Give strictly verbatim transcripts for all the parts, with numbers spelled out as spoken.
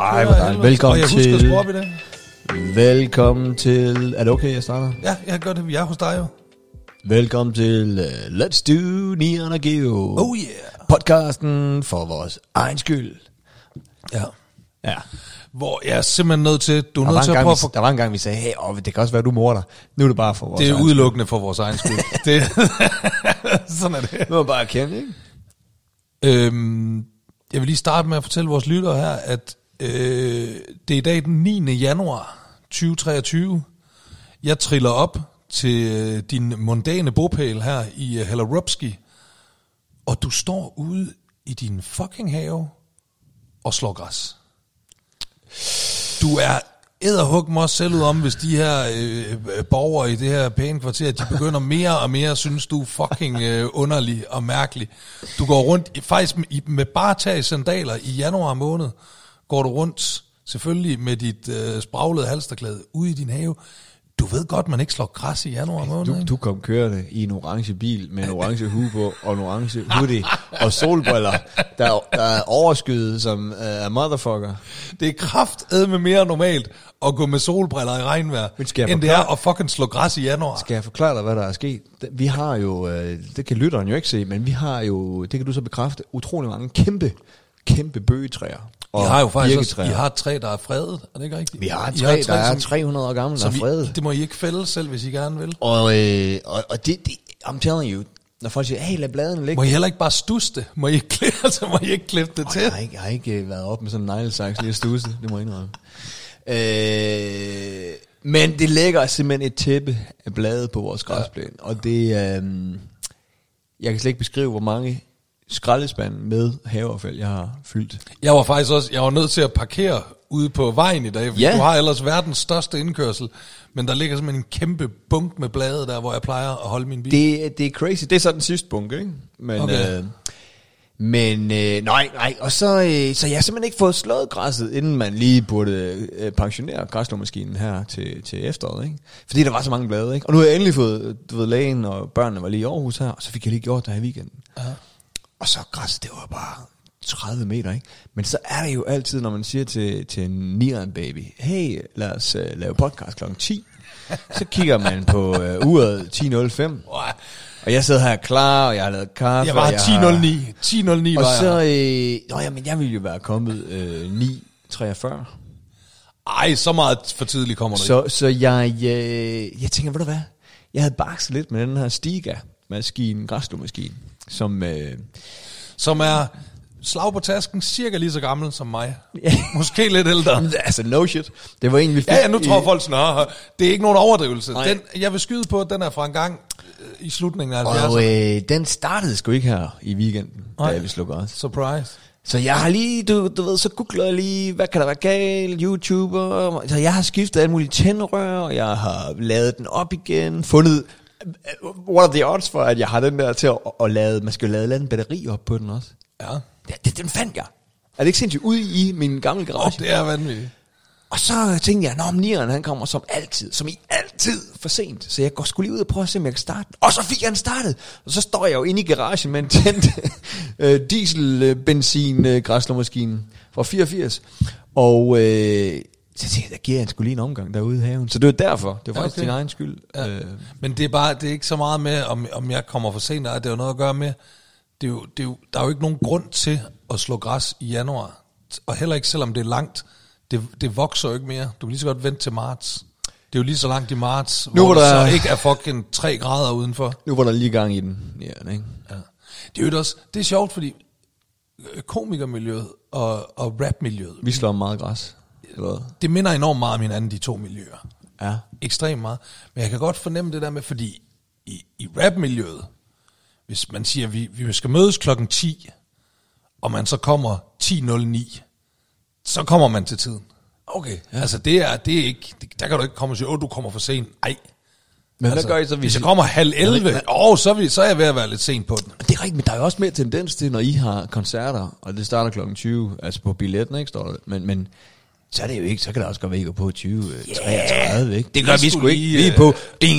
Ej, hvor dejligt. Velkommen og jeg til... husker at spørge det. Velkommen til... Er det okay, jeg starter? Ja, jeg gør det. Vi er hos dig jo. Velkommen til uh, Let's Do Neon og Geo. Oh yeah. Podcasten for vores egen skyld. Ja. Ja. Hvor jeg er simpelthen nødt til... Du er Der nødt var, til en at gang, prøve vi, at for... der var en gang, vi sagde, hey, åh, det kan også være, du morder. Nu er det bare for vores Det er egen udelukkende for vores egen skyld. det, sådan er det. skyld. Nu er bare erkende, ikke? Øhm, jeg vil lige starte med at fortælle vores lyttere her, at øh, det er i dag den niende januar tyve treogtyve. Jeg triller op til øh, din mondane bopæl her i øh, Hellerupski, og du står ude i din fucking have og slår græs. Du er edderhug mig også selv ud om, hvis de her øh, borgere i det her pæne kvarter, de begynder mere og mere, synes du er fucking øh, underlig og mærkelig. Du går rundt, faktisk med, med bare tag sandaler i januar måned, går du rundt, selvfølgelig med dit øh, spraglede halsterklæde, ude i din have. Du ved godt, man ikke slår græs i januar måned. Du, du kom kørende i en orange bil med en orange hue på, og en orange hoodie, og solbriller, der, der er overskyet som uh, motherfucker. Det er kraftedme mere normalt at gå med solbriller i regnvejr, end det er at fucking slå græs i januar. Skal jeg forklare dig, hvad der er sket? Vi har jo, øh, det kan lytteren jo ikke se, men vi har jo, det kan du så bekræfte, utrolig mange kæmpe, kæmpe bøgetræer. I har jo faktisk også, I har et træ, der er fredet, er det ikke rigtigt? Vi har et I træ, har et der er som, tre hundrede år gammel, der er vi, fredet. det må I ikke fælde selv, hvis I gerne vil. Og, øh, og, og det, det, I'm telling you, når folk siger, hey, lad bladene ligge. Må I heller ikke bare stusse det? Må I ikke klippe, altså, må I ikke klippe det oh, til? Jeg har ikke, jeg har ikke været op med sådan en neglesaks lige at stusse, det må jeg indrømme. Øh, men det lægger simpelthen et tæppe af blade på vores græsplæne, ja. Og det, øh, jeg kan slet ikke beskrive, hvor mange skraldespand med haveaffald, jeg har fyldt. Jeg var faktisk også, jeg var nødt til at parkere ude på vejen i dag, fordi ja. Du har ellers verdens største indkørsel, men der ligger simpelthen en kæmpe bunk med blade der, hvor jeg plejer at holde min bil. Det, det er crazy. Det er så den sidste bunke, ikke? Men, okay. øh, men øh, nej, nej. Og så, øh, så jeg har simpelthen ikke fået slået græsset, inden man lige burde øh, pensionere græsslåmaskinen her til, til efteråret, ikke? Fordi der var så mange blade, ikke? Og nu har jeg endelig fået, du ved, lægen og børnene var lige i Aarhus her, og så fik jeg lige gjort det her i weekenden. Aha. Og så græsset, det var bare tredive meter, ikke? Men så er det jo altid, når man siger til, til en nieren baby, hey, lad os uh, lave podcast klokken ti. Så kigger man på uh, uret ti nul fem. Og jeg sidder her klar, og jeg har lavet kaffe. Jeg var ti nul ni. ti nul ni var og så, jeg. Øh, nå ja, men jeg ville jo være kommet øh, ni treogfyrre. Ej, så meget for tidligt kommer du så, så jeg, øh, jeg tænker, ved du hvad? Jeg havde bakset lidt med den her Stiga-maskine, græsslåmaskine, som... Øh, som er slag på tasken, cirka lige så gammel som mig. Måske lidt ældre. Altså, no shit. Det var egentlig... Ja, ja, nu tror folk sådan, det er ikke nogen overdrivelse. Den, jeg vil skyde på, at den er fra en gang øh, i slutningen af halvfjerdserne. Og øh, den startede sgu ikke her i weekenden, da jeg ville slukke også. Surprise. Så jeg har lige, du, du ved, så googler jeg lige, hvad kan der være galt, YouTuber. Så jeg har skiftet alle mulige tændrør, og jeg har lavet den op igen, fundet... What are the odds for, at jeg har den der til at, at lade, man skal jo lade en batteri op på den også. Ja. Det, det, den fandt jeg. Er det ikke sindssygt ude i min gamle garage? Oh, det er vanvittigt. Og så tænkte jeg, nå, nieren, han kommer som altid, som i altid for sent. Så jeg går sgu lige ud og prøver at se, om jeg kan starte den. Og så fik jeg den startet. Og så står jeg jo inde i garagen med en tændt øh, diesel-benzin-græsslåmaskine fra fireogfirs. Og... Øh, Så jeg tænkte, der giver jeg sgu lige en omgang derude i haven. Så det var derfor. Det var faktisk okay. Din egen skyld. Ja. Øh. Men det er bare, det er ikke så meget med, om, om jeg kommer for sent. Det er jo noget at gøre med, det er jo, det er jo, der er jo ikke nogen grund til at slå græs i januar. Og heller ikke, selvom det er langt. Det, det vokser jo ikke mere. Du kan lige så godt vente til marts. Det er jo lige så langt i marts, nu hvor der så ikke er fucking tre grader udenfor. Nu var der lige gang i den. Ja, ikke? Ja. Det er jo også, det er sjovt, fordi komikermiljøet og, og rapmiljøet. Vi slår meget græs. Det minder enormt meget om hinanden, de to miljøer. Ja. Ekstremt meget. Men jeg kan godt fornemme det der med, fordi i, i rapmiljøet, hvis man siger, at vi, vi skal mødes klokken ti, og man så kommer ti nul ni, så kommer man til tiden. Okay. Ja. Altså det er, det er ikke, det, der kan du ikke komme og sige, åh, du kommer for sent. Ej. Men altså, hvad gør I så? Hvis jeg kommer halv elleve, men, åh, så, er vi, så er jeg ved at være lidt sent på den. Det er rigtigt, men der er jo også mere tendens til, når I har koncerter, og det starter klokken tyve, altså på billetten, ikke, står der, men... men så er det jo ikke, så kan der også godt være, at I går på tyve treogtredive, ikke? Det gør vi sgu ikke. Vi er på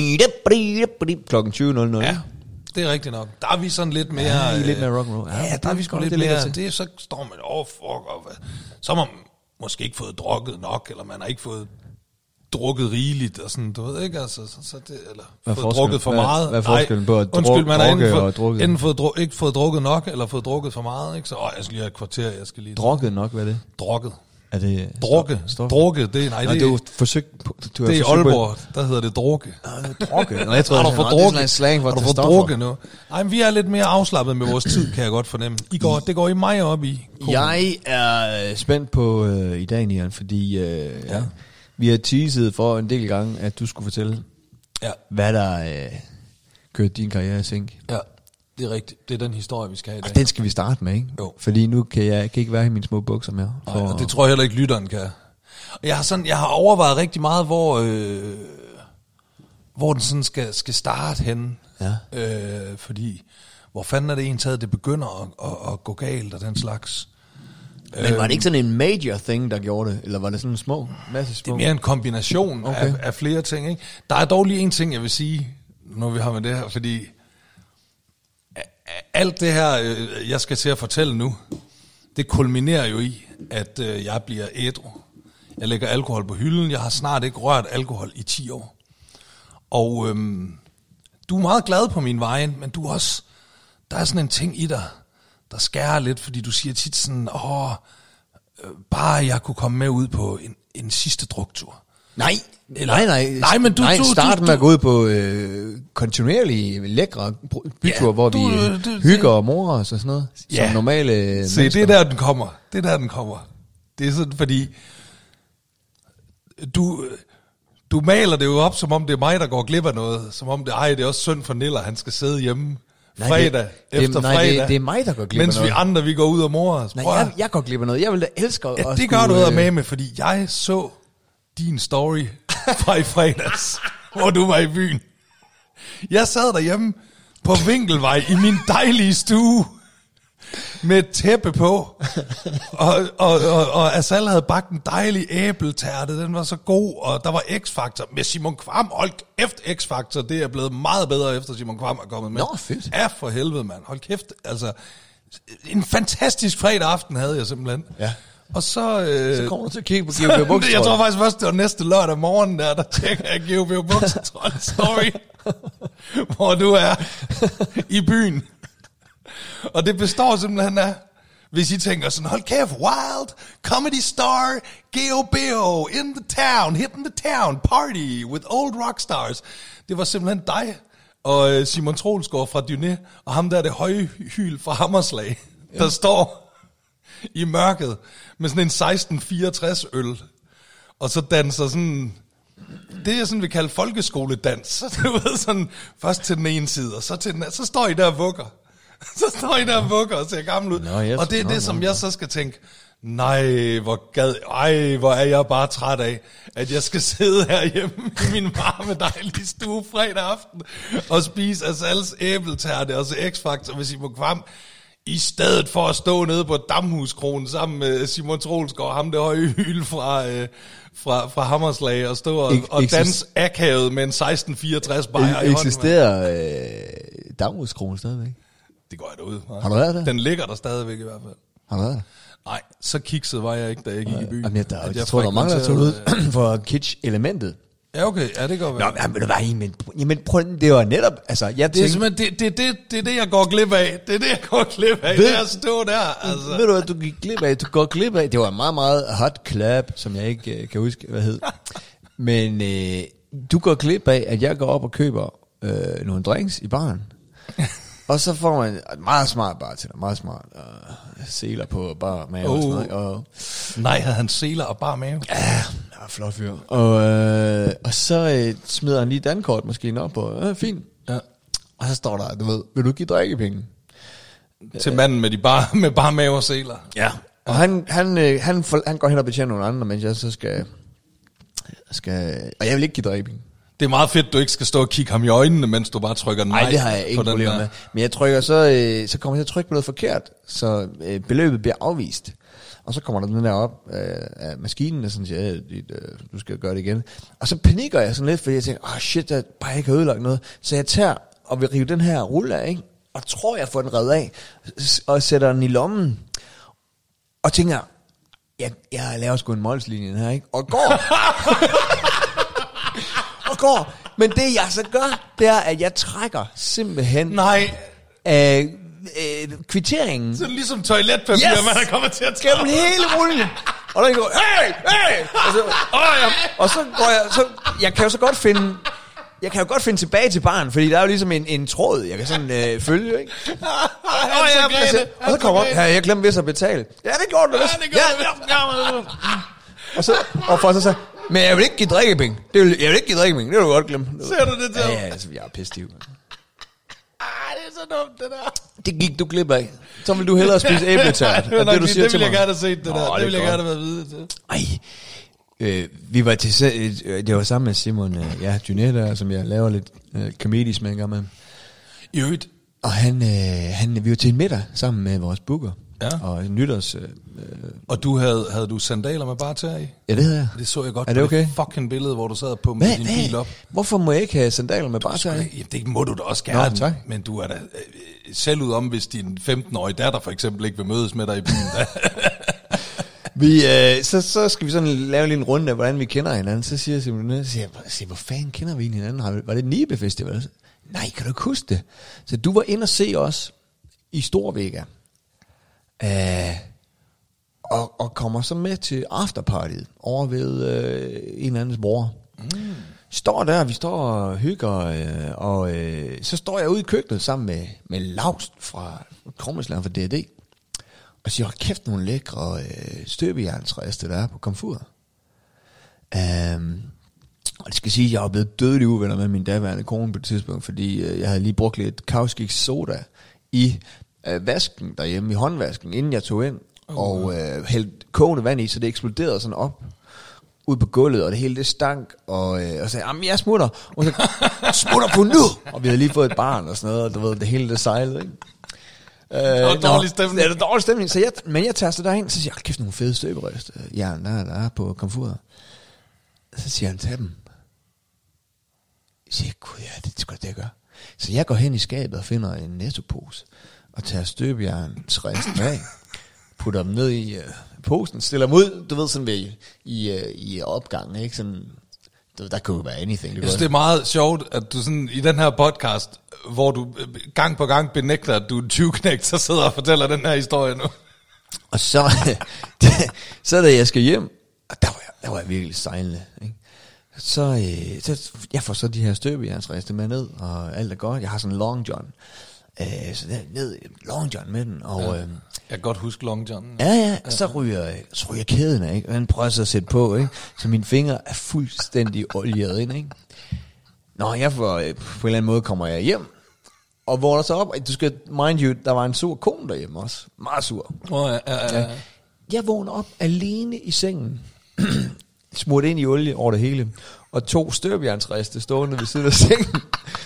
klokken tyve nul nul. Ja, det er rigtigt nok. Der er vi sådan lidt mere... Ja, lidt mere rock'n'roll. Ja, ja, der er vi sgu lidt mere... Det, så står man, åh, oh, fuck, og, så må måske ikke fået drukket nok, eller man har ikke fået drukket rigeligt, og sådan, du ved ikke, altså, så, så det, eller hvad fået drukket for hvad, meget. Hvad er forskellen på at druk, undskyld, man har drukke enten, og drukket? enten fået, dru, ikke fået drukket nok, eller fået drukket for meget, ikke? Så, åh, jeg skal lige have et kvarter, jeg skal lige... Drukket nok, hvad er det? Drukket. Er det... Drukke. Drukke, det er... Nej, Nå, det, det er jo forsøgt... Du det er i Aalborg, der hedder det drukke. Nå, drukke. Nå, jeg tror, har du det fået er drukke? sådan en slang for Har du fået drukke nu? Nej, men vi er lidt mere afslappet med vores tid, kan jeg godt fornemme. I går, det går I mig op i. Kogen. Jeg er spændt på øh, i dag, Nian, fordi øh, ja. vi har teaset for en del gange, at du skulle fortælle, ja. hvad der øh, kørte din karriere i sænk. Ja, det er rigtigt. Det er den historie, vi skal have i dag. Og den skal vi starte med, ikke? Jo. Fordi nu kan jeg kan ikke være i mine små bukser mere. For... Nej, og det tror jeg heller ikke, lytteren kan. Og jeg har, sådan, jeg har overvejet rigtig meget, hvor, øh, hvor den sådan skal, skal starte henne. Ja. Øh, fordi, hvor fanden er det egentlig, det begynder at, at, at gå galt og den slags. Men var det ikke sådan en major thing, der gjorde det? Eller var det sådan en små, masse små? Det er mere en kombination okay. af, af flere ting. Ikke? Der er dog lige en ting, jeg vil sige, når vi har med det her, fordi alt det her, jeg skal til at fortælle nu, det kulminerer jo i, at jeg bliver ædru. Jeg lægger alkohol på hylden. Jeg har snart ikke rørt alkohol i ti år. Og øhm, du er meget glad på min vejen, men du er også, der er sådan en ting i dig, der skærer lidt, fordi du siger tit sådan, åh, øh, bare jeg kunne komme med ud på en, en sidste druktur. Nej, Eller, nej, nej. Nej, men du, nej, du, start du, med at gå ud på øh, kontinuerlige, lækre byture, ja, hvor du, vi øh, du, hygger og morer os og sådan noget. Ja. Som normale Se, det er der, den kommer. Det er der, den kommer. Det er sådan, fordi du, du maler det jo op, som om det er mig, der går glip af noget. Som om det, ej, det er også synd for Niller, han skal sidde hjemme nej, fredag det, efter det, nej, fredag. Det, det er mig, der går glip af noget. Mens vi andre, vi går ud og morer os. Nej, jeg, jeg går glip af noget. Jeg vil da elske at... Ja, det gør du øh... med med, fordi jeg så din story fra i fredags, hvor du var i byen. Jeg sad derhjemme på Vinkelvej i min dejlige stue, med et tæppe på, og, og, og, og Asal havde bagt en dejlig æbletærte, den var så god, og der var X-Factor med Simon Kvam. Hold kæft, X-Factor, det er blevet meget bedre, efter Simon Kvam er kommet med. Nå, fedt. Ja, for helvede, mand. Hold kæft, altså, en fantastisk fredag aften havde jeg simpelthen. Ja. Og så... Øh, så kommer du til at kigge på G O B Buksetrol. Jeg tror faktisk først, det var næste lørdag morgen, der, der tjekker jeg G O B Buksetrol story, hvor du er i byen. Og det består simpelthen af, hvis I tænker sådan, hold kæft, wild, comedy star, G O B O, in the town, hitting the town, party with old rockstars. Det var simpelthen dig og Simon Troelsgaard fra Dyné, og ham der er det høje hyl fra Hammerslag, ja. Der står i mørket med sådan en seksten fireogtres øl, og så danser sådan, det er sådan, vi kalder folkeskoledans. Så du ved sådan, først til den ene side, og så til den anden, så står I der og vugger. Så står I der og vugger og ser gammel ud. Nå, yes, og det er det, som nå, jeg så skal tænke, nej, hvor gad, ej, hvor er jeg bare træt af, at jeg skal sidde herhjemme i min varme dejlige stue fredag aften, og spise Asals æbletærte og så X-Factor med Simon Kvam, i stedet for at stå nede på Damhuskronen sammen med Simon Troelsgaard, ham det høje hylde fra, øh, fra, fra Hammerslag, og stå og, og danse akavet med en seksten fireogtres bajer i hånden. Eksisterer øh, Damhuskronen stadigvæk? Det går jeg derud. Har du været der? Den ligger der stadigvæk i hvert fald. Har du været der? Nej, så kikset var jeg ikke, da jeg gik i byen. Jamen, jeg, der, jeg, jeg tror, der er mange, der tog ud for kitsch-elementet. Ja, okay. Ja, det går vel. Nå, men det var men, jamen, prøv, det var netop, altså, jeg tænkte... Det er simpelthen, det, det, det, det er det, jeg går glip af. Det er det, jeg går glip af. Ved, det er at stå der, altså. Ved du hvad, du gik glip af? Du går glip af. Det var en meget, meget hot club, som jeg ikke uh, kan huske, hvad hed. Men øh, du går glip af, at jeg går op og køber øh, nogle drinks i baren. Og så får man et meget smart bartender, meget smart, og seler på bar mave oh. og sådan noget. Og, nej, havde han seler og bar mave? Ja, det var flot fyr. Og, øh, og så øh, smider han lige dankort måske op på, øh, fint. Ja. Og så står der, du ved, vil du give drikkepenge? Til manden med de bar, med bar mave og seler? Ja. Og han, han, øh, han, for, han går hen og betjener nogle andre, mens jeg så skal, skal og jeg vil ikke give drikkepenge. Det er meget fedt, du ikke skal stå og kigge ham i øjnene, mens du bare trykker nej. Nej, det har jeg ikke problemer med. Men jeg trykker så, øh, så kommer jeg til at trykke på noget forkert, så øh, beløbet bliver afvist. Og så kommer der den der op øh, af maskinen, og sådan siger, ja, øh, du skal gøre det igen. Og så panikker jeg sådan lidt, fordi jeg tænker, åh oh, shit, jeg bare ikke har ødelagt noget. Så jeg tager og vil rive den her rulle af, ikke? Og tror, jeg får den revet af, og sætter den i lommen. Og tænker, jeg, jeg laver sgu en målslinje her, ikke? Og går. og går. Men det jeg så gør, det er, at jeg trækker simpelthen... Nej. Øh, øh, kvitteringen. Sådan ligesom toiletpapir, yes! Man er kommet til at tage. Gennem hele rullen. Og der går, hey, hey! Og så, åh, ja. Og så går jeg, så, jeg kan jo så godt finde, jeg kan jo godt finde tilbage til barn, fordi der er jo ligesom en, en tråd, jeg kan sådan øh, følge, ikke? Og, og, jeg, så, og så kommer op, ja, jeg glemte vist at betale. Ja, det gjorde du vist. Ja, ja, ja, ja. Og så, og for så så, men jeg vil ikke give drikkepenge. Det vil, jeg vil ikke give drikkepenge, det vil du godt glemme. Ser du det til? Ja, ja, altså, jeg er pissestiv. Ah, det er så dumt, det der. Det gik du glip af. Så vil du hellere spise æbletært. det, det, det, det vil jeg gerne have set, det der. Nå, det, det vil jeg gerne have været videre til. Ej, øh, vi var til, øh, det var sammen med Simon, øh, ja, Dyné der, som jeg laver lidt øh, comedies med en gang med. I øvrigt. Og han, øh, han, vi var til en middag sammen med vores booker. Ja. Og nytårs... Øh, og du havde, havde du sandaler med bare tæer i? Ja, det havde jeg. Det så jeg godt er det på okay? det fucking billede, hvor du sad på med din bil op. Hvorfor må jeg ikke have sandaler med bare tæer i? Ja, det må du da også gerne. Nå, tak. Men du er da øh, selv ud om, hvis din femten-årige datter for eksempel ikke vil mødes med dig i bilen. vi, øh, så, så skal vi sådan lave en lille runde af, hvordan vi kender hinanden. Så siger Simon, så siger jeg, siger, hvor fanden kender vi hinanden? Var det Nibe Festival? Nej, kan du ikke huske det? Så du var inde og se os i Storvega. Øh, og, og kommer så med til afterpartyet over ved øh, en eller andens bror. Mm. Står der, vi står og hygger, øh, og øh, så står jeg ude i køkkenet sammen med, med Laust fra Krummeslager fra D og D, og siger, hold kæft, nogle lækre øh, støbejernsreste, der er på komfuret. Um, og det skal sige, at jeg var blevet dødelig uvenner med min daværende kone på et tidspunkt, fordi øh, jeg havde lige brugt lidt Kauskik soda i øh, vasken derhjemme, i håndvasken, inden jeg tog ind, oh, og øh, hældte kogende vand i, så det eksploderede sådan op ud på gulvet, og det hele det stank, og, øh, og sagde, jamen jeg smutter, og så smutter på nu, og vi havde lige fået et barn og sådan noget, og du ved, det hele det sejlede, ikke? Øh, det var dårlig stemning. Det er dårlig stemning, så jeg, men jeg tager så derind, så siger jeg, kæft nogle fede støberøst, ja, der, der er på komfuret. Så siger han, tag dem. Jeg siger, gud ja, det skal det jeg gør. Så jeg går hen i skabet og finder en Netto-pose, og tager støbejernsresten af, putter dem ned i uh, posen, stiller dem ud, du ved, sådan ved, i, uh, i opgangen, ikke? Sådan, du, der kunne jo være anything. Jeg synes, det er meget sjovt, at du sådan, i den her podcast, hvor du gang på gang benægter, at du er en tyveknægt, så sidder og fortæller den her historie nu. Og så, så da jeg skal hjem, og der var jeg, der var jeg virkelig sejlende, ikke? Så, øh, så jeg får så de her støbejernsrester med ned, og alt er godt. Jeg har sådan en Long John, øh, så der ned Long John med den, og... Ja. Øh, jeg kan godt huske Long John. Ja, ja, så ryger, så ryger kæden af, ikke? Og han prøver så at sætte på, ikke? Så mine fingre er fuldstændig olieret ind, ikke? Nå, jeg får, på en eller anden måde kommer jeg hjem, og vågner så op, og du skal, mind you, der var en sur kone derhjemme også. Meget sur. Oh, ja, ja, ja. Jeg vågner op alene i sengen, smurt ind i olie over det hele, og to støbejernsreste stående ved siden af sengen.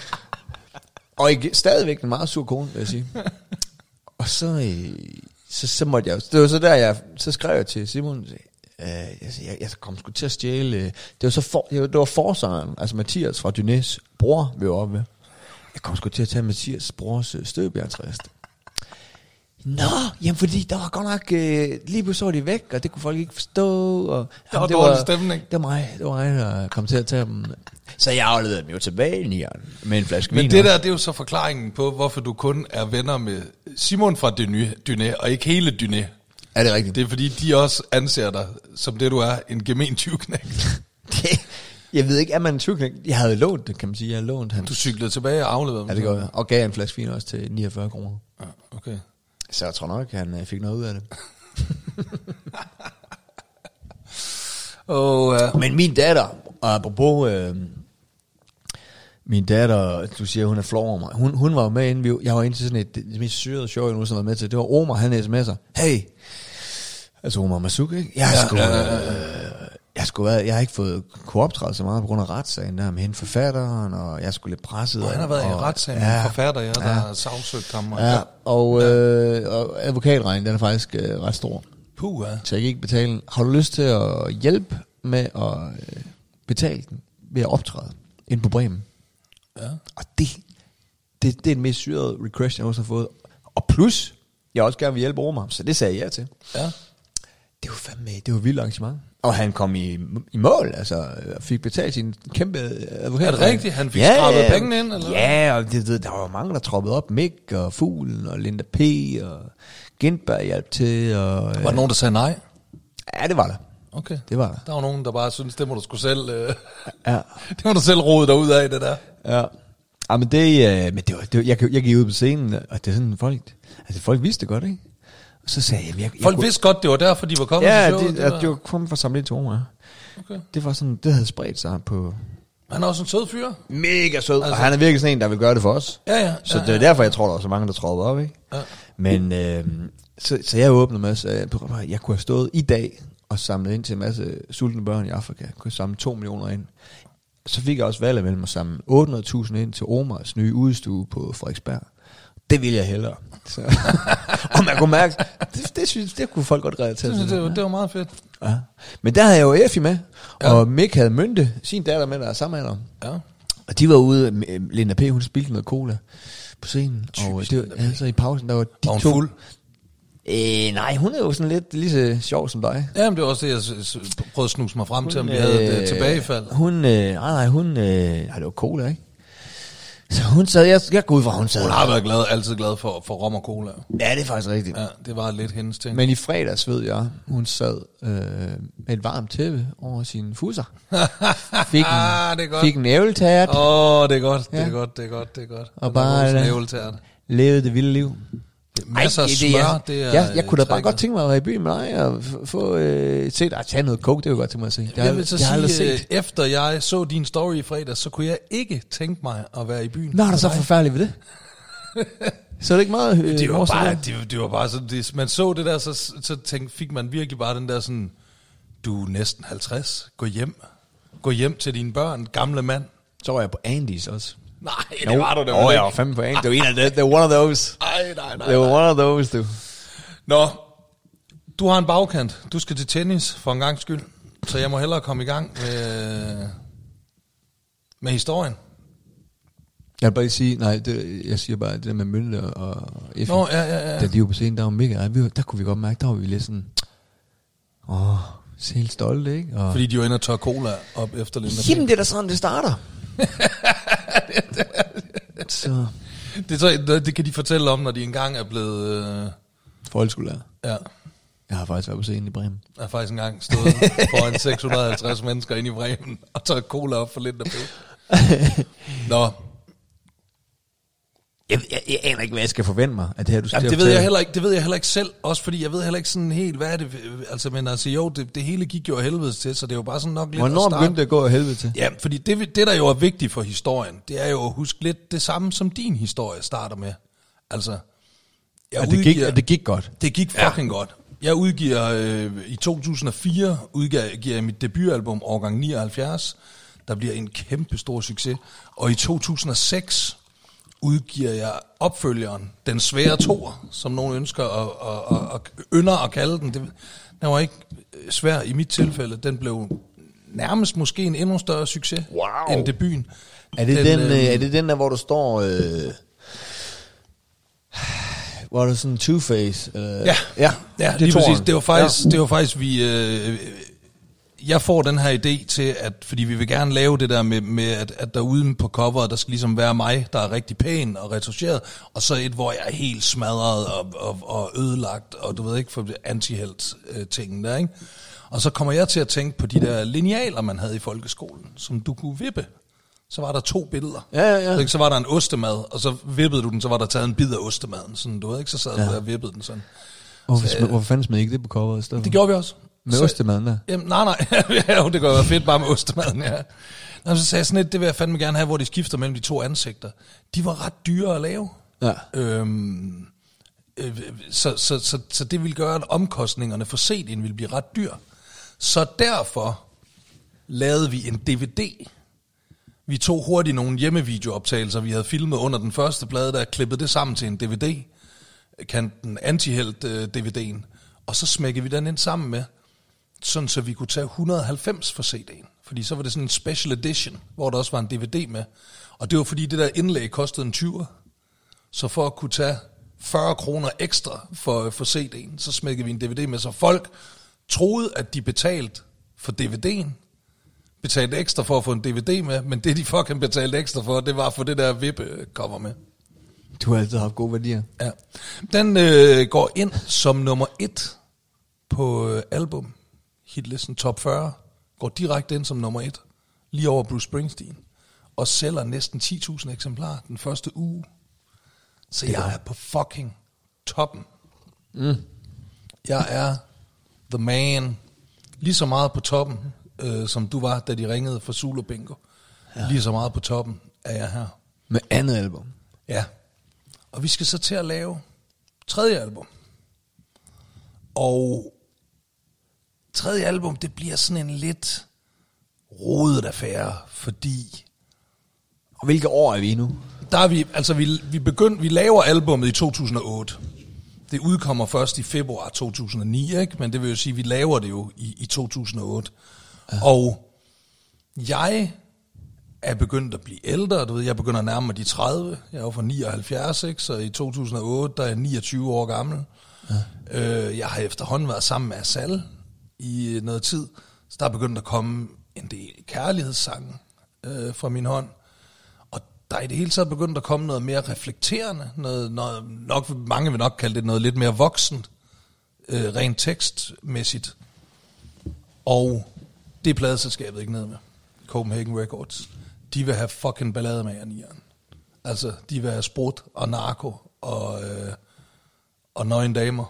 Og ikke, stadigvæk en meget sur kone, vil jeg sige. Og så, øh, så, så måtte jeg, det var så der, jeg, så skrev jeg til Simon, øh, jeg, jeg, jeg kom sgu til at stjæle, det var så for, det var, det var forsangeren, altså Mathias fra Dynés bror, vi var oppe med. Jeg kom sgu til at tage Mathias brors støbejernsrest. Nå, jamen fordi der var godt nok, øh, lige pludselig så var de væk, og det kunne folk ikke forstå. Og, det var det dårlig stemning. Det var mig, det var mig, der kom til at tage dem. Så jeg afleverede dem jo tilbage i nieren med en flaske vin. Men det også. der, det er jo så forklaringen på, hvorfor du kun er venner med Simon fra Dyné, og ikke hele Dyné. Er det rigtigt? Det er fordi, de også anser dig, som det du er, en gemen tyveknægt. Jeg ved ikke, er man en tyveknægt? Jeg havde lånt det, kan man sige. Jeg havde lånt han. Du cyklede tilbage og afleverede dem? Ja, det gør jeg. Og gav en flaske vin også til niogfyrre kroner. Ja, okay. Så jeg tror nok, at han fik noget ud af det. oh, uh. Men min datter, og apropos... Øh, min datter, du siger, hun er flov over mig. Hun, hun var jo med inden, jeg var inde til sådan et, det mest syrede show, jeg nogensinde var med til. Det var Omar, han sms'er. Hey! Altså Omar Masuk, ikke? Jeg har sgu... Ja, ja, ja. Øh, jeg, skulle være, jeg har ikke fået kunne optræde så meget på grund af retssagen der med hende forfatteren, og jeg skulle lidt presset. Og han har været og, i retssagen med ja, forfatter, ja, der ja, har sagsøgt ham. Og, ja, og, øh, og advokatregningen, den er faktisk øh, ret stor. Puh, ja. Så jeg kan ikke betale den. Har du lyst til at hjælpe med at øh, betale den ved at optræde ind på Bremen? Ja. Og det, det, det er den mest syrede request, jeg også har fået. Og plus, jeg også gerne vil hjælpe Omar, så det sagde jeg ja til. Ja. det var fandme, det var et vildt arrangement. Og han kom i, i mål, altså fik betalt sin kæmpe advokat. Er det rigtigt? Han fik ja, skrabet pengene ind? Eller? Ja, og det, der var mange, der troppede op. Mick og Fuglen og Linda P. og Gintberg hjalp til. Og, var der nogen, der sagde nej? Ja, det var der. Okay. Det var der. Der var nogen, der bare syntes, det må du sgu selv, øh, ja. det må du selv rode dig ud af, det der. Ja. Ja, men det, øh, men det var, det var jeg, jeg gik ud på scenen, og det er sådan folk, altså folk vidste det godt, ikke? Og så sagde jeg, jeg, jeg folk kunne, vidste godt, det var derfor, de var kommet ja, til showet? Det, det, var... det var kommet for at samle ind til Omar. Okay. Det var sådan, det havde spredt sig på... Han er også en sød fyr. Mega sød, altså... og han er virkelig sådan en, der vil gøre det for os. Ja, ja. Så ja, det er ja. derfor, jeg tror, der var så mange, der troppede op, ikke? Ja. Men, øh, så, så jeg åbnede med, så jeg, jeg kunne have stået i dag og samlet ind til en masse sultne børn i Afrika. Jeg kunne samle to millioner ind. Så fik jeg også valget mellem at samle otte hundrede tusind ind til Omars nye udstue på Frederiksberg. Det ville jeg hellere. Så. Og man kunne mærke, det, det, synes, det kunne folk godt relatere til. Det, det, var, det var meget fedt. Ja. Men der havde jeg jo Effie med, ja. Og Mick havde Mynte, sin datter med, der er samme alder. Ja. Og de var ude, Linda P., hun spilte noget cola på scenen. Typisk, og det var, altså, i pausen, der var de var hun to... fuld? Øh, nej, hun er jo sådan lidt lige så sjov som dig. Jamen, det var også det, jeg prøvede at snuse mig frem hun, til, om vi havde et tilbagefald. Hun, øh, nej, nej, hun... Øh, nej, det var cola, ikke? Så hun sad, jeg, jeg går ud fra, hun sad... Hun har været glad, altid glad for, for rom og cola. Ja, det er faktisk rigtigt. Ja, det var lidt hendes ting. Men i fredags, ved jeg, hun sad øh, med et varmt tæppe over sine fusser. Fik en, ah, det er godt. Fik en ævletært. Åh, oh, det er godt, ja. det er godt, det er godt, det er godt. Og bare levede det vilde liv. Masser af smør, det er... Jeg, jeg kunne da bare godt tænke mig at være i byen med dig og få øh, set, at tage noget coke, det var godt til mig at se. Det jeg vil så sige, set. efter jeg så din story i fredag, så kunne jeg ikke tænke mig at være i byen. Hvad er der så forfærdeligt ved det? Så er det ikke meget... Øh, det, var bare, det, det var bare sådan, det, man så det der, så, så tænkte, fik man virkelig bare den der sådan, du er næsten halvtreds, gå hjem. Gå hjem til dine børn, gamle mand. Så var jeg på Andy's også. Nej, det no. var du da Åh, oh, jeg var fandme på Andy's. Det var en af det. Det var one of those. Nej, nej, nej. Det var one of those, du. Nå, du har en bagkant. Du skal til tennis for en gang skyld. Så jeg må hellere komme i gang med, med historien. Jeg vil bare sige, nej, det, jeg siger bare, det der med Mølle og Effie. Nå, ja, ja, ja. Da de var på scenen, der var mega, der kunne vi godt mærke, der var vi lidt sådan, åh, helt stolte, ikke? Og fordi de var inde og tør cola op efter Linda P. Jamen, det er da sådan, det starter. Så. Det, så, det kan de fortælle om, når de engang er blevet... Øh... Folkeskolelærer. Ja. Jeg har faktisk været på scenen i Bremen. Jeg har faktisk engang stået foran seks hundrede og halvtreds mennesker inde i Bremen og taget cola op for Linda P. Nå. Jeg, jeg, jeg aner ikke, hvad jeg skal forvente mig af det her, du skal. Jamen, det ved jeg heller ikke. Det ved jeg heller ikke selv. Også fordi jeg ved heller ikke sådan helt, hvad er det... Altså, men altså, jo, det, det hele gik jo af helvede til, så det er jo bare sådan nok lidt... Hvornår begyndte det at gå af helvede til? Ja, fordi det, det, der jo er vigtigt for historien, det er jo at huske lidt det samme, som din historie starter med. Altså... Jeg ja, det, udgiver, gik, det gik godt. Det gik fucking ja. godt. Jeg udgiver... Øh, I to tusind og fire udgiver jeg mit debutalbum, Årgang nioghalvfjerds. Der bliver en kæmpe stor succes. Og i to tusind og seks... udgiver jeg opfølgeren, Den Svære Toer, som nogen ønsker at, at, at, at ynder at kalde den. Det, den var ikke svær i mit tilfælde. Den blev nærmest måske en endnu større succes wow. end debuten. Er det den, den, øh, er det den der, hvor du står... Øh, hvor er der sådan en two-face? Øh, ja, ja, ja det, præcis. Det var faktisk, ja. det var faktisk vi... Øh, jeg får den her idé til, at fordi vi vil gerne lave det der med, med at, at der ude på coveret, der skal ligesom være mig, der er rigtig pæn og retuscheret, og så et, hvor jeg er helt smadret og, og, og ødelagt, og du ved ikke, for anti-helt-tingen der, ikke? Og så kommer jeg til at tænke på de der linealer, man havde i folkeskolen, som du kunne vippe. Så var der to billeder. Ja, ja, ja. Så var der en ostemad, og så vippede du den, så var der taget en bid af ostemaden, sådan, du ved ikke, så sad ja. du og vippede den sådan. Hvorfor, så, hvorfor fanden smed I ikke det på coveret i stedet? Det gjorde vi også. Med ostemaden der? Jamen, nej, nej. Ja, det kunne være fedt bare med ostemaden, ja. Nå, så sagde jeg sådan lidt, det vil jeg fandme gerne have, hvor de skifter mellem de to ansigter. De var ret dyre at lave. Ja. Øhm, øh, så, så, så, så det ville gøre, at omkostningerne for C D'en ville blive ret dyr. Så derfor lavede vi en D V D. Vi tog hurtigt nogle hjemmevideooptagelser, vi havde filmet under den første plade, der klippede det sammen til en D V D. Kaldte den Antihelt-D V D'en. Og så smækkede vi den ind sammen med, sådan så vi kunne tage et hundrede og halvfems for C D'en. Fordi så var det sådan en special edition, hvor der også var en D V D med. Og det var fordi det der indlæg kostede en tyver. Så for at kunne tage fyrre kroner ekstra for, for C D'en, så smækkede vi en D V D med, så folk troede, at de betalte for D V D'en, betalte ekstra for at få en D V D med, men det de fucking betalte ekstra for, det var at få det der vippe-cover med. Du har altid haft gode værdier. Ja. Den øh, går ind som nummer et på øh, album, hitlisten top fyrre, går direkte ind som nummer et, lige over Bruce Springsteen, og sælger næsten ti tusind eksemplarer den første uge. Så jeg er på fucking toppen. Mm. Jeg er the man. Lige så meget på toppen, øh, som du var, da de ringede for Zulu Bingo. Ja. Lige så meget på toppen er jeg her. Med andet album. Ja. Og vi skal så til at lave tredje album. Og tredje album, det bliver sådan en lidt rodet affære, fordi... Og hvilke år er vi i nu? Der er vi, altså vi, vi begyndte, vi laver albummet i to tusind og otte. Det udkommer først i februar to tusind og ni, ikke? Men det vil jo sige, at vi laver det jo i, i to tusind og otte. Ja. Og jeg er begyndt at blive ældre, du ved, jeg begynder at nærme mig de tredive. Jeg er jo fra nioghalvfjerds, ikke? Så i to tusind og otte, der er jeg niogtyve år gammel. Ja. Øh, jeg har efterhånden været sammen med Asal i noget tid, så der er begyndt at komme en del kærlighedssange øh, fra min hånd. Der er i det hele taget begyndt at komme noget mere reflekterende, noget, noget, nok, mange vil nok kalde det noget lidt mere voksent, øh, rent tekstmæssigt. Og det er pladeselskabet ikke nede med, Copenhagen Records. De vil have fucking ballade med jer nieren. Altså, de vil have sprut og narko og, øh, og nøgen damer.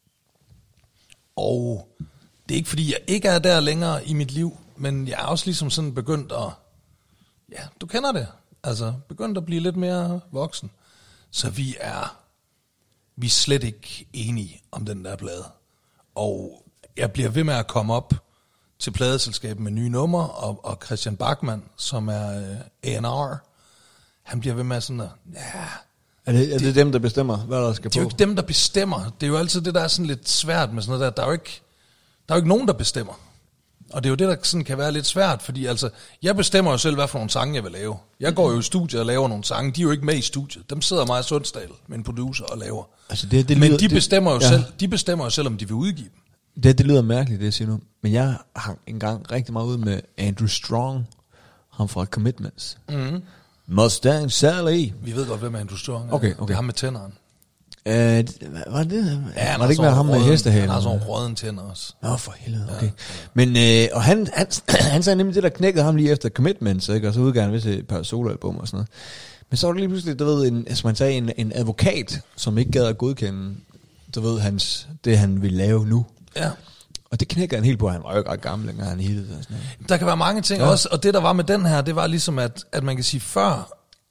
Og det er ikke fordi, jeg ikke er der længere i mit liv, men jeg er også ligesom sådan begyndt at, ja, du kender det, altså begyndt at blive lidt mere voksen. Så vi er, vi er slet ikke enige om den der plade. Og jeg bliver ved med at komme op til pladeselskabet med nye numre, og, og Christian Bachmann, som er øh, A and R, han bliver ved med sådan at, ja... Er det, er det, det dem, der bestemmer, hvad der skal på? Det er jo ikke dem, der bestemmer. Det er jo altid det, der er sådan lidt svært med sådan noget der. Der er jo ikke, der er jo ikke nogen, der bestemmer. Og det er jo det, der sådan kan være lidt svært, fordi altså, jeg bestemmer jo selv, hvad for nogle sange, jeg vil lave. Jeg går jo i studiet og laver nogle sange, de er jo ikke med i studiet. Dem sidder mig i Sundsdal med en producer og laver. Altså det, det lyder, Men de bestemmer, det, jo ja. selv, de bestemmer jo selv, om de vil udgive dem. Det, det lyder mærkeligt, det jeg siger nu. Men jeg hang engang rigtig meget ud med Andrew Strong, ham fra Commitments. Mm-hmm. Mustang Sally. Vi ved godt, hvem er Andrew Strong er. Okay, okay. Det er ham med tænderen. Øh, var det, ja, var det ikke været ham med hestehalen? Han har sådan nogle rødden tænder også. Nå, for helvede, okay. Ja. Men, øh, og han, han, han sagde nemlig det, der knækkede ham lige efter Commitments, ikke? Og så udgav han vist et par soloalbum og sådan noget. Men så var det lige pludselig, du ved, en, altså man sagde, en, en advokat, som ikke gad at godkende, du ved, hans, det han ville lave nu. Ja. Og det knækkede han helt på, han var jo ikke ret gammel længere, han hittede og sådan noget. Der kan være mange ting ja. også, og det der var med den her, det var ligesom, at, at man kan sige før,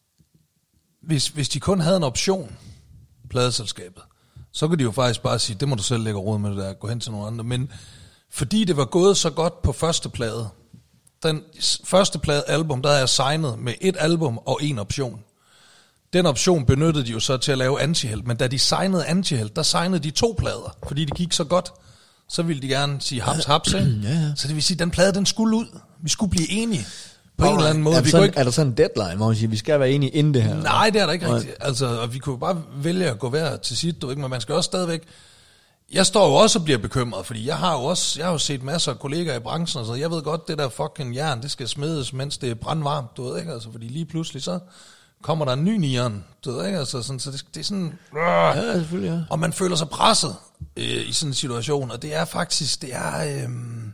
hvis, hvis de kun havde en option, pladeselskabet, så kunne de jo faktisk bare sige, det må du selv lægge råd med det der, gå hen til nogle andre. Men fordi det var gået så godt på første plade, den første plade album, der havde jeg signet med et album og en option. Den option benyttede de jo så til at lave Antihelt, men da de signede Antihelt, der signede de to plader, fordi det gik så godt, så ville de gerne sige haps, haps, ikke? Ja, ja. Så det vil sige, at den plade, den skulle ud. Vi skulle blive enige. På en eller anden måde. Er, vi sådan, ikke... er der sådan en deadline, hvor man siger, vi skal være enige inden det her? Nej, det er der ikke rigtigt. Altså, og vi kunne bare vælge at gå hver til sit, du, ikke? Men man skal også stadigvæk... Jeg står jo også og bliver bekymret, fordi jeg har jo også jeg har jo set masser af kollegaer i branchen, så jeg ved godt, det der fucking jern, det skal smedes, mens det er brandvarmt, du ved ikke? Altså, fordi lige pludselig så kommer der en ny nieren, du ved ikke? Altså, sådan, så det, det er sådan... Ja, selvfølgelig, ja. Og man føler sig presset øh, i sådan en situation, og det er faktisk, det er... Øh,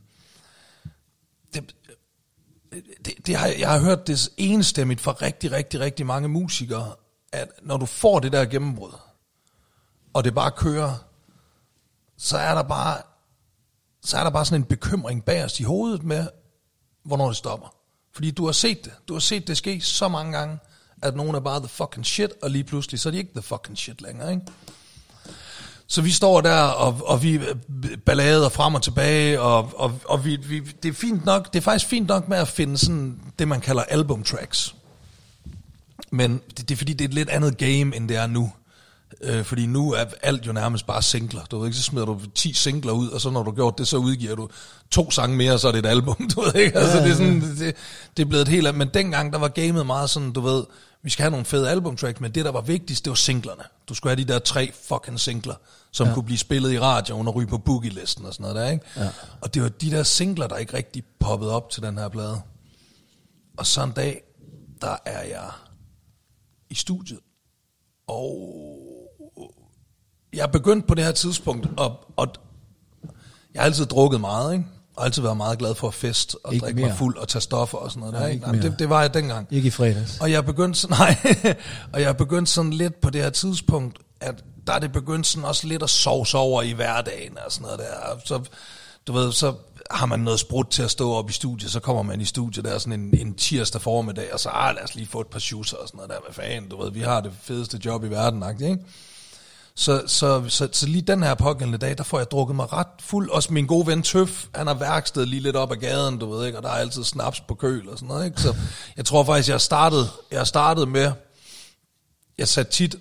det, Det, det har, jeg har hørt det enstemmigt fra rigtig, rigtig, rigtig mange musikere, at når du får det der gennembrud, og det bare kører, så er der bare, så er der bare sådan en bekymring bagerst i hovedet med, hvornår det stopper. Fordi du har set det. Du har set det ske så mange gange, at nogen er bare the fucking shit, og lige pludselig, så er de ikke the fucking shit længere, ikke? Så vi står der, og, og vi ballader frem og tilbage, og, og, og vi, vi, det er fint nok, det er faktisk fint nok med at finde sådan det, man kalder album tracks. Men det, det er fordi, det er et lidt andet game, end det er nu. Øh, fordi nu er alt jo nærmest bare singler. Du ved ikke, så smider du ti singler ud, og så når du har gjort det, så udgiver du to sange mere, og så er det et album. Du ved ikke, altså det er sådan, det, det er blevet et helt andet. Men dengang, der var gamet meget sådan, du ved, vi skal have nogle fede albumtracks, men det, der var vigtigst, det var singlerne. Du skulle have de der tre fucking singler, som ja. kunne blive spillet i radioen og ryge på boogie-listen og sådan noget der, ikke? Ja. Og det var de der singler, der ikke rigtig poppede op til den her plade. Og så en dag, der er jeg i studiet, og jeg er begyndt på det her tidspunkt, og, og jeg har altid drukket meget, ikke? Og altid været meget glad for at feste og ikke drikke mere. Mig fuld og tage stoffer og sådan noget. Nej, der, ikke? Jamen, det, det var jeg dengang. Ikke i fredags. Og jeg begyndte sådan, nej, og jeg begyndte sådan lidt på det her tidspunkt, at der er det begyndt sådan også lidt at sovse over i hverdagen og sådan noget der. Så, du ved, så har man noget sprudt til at stå op i studiet, så kommer man i studiet der sådan en, en tirsdag formiddag, og så, ah, lad os lige få et par shoes og sådan noget der. Hvad fanden, du ved, vi har det fedeste job i verden, ikke? Så, så, så, så lige den her pågældende dag, der får jeg drukket mig ret fuld. Også min gode ven Tøf, han har værksted lige lidt op ad gaden, du ved ikke, og der er altid snaps på køl og sådan noget, ikke? Så jeg tror faktisk, jeg startede, jeg startede med, jeg satte tit,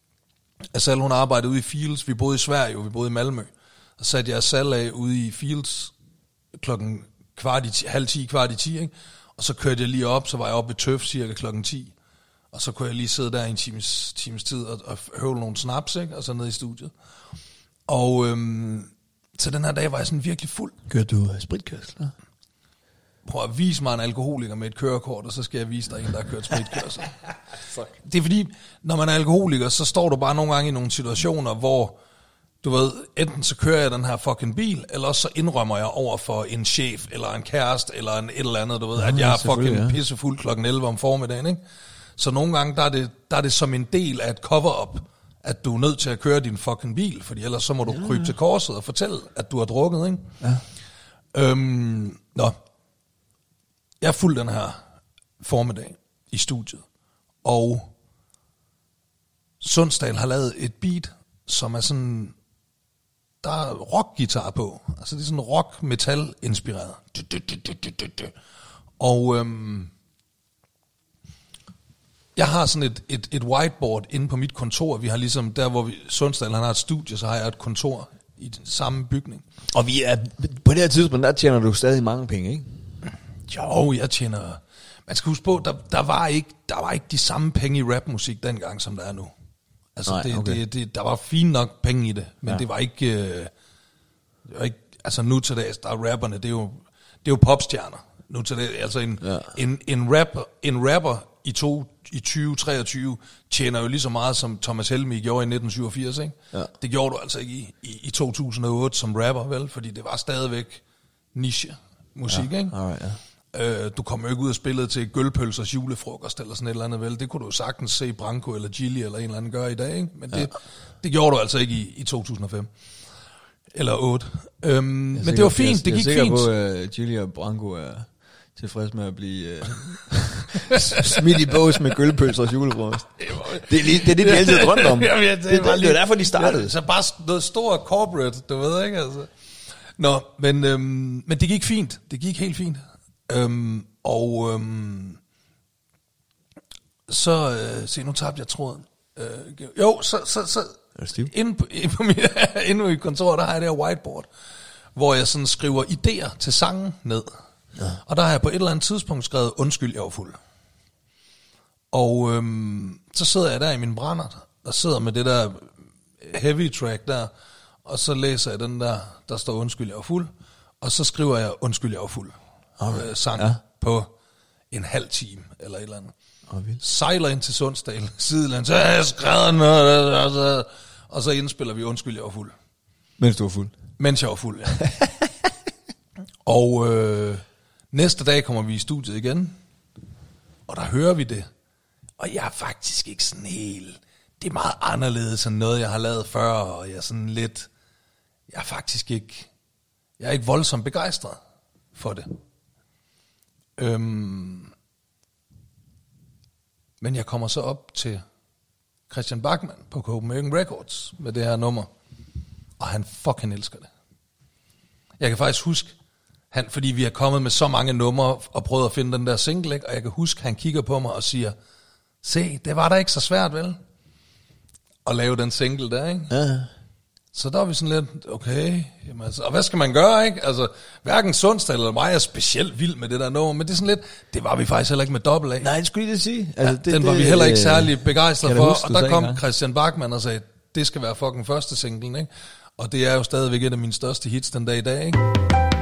Asal hun arbejdede ude i Fields, vi boede i Sverige, og vi boede i Malmø, og satte jeg Asal af ude i Fields klokken kvart i ti, halv ti, kvart i ti, ikke? Og så kørte jeg lige op, så var jeg oppe ved Tøf cirka klokken ti. Og så kunne jeg lige sidde der i en times, times tid og, og høvle nogle snaps, ikke? Og så ned i studiet. Og øhm, så den her dag var jeg sådan virkelig fuld. Kørte du spritkørsel? Ja? Prøv at vise mig en alkoholiker med et kørekort, og så skal jeg vise dig en, der har kørt spritkørsel. Det er fordi, når man er alkoholiker, så står du bare nogle gange i nogle situationer, hvor du ved, enten så kører jeg den her fucking bil, eller så indrømmer jeg over for en chef, eller en kæreste, eller en et eller andet, du ved, ja, at jeg er fucking ja. pissefuld klokken elleve om formiddagen, ikke? Så nogle gange, der er, det, der er det som en del af et cover-up, at du er nødt til at køre din fucking bil, fordi ellers så må du ja. krybe til korset og fortælle, at du har drukket, ikke? Ja. Øhm, nå. Jeg er fuld den her formiddag i studiet, og Sundsdal har lavet et beat, som er sådan, der er rockgitar på, altså det er sådan rock-metal inspireret. Og øhm, jeg har sådan et, et, et whiteboard inde på mit kontor. Vi har ligesom, der hvor vi, Sundsdal han har et studie, så har jeg et kontor i den samme bygning. Og vi er, på det her tidspunkt, der tjener du stadig mange penge, ikke? Jo, jeg tjener, man skal huske på, der, der, var ikke, der var ikke de samme penge i rapmusik dengang, som der er nu. Altså, Nej, det, okay. det, det, der var fint nok penge i det, men ja. det var ikke, øh, det var ikke, altså nu til dags, der er rapperne, det er jo, det er jo popstjerner. Nu til dags, altså en, ja. en, en, rapper, en rapper i, to, i tyve treogtyve tjener jo lige så meget, som Thomas Helmig gjorde i nitten syvogfirs, ikke? Ja. Det gjorde du altså ikke i, i, i to tusind og otte som rapper, vel? Fordi det var stadigvæk niche musik, ja. ikke? Alright, ja. Øh, du kom jo ikke ud og spillede til gølpølsers julefrokost eller sådan et eller andet, vel? Det kunne du jo sagtens se Branko eller Gilly eller en eller anden gøre i dag, ikke? Men det, ja. det gjorde du altså ikke i, i to tusind og fem. Eller otte. Øhm, men sikker, det var fint, jeg, det gik fint. Jeg er sikker på, at uh, Gilly og Branko er tilfreds med at blive uh, smidt i bås med gølpølsers julefrokost. Det er lige, det er det, de altid drømte om. Jamen, ja, det, det, det, det er derfor, de startede. Ja, så bare noget stort corporate, du ved ikke, altså. Nå, men, øhm, men det gik fint. Det gik helt fint. Øhm, og øhm, så øh, se nu tabte jeg tråden. Øh, jo, så så så inde på, inde på mit inde på mit kontor, der har jeg det her whiteboard, hvor jeg sådan skriver idéer til sangen ned. Ja. Og der har jeg på et eller andet tidspunkt skrevet undskyld, jeg var fuld. Og øhm, så sidder jeg der i min brændert og sidder med det der heavy track der, og så læser jeg den der, der står undskyld, jeg var fuld, og så skriver jeg undskyld, jeg var fuld. Okay. Sang ja. på en halv time eller et eller andet. Okay. Sejler ind til Sundsdal, sideland, så jeg skrevet noget, og så, og så indspiller vi undskyld, jeg var fuld. Mens du var fuld? Mens jeg var fuld, ja. Og øh, næste dag kommer vi i studiet igen, og der hører vi det. Og jeg er faktisk ikke sådan helt, det er meget anderledes end noget, jeg har lavet før, og jeg er sådan lidt, jeg er faktisk ikke, jeg er ikke voldsomt begejstret for det. Øhm, men jeg kommer så op til Christian Bachmann på Copenhagen Records med det her nummer, og han fucking elsker det. Jeg kan faktisk huske, han, fordi vi har kommet med så mange numre og prøvet at finde den der single, ikke? Og jeg kan huske, han kigger på mig og siger, se, det var da ikke så svært, vel? at lave den single der, ikke? Ja. Så der var vi sådan lidt, okay, jamen altså, og hvad skal man gøre, ikke? Altså, hverken Sundsdal eller mig er specielt vild med det der nummer, men det er sådan lidt, det var vi faktisk heller ikke med dobbelt A. Nej, det skulle jeg lige sige. Altså, Altså, ja, det, den var det, vi heller ikke øh, særlig begejstret for, huske, og der kom engang. Christian Bachmann og sagde, det skal være fucking første singlen, ikke? Og det er jo stadigvæk et af mine største hits den dag i dag, ikke?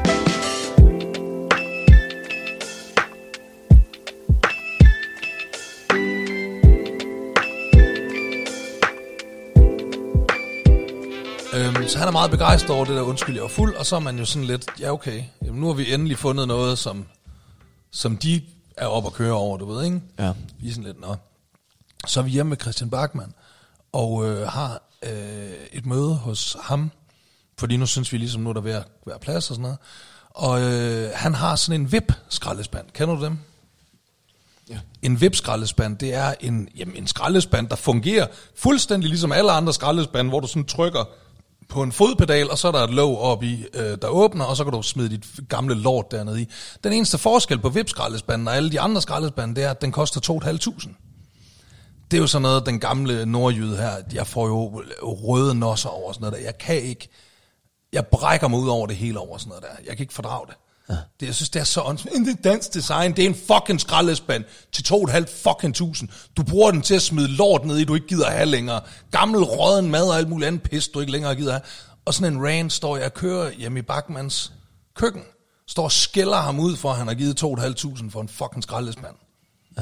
Øhm, så han er meget begejstret over det der undskyld, jeg var fuld, og så er man jo sådan lidt, ja okay, jamen, nu har vi endelig fundet noget, som, som de er oppe at køre over, du ved, ikke? Ja. Vi er sådan lidt, nå. Så er vi hjemme med Christian Bachmann, og øh, har øh, et møde hos ham, fordi nu synes vi ligesom, nu er der ved at være plads og sådan noget, og øh, han har sådan en V I P-skraldespand, kender du dem? Ja. En V I P-skraldespand, det er en, jamen, en skraldespand, der fungerer fuldstændig ligesom alle andre skraldespande, hvor du sådan trykker på en fodpedal, og så er der et låg op i, øh, der åbner, og så kan du smide dit gamle lort dernede i. Den eneste forskel på V I P-skraldespanden og alle de andre skraldespande, det er, at den koster to tusind fem hundrede. Det er jo sådan noget, den gamle nordjyde her, jeg får jo røde nosser over sådan noget der. Jeg kan ikke, jeg brækker mig ud over det hele over sådan noget der. Jeg kan ikke fordrage det. Ja. Det, jeg synes, det er så åndssvagt. Det er dansk design. Det er en fucking skraldespand til to tusind fem hundrede. Du bruger den til at smide lort ned i, du ikke gider have længere. Gammel råden mad og alt muligt andet pis, du ikke længere gider have. Og sådan en rant står jeg og kører hjemme i Bachmanns køkken. Står og skælder ham ud for, at han har givet to tusind fem hundrede for en fucking skraldespand. Ja.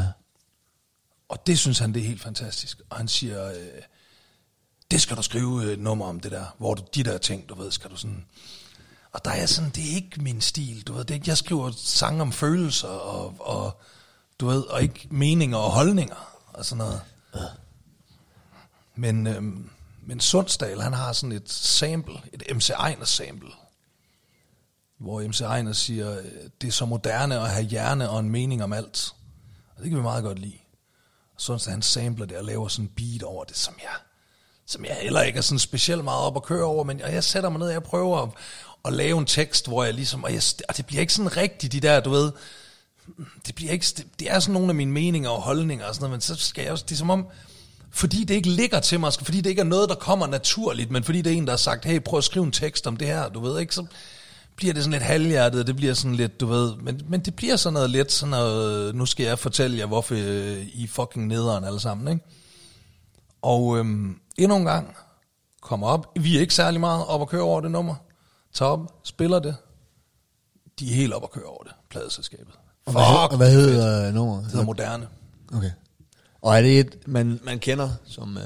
Og det synes han, det er helt fantastisk. Og han siger, øh, det skal du skrive et nummer om det der, hvor du, de der ting, du ved, skal du sådan... Og der er sådan, det er ikke min stil, du ved, det er ikke, jeg skriver sange om følelser, og, og du ved, og ikke meninger og holdninger, og sådan noget. Ja. Men, øhm, men Sundsdal, han har sådan et sample, et M C Einar sample, hvor M C Einar siger, det er så moderne at have hjerne og en mening om alt. Og det kan vi meget godt lide. Og Sundsdal, han sampler det og laver sådan en beat over det, som jeg, som jeg heller ikke er sådan specielt meget op at køre over, men jeg sætter mig ned, og jeg prøver at, at lave en tekst, hvor jeg ligesom, og, jeg, og det bliver ikke sådan rigtigt, de der, du ved, det bliver ikke, det, det er sådan nogle af mine meninger og holdninger og sådan noget, men så skal jeg også, det er som om, fordi det ikke ligger til mig, fordi det ikke er noget, der kommer naturligt, men fordi det er en, der har sagt, hey, prøv at skrive en tekst om det her, du ved, ikke, så bliver det sådan lidt halvhjertet, det bliver sådan lidt, du ved, men, men det bliver sådan noget lidt, sådan noget, nu skal jeg fortælle jer, hvorfor I er fucking nederen alle sammen, ikke? Og øhm, endnu en gang, kommer op, vi er ikke særlig meget op at køre over det nummer, tager op, spiller det, de er helt op at køre over det, pladeselskabet. Og hvad, og hvad hedder nummeret? Det hedder Moderne. Okay. Og er det et, man, man kender som... Uh...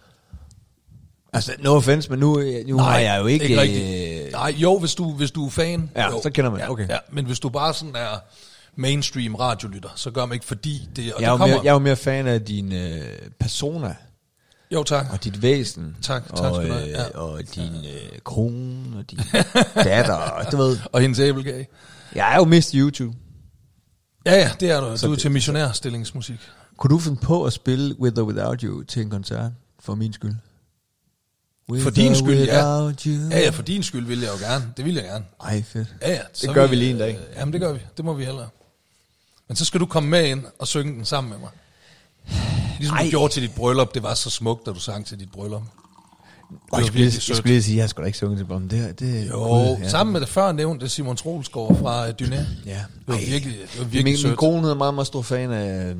Altså, no offense, men nu, nu Nej, har jeg jo ikke... ikke rigtig. Nej, jo, hvis du, hvis du er fan. Ja, jo. så kender man, okay. Ja, men hvis du bare sådan er mainstream radiolytter, så gør man ikke fordi det... Og jeg, er det kommer... mere, jeg er jo mere fan af din uh, persona. Jo, tak. Og dit væsen. Tak, tak og, skal du have. Ja. Ja. Og din uh, kone, og din datter, du ved. Og hendes æblekage. Jeg er jo mest YouTube. Ja, ja, det er du. Så du er det, til missionærstillingsmusik. Kunne du finde på at spille With or Without You til en koncert? For min skyld. For din skyld, ja. Ja, ja, for din skyld vil jeg jo gerne. Det vil jeg gerne. Ej, fedt. Ja, ja. Det gør vi, vi lige en dag. Øh, jamen, det gør vi. Det må vi hellere. Men så skal du komme med ind og synge den sammen med mig. Ligesom Ej. du gjorde til dit bryllup. Det var så smukt, da du sang til dit bryllup. Og jeg, skulle lige, jeg skulle lige sige, at jeg skulle da ikke synge til dem. Det, det, jo, God, ja. Sammen med det før nævnte Simon Troelsgaard fra uh, Dyné. Ja. Det var Ej. virkelig, det var virkelig min, sødt. Min kone er meget, meget stor fan af...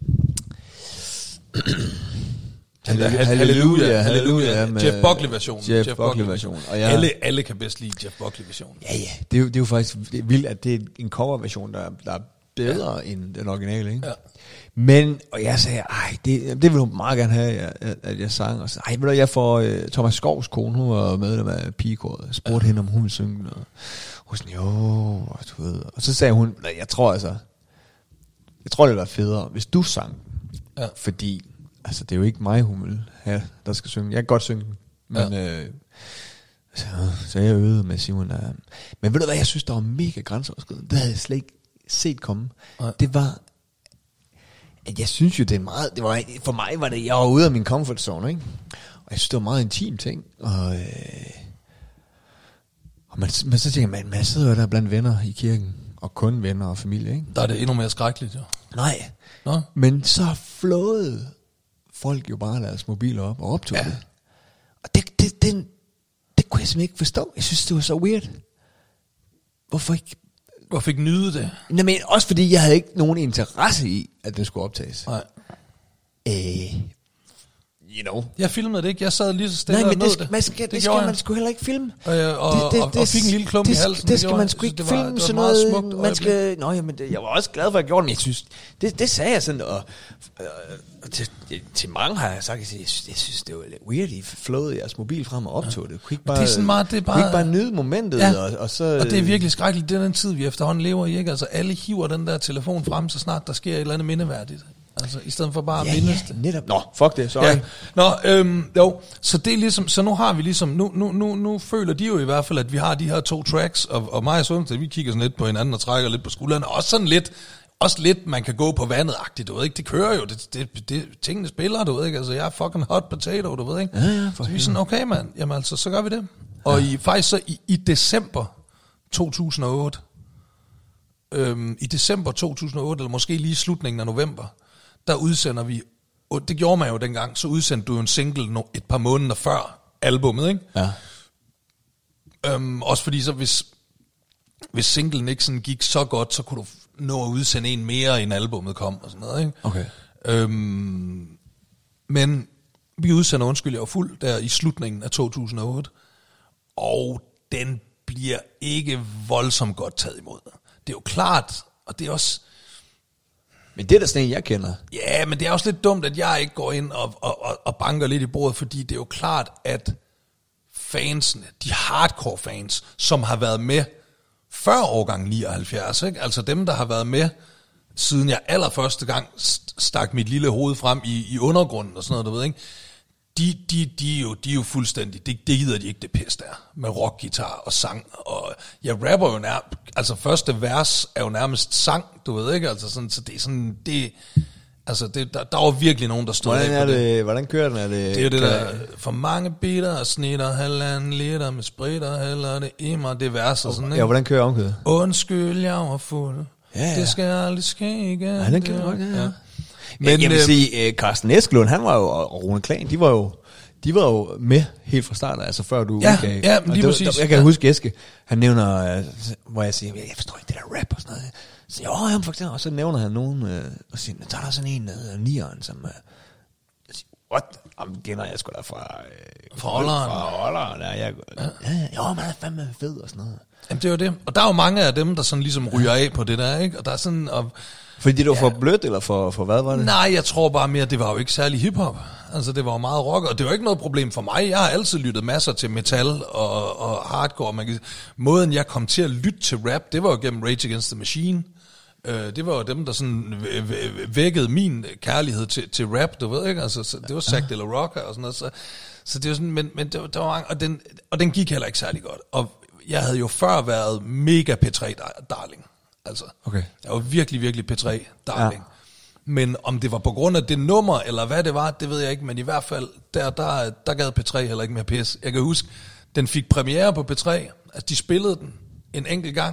Halleluja, halleluja, halleluja. Jeff Buckley-versionen. Jeff, Jeff Buckley-versionen. Og jeg, alle, alle kan bedst lide Jeff Buckley-versionen. Ja, ja. Det er, jo, det er jo faktisk det er vildt, at det er en cover-version, der, der er bedre ja. end den originale, ikke? Ja. Men, og jeg sagde, ej, det, det vil hun meget gerne have, at, at jeg sang. Og så, ej, ved du, jeg får uh, Thomas Skovs kone, hun var medlem af pigekoret. Jeg spurgte ja. hende, om hun ville synge noget. Hun sådan, jo, og du ved. Og så sagde hun, nej, jeg tror altså, jeg tror, det ville være federe, hvis du sang. Ja. Fordi, altså, det er jo ikke mig, hun vil have, der skal synge. Jeg kan godt synge, men... Ja. Øh, så, så jeg øvede med Simon. Uh, men ved du hvad, jeg synes, der var mega grænseoverskridende. Det havde jeg slet ikke set komme. Ja. Det var... at jeg synes jo, det er meget... Det var, for mig var det... Jeg var ude af min comfort zone, ikke? Og jeg synes, det var meget intim ting. Og, øh, og man, man så tænker, man, man sidder jo der blandt venner i kirken. Og kun venner og familie, ikke? Der er det endnu mere skrækkeligt, jo. Nej. Nå? Men så flåede folk jo bare deres mobiler op og optog ja. det. Og det, det, det, det kunne jeg simpelthen ikke forstå. Jeg synes, det var så weird. Hvorfor ikke? Hvorfor ikke nyde det? Nej, men også fordi jeg havde ikke nogen interesse i, at det skulle optages. Nej. Øh, you know. Jeg filmede det ikke. Jeg sad lige så stille Nej, og men nød det, det. man skal, det, det skal man sgu heller ikke filme. Og, og, det, det, og, det, og fik en lille klump det, i halsen. Det, det skal gjorde, man sgu ikke det var, filme det var sådan meget noget. Smukt man skal, nå, jamen, det, jeg var også glad for, at jeg gjorde det, men jeg synes, det, det sagde jeg sådan, og, og til, til mange har jeg sagt, jeg synes, jeg synes det var lidt weird, I flåede jeres mobil frem og optog det. Kunne ikke bare, det er sådan meget, det er bare, kunne ikke bare nyde momentet? Ja, og, og, så, og det er virkelig skrækkeligt, det er den tid, vi efterhånden lever i, ikke? Altså alle hiver den der telefon frem, så snart der sker et eller andet mindeværdigt. Altså, i stedet for bare ja, at mindes ja, det. netop. Nå, fuck det, sorry. Ja. Nå, øhm, jo, så det er ligesom, så nu har vi ligesom, nu, nu, nu, nu føler de jo i hvert fald, at vi har de her to tracks, og, og mig og Søren, vi kigger sådan lidt på hinanden og trækker lidt på skuldrene, og også sådan lidt, også lidt, man kan gå på vandet-agtigt, du ved ikke, det kører jo, det, det, det, tingene spiller, du ved ikke, altså jeg er fucking hot potato, du ved ikke. Ja, ja, så vi er sådan, okay mand, jamen altså, så gør vi det. Og ja. i, faktisk så i, i december to tusind og otte, øhm, i december to tusind og otte, eller måske lige i slutningen af november, der udsender vi, og det gjorde man jo dengang, så udsendte du en single et par måneder før albummet, ikke? Ja. Øhm, også fordi så hvis, hvis singlen ikke sådan gik så godt, så kunne du nå at udsende en mere, end albummet kom, og sådan noget, ikke? Okay. Øhm, men vi udsender, undskyld, jeg var fuld, der i slutningen af to tusind og otte, og den bliver ikke voldsomt godt taget imod. Det er jo klart, og det er også... Men det er da sådan en, jeg kender. Ja, men det er også lidt dumt, at jeg ikke går ind og, og, og, og banker lidt i bordet, fordi det er jo klart, at fansene, de hardcore fans, som har været med før årgang nioghalvfjerds, ikke? Altså dem, der har været med, siden jeg allerførste gang stak mit lille hoved frem i, i undergrunden og sådan noget, du ved, ikke? De, de, de, er jo, de er jo fuldstændig, det, det gider de ikke det pis der, med rockgitar og sang, og jeg rapper jo nærmest, altså første vers er jo nærmest sang, du ved ikke, altså sådan, så det er sådan, det, altså det, der, der var virkelig nogen, der stod hvordan af på det, det. Hvordan kører den? Er det, det er jo det der, for mange bitter og snitter, halvanden liter med spritter, heller det i mig, det vers og sådan, ikke? Ja, hvordan kører omkødet? Undskyld, jeg var fuld, ja, ja. Det skal aldrig ske igen. Ja, den kører godt, ja, ja. Men jeg vil øh, sige, Carsten Eskelund, han var jo, og Rune Klan, de var jo, de var jo med helt fra starten, altså før du ja, udgav. Ja, lige der, præcis. Der, jeg kan ja. huske Eske, han nævner, hvor jeg siger, jeg forstår ikke det der rap og sådan noget. Så jo, han for eksempel, og så nævner han nogen, øh, og siger, der er der sådan en, der hedder Nieren, som, øh, jeg siger, what? Jamen, kender jeg sgu da fra... Øh, fra Holleren. Fra Holleren, ja. Jeg, ja, ja, jo, man er fandme fed og sådan noget. Jamen, det er jo det. Og der er jo mange af dem, der sådan ligesom ryger af på det der, ikke? Og der er sådan... Og, fordi det var ja. for blødt, eller for, for hvad var det? Nej, jeg tror bare mere, det var jo ikke særlig hiphop. Altså, det var jo meget rock, og det var ikke noget problem for mig. Jeg har altid lyttet masser til metal og, og hardcore. Man kan, måden, jeg kom til at lytte til rap, det var jo gennem Rage Against the Machine. Øh, det var jo dem, der sådan vækkede min kærlighed til, til rap, du ved ikke? Altså, så det var Zack de la Rocca og sådan noget. Så, så det var sådan, men, men det var, der var mange, og den, og den gik heller ikke særlig godt. Og jeg havde jo før været mega P tre darling. Altså, okay. Jeg var virkelig, virkelig P tre darling. Ja. Men om det var på grund af det nummer, eller hvad det var, det ved jeg ikke. Men i hvert fald, der, der, der gad P tre heller ikke mere pis. Jeg kan huske, den fik premiere på P tre. Altså, de spillede den en enkelt gang.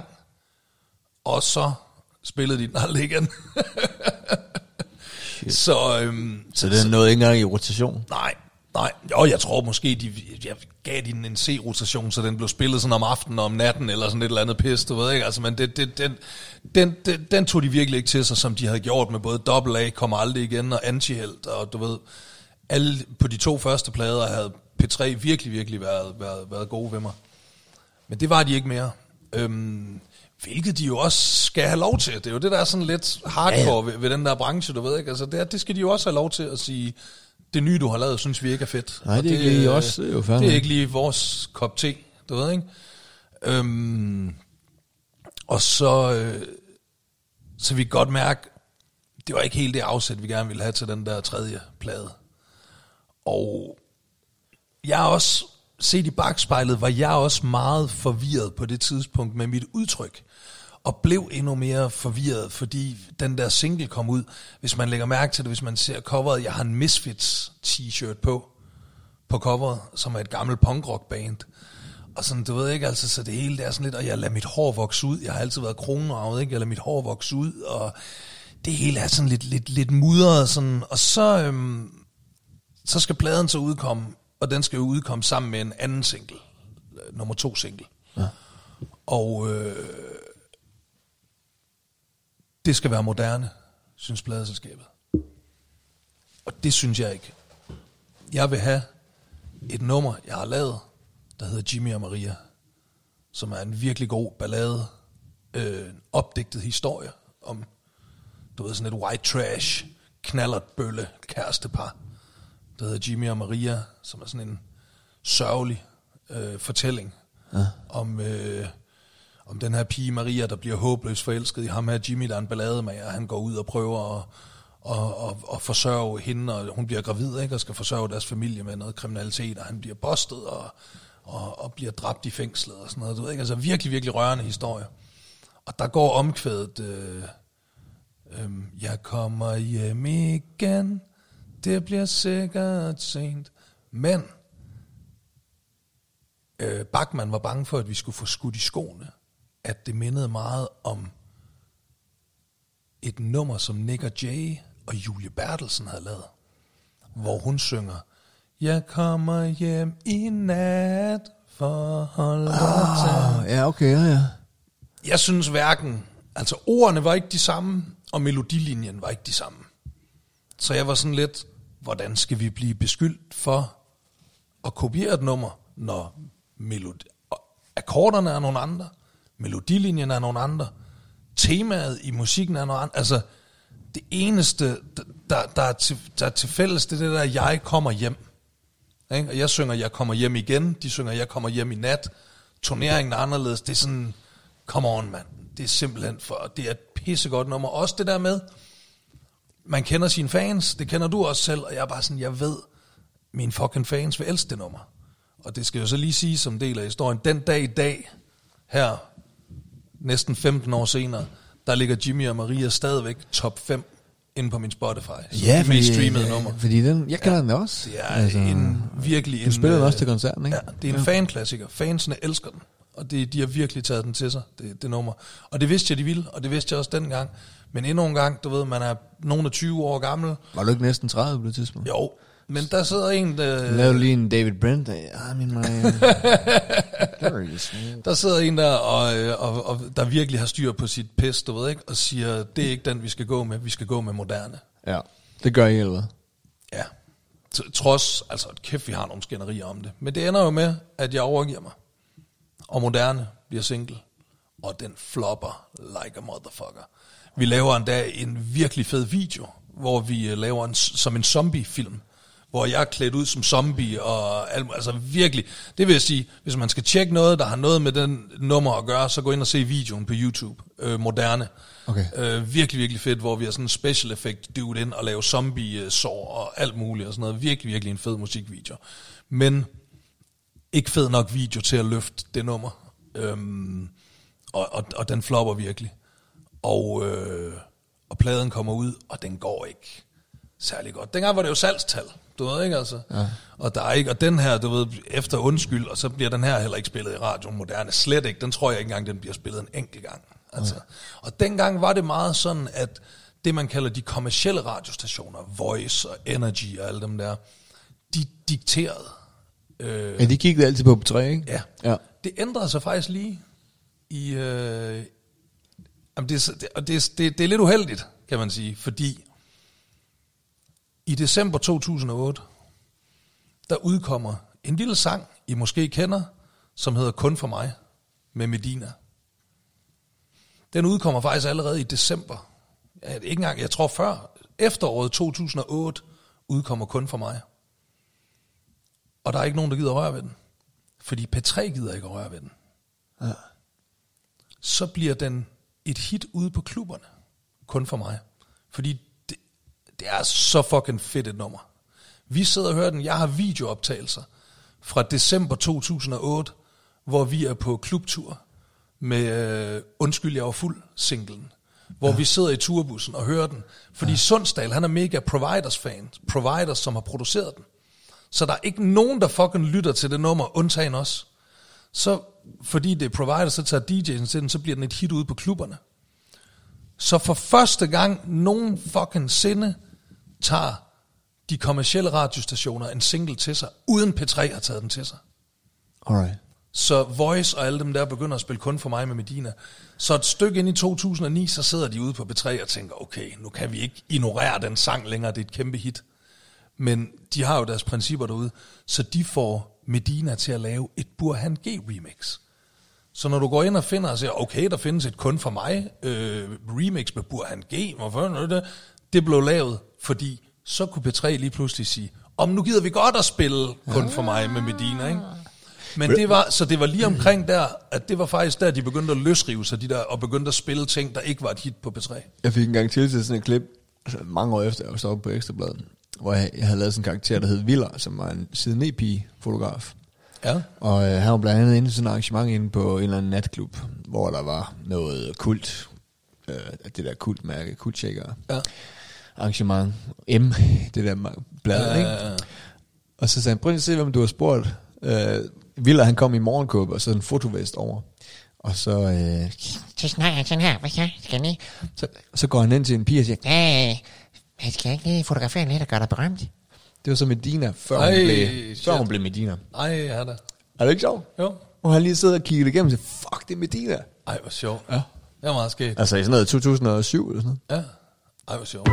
Og så spillede de den aldrig igen. så, øhm, så den nåede ikke engang i rotation? Nej, nej. Jo, jeg tror måske, de, jeg gav den en C-rotation, så den blev spillet sådan om aftenen og om natten, eller sådan et eller andet pis, du ved ikke? Altså, men det, det, den, den, den, den tog de virkelig ikke til sig, som de havde gjort med både Double A, Kommer Aldrig Igen, og Antihelt, og du ved, alle på de to første plader havde P tre virkelig, virkelig været, været, været gode ved mig. Men det var de ikke mere. Øhm, hvilket de jo også skal have lov til. Det er jo det, der er sådan lidt hardcore ja, ja. Ved, ved den der branche, du ved ikke? Altså, det, det skal de jo også have lov til at sige, det nye, du har lavet, synes vi ikke er fedt. Nej, det er ikke lige også. Det er, jo det er ikke lige vores kop te, du ved ikke? Øhm, og så, øh, så vi kan godt mærke, det var ikke helt det afsæt, vi gerne ville have til den der tredje plade. Og jeg er også, set i bagspejlet, var jeg også meget forvirret på det tidspunkt med mit udtryk. Og blev endnu mere forvirret, fordi den der single kom ud. Hvis man lægger mærke til det, hvis man ser coveret, jeg har en Misfits t-shirt på, på coveret, som er et gammelt punkrock-band. Og sådan, du ved ikke, altså, så det hele det er sådan lidt, og jeg lader mit hår vokse ud. Jeg har altid været kronravet, ikke? Jeg lader mit hår vokse ud, og det hele er sådan lidt, lidt, lidt mudret, sådan. Og så, øhm, så skal pladen så udkomme, og den skal jo udkomme sammen med en anden single, nummer to single. Ja. Og øh, det skal være moderne, synes pladeselskabet. Og det synes jeg ikke. Jeg vil have et nummer, jeg har lavet, der hedder Jimmy og Maria, som er en virkelig god ballade, øh, en opdigtet historie om, du ved, sådan et white trash, knallertbølle kærestepar, der hedder Jimmy og Maria, som er sådan en sørgelig øh, fortælling ja. om, øh, om den her pige Maria, der bliver håbløst forelsket i ham her Jimmy, der er en ballademager, han går ud og prøver at og, og, og forsørge hende, og hun bliver gravid, ikke, og skal forsørge deres familie med noget kriminalitet, og han bliver bustet og, og, og bliver dræbt i fængslet og sådan noget, du ved ikke, altså virkelig, virkelig rørende historie. Og der går omkvædet, øh, øh, jeg kommer hjem igen, det bliver sikkert sent, men øh, Bachmann var bange for, at vi skulle få skudt i skoene, at det mindede meget om et nummer, som Nick og Jay og Julie Bertelsen havde lavet, hvor hun synger, jeg kommer hjem i nat for at holde ah, dig. Ja, okay, ja, ja. Jeg synes hverken, altså ordene var ikke de samme, og melodilinjen var ikke de samme. Så jeg var sådan lidt, hvordan skal vi blive beskyldt for at kopiere et nummer, når melodi- akkorderne er nogle andre, melodilinjen er nogle andre, temaet i musikken er noget andet. Altså, det eneste, der, der, er, til, der er til fælles, det er det der, jeg kommer hjem. Ikke? Og jeg synger, jeg kommer hjem igen. De synger, jeg kommer hjem i nat. Turneringen er anderledes. Det er sådan, come on, mand. Det er simpelthen for, det er et pissegodt nummer. Også det der med, man kender sine fans, det kender du også selv, og jeg er bare sådan, jeg ved, mine fucking fans vil elske det nummer. Og det skal jo så lige sige som del af historien, den dag i dag, her, næsten femten år senere, der ligger Jimmy og Maria stadigvæk top fem inde på min Spotify. Ja, det mest streamede nummer. Fordi den, jeg kender ja, den også. Det er altså, en virkelig du en... Du spiller den også til koncerten, ikke? Ja, det er en ja. fanklassiker. Fansene elsker den. Og det, de har virkelig taget den til sig, det, det nummer. Og det vidste jeg, de ville, og det vidste jeg også dengang. Men endnu en gang, du ved, man er nogen af tyve år gammel. Var du ikke næsten tredive på det tidspunkt? Jo, men der sidder en... Der lavede lige en David Brent. I mean, my... der sidder en der, og, og, og der virkelig har styr på sit pis, du ved ikke, og siger, det er ikke den, vi skal gå med, vi skal gå med moderne. Ja, det gør I, eller hvad? Ja, trods, altså kæft, vi har nogle skænderier om det. Men det ender jo med, at jeg overgiver mig, og moderne bliver single, og den flopper like a motherfucker. Vi laver endda en virkelig fed video, hvor vi laver en, som en zombie-film, hvor jeg er klædt ud som zombie, og altså virkelig, det vil jeg sige, hvis man skal tjekke noget, der har noget med den nummer at gøre, så gå ind og se videoen på YouTube, øh, moderne. Okay. Øh, virkelig, virkelig fedt, hvor vi har sådan en special effect dude ind og lave zombie-sår og alt muligt og sådan noget. Virkelig, virkelig en fed musikvideo. Men ikke fed nok video til at løfte det nummer. Øhm, og, og, og den flopper virkelig. Og, øh, og pladen kommer ud, og den går ikke særlig godt. Dengang var det jo salgstal, du ved ikke altså. Ja. Og der er ikke, og den her, du ved, efter undskyld, og så bliver den her heller ikke spillet i radioen moderne. Slet ikke, den tror jeg ikke engang, den bliver spillet en enkelt gang. Altså. Ja. Og dengang var det meget sådan, at det man kalder de kommercielle radiostationer, Voice og Energy og alle dem der, de dikterede. Øh, ja, de kiggede altid på P tre, ikke? Ja. ja. Det ændrede sig faktisk lige i... Øh, jamen det, det, og det, det, det er lidt uheldigt, kan man sige, fordi i december to tusind og otte, der udkommer en lille sang, I måske kender, som hedder Kun for mig, med Medina. Den udkommer faktisk allerede i december. Ja, ikke engang, jeg tror før, efteråret to tusind og otte, udkommer Kun for mig. Og der er ikke nogen, der gider røre ved den. Fordi P tre gider ikke røre ved den. Ja. Så bliver den et hit ude på klubberne. Kun for mig. Fordi det, det er så fucking fedt et nummer. Vi sidder og hører den. Jeg har videooptagelser fra december to tusind og otte, hvor vi er på klubtur med øh, Undskyld, jeg var fuld singlen. Hvor ja. vi sidder i turbussen og hører den. Fordi ja. Sundsdal, han er mega Providers fan. Providers, som har produceret den. Så der er ikke nogen, der fucking lytter til det nummer, undtagen os. Så fordi det er Providers, så tager D J'en til den, så bliver den et hit ude på klubberne. Så for første gang, nogen fucking sinde tager de kommercielle radiostationer en single til sig, uden P tre har taget den til sig. Alright. Så Voice og alle dem der begynder at spille kun for mig med Medina. Så et stykke ind i to tusind og ni, så sidder de ude på P tre og tænker, okay, nu kan vi ikke ignorere den sang længere, det er et kæmpe hit. Men de har jo deres principper derude, så de får Medina til at lave et Burhan G remix. Så når du går ind og finder og siger, okay, der findes et kun for mig øh, remix med Burhan G, hvorfor det? Det blev lavet, fordi så kunne P tre lige pludselig sige, om nu gider vi godt at spille kun for mig med Medina, ikke? Men det var, så det var lige omkring der, at det var faktisk der, de begyndte at løsrive sig, de der, og begyndte at spille ting, der ikke var et hit på P tre. Jeg fik engang til til sådan et klip, altså mange år efter, jeg var stoppet på Ekstrabladet, hvor jeg, jeg havde lavet sådan en karakter, der hed Viller, som var en siden E-pige-fotograf. Ja. Og øh, han var blandt andet inde i sådan et arrangement inde på en eller anden natklub, hvor der var noget kult, øh, det der kultmærke, kultshaker. Ja. Arrangement, M, det der blad, ja, ikke? ja, ja. Og så sagde han, prøv lige at se, hvem du har spurgt. Øh, Viller, han kom i morgenkåbe, og så en fotovest over. Og så... Øh, Så snakker jeg sådan her, hvad så? Skal jeg så, så går han ind til en pige og siger, lige? Jeg skal ikke lige fotografere lidt og gøre dig berømt? det var så Medina, før, Ej, hun, blev, før shit. hun blev Medina. Ej, ja da. Er det ikke sjovt? Jo. Og han lige sidder og kigger igennem og siger, fuck, det er Medina. Ej, hvor sjovt. Ja. Det var meget skægt. Altså i sådan noget to tusind og syv eller sådan noget. Ja. Ej, hvor sjovt.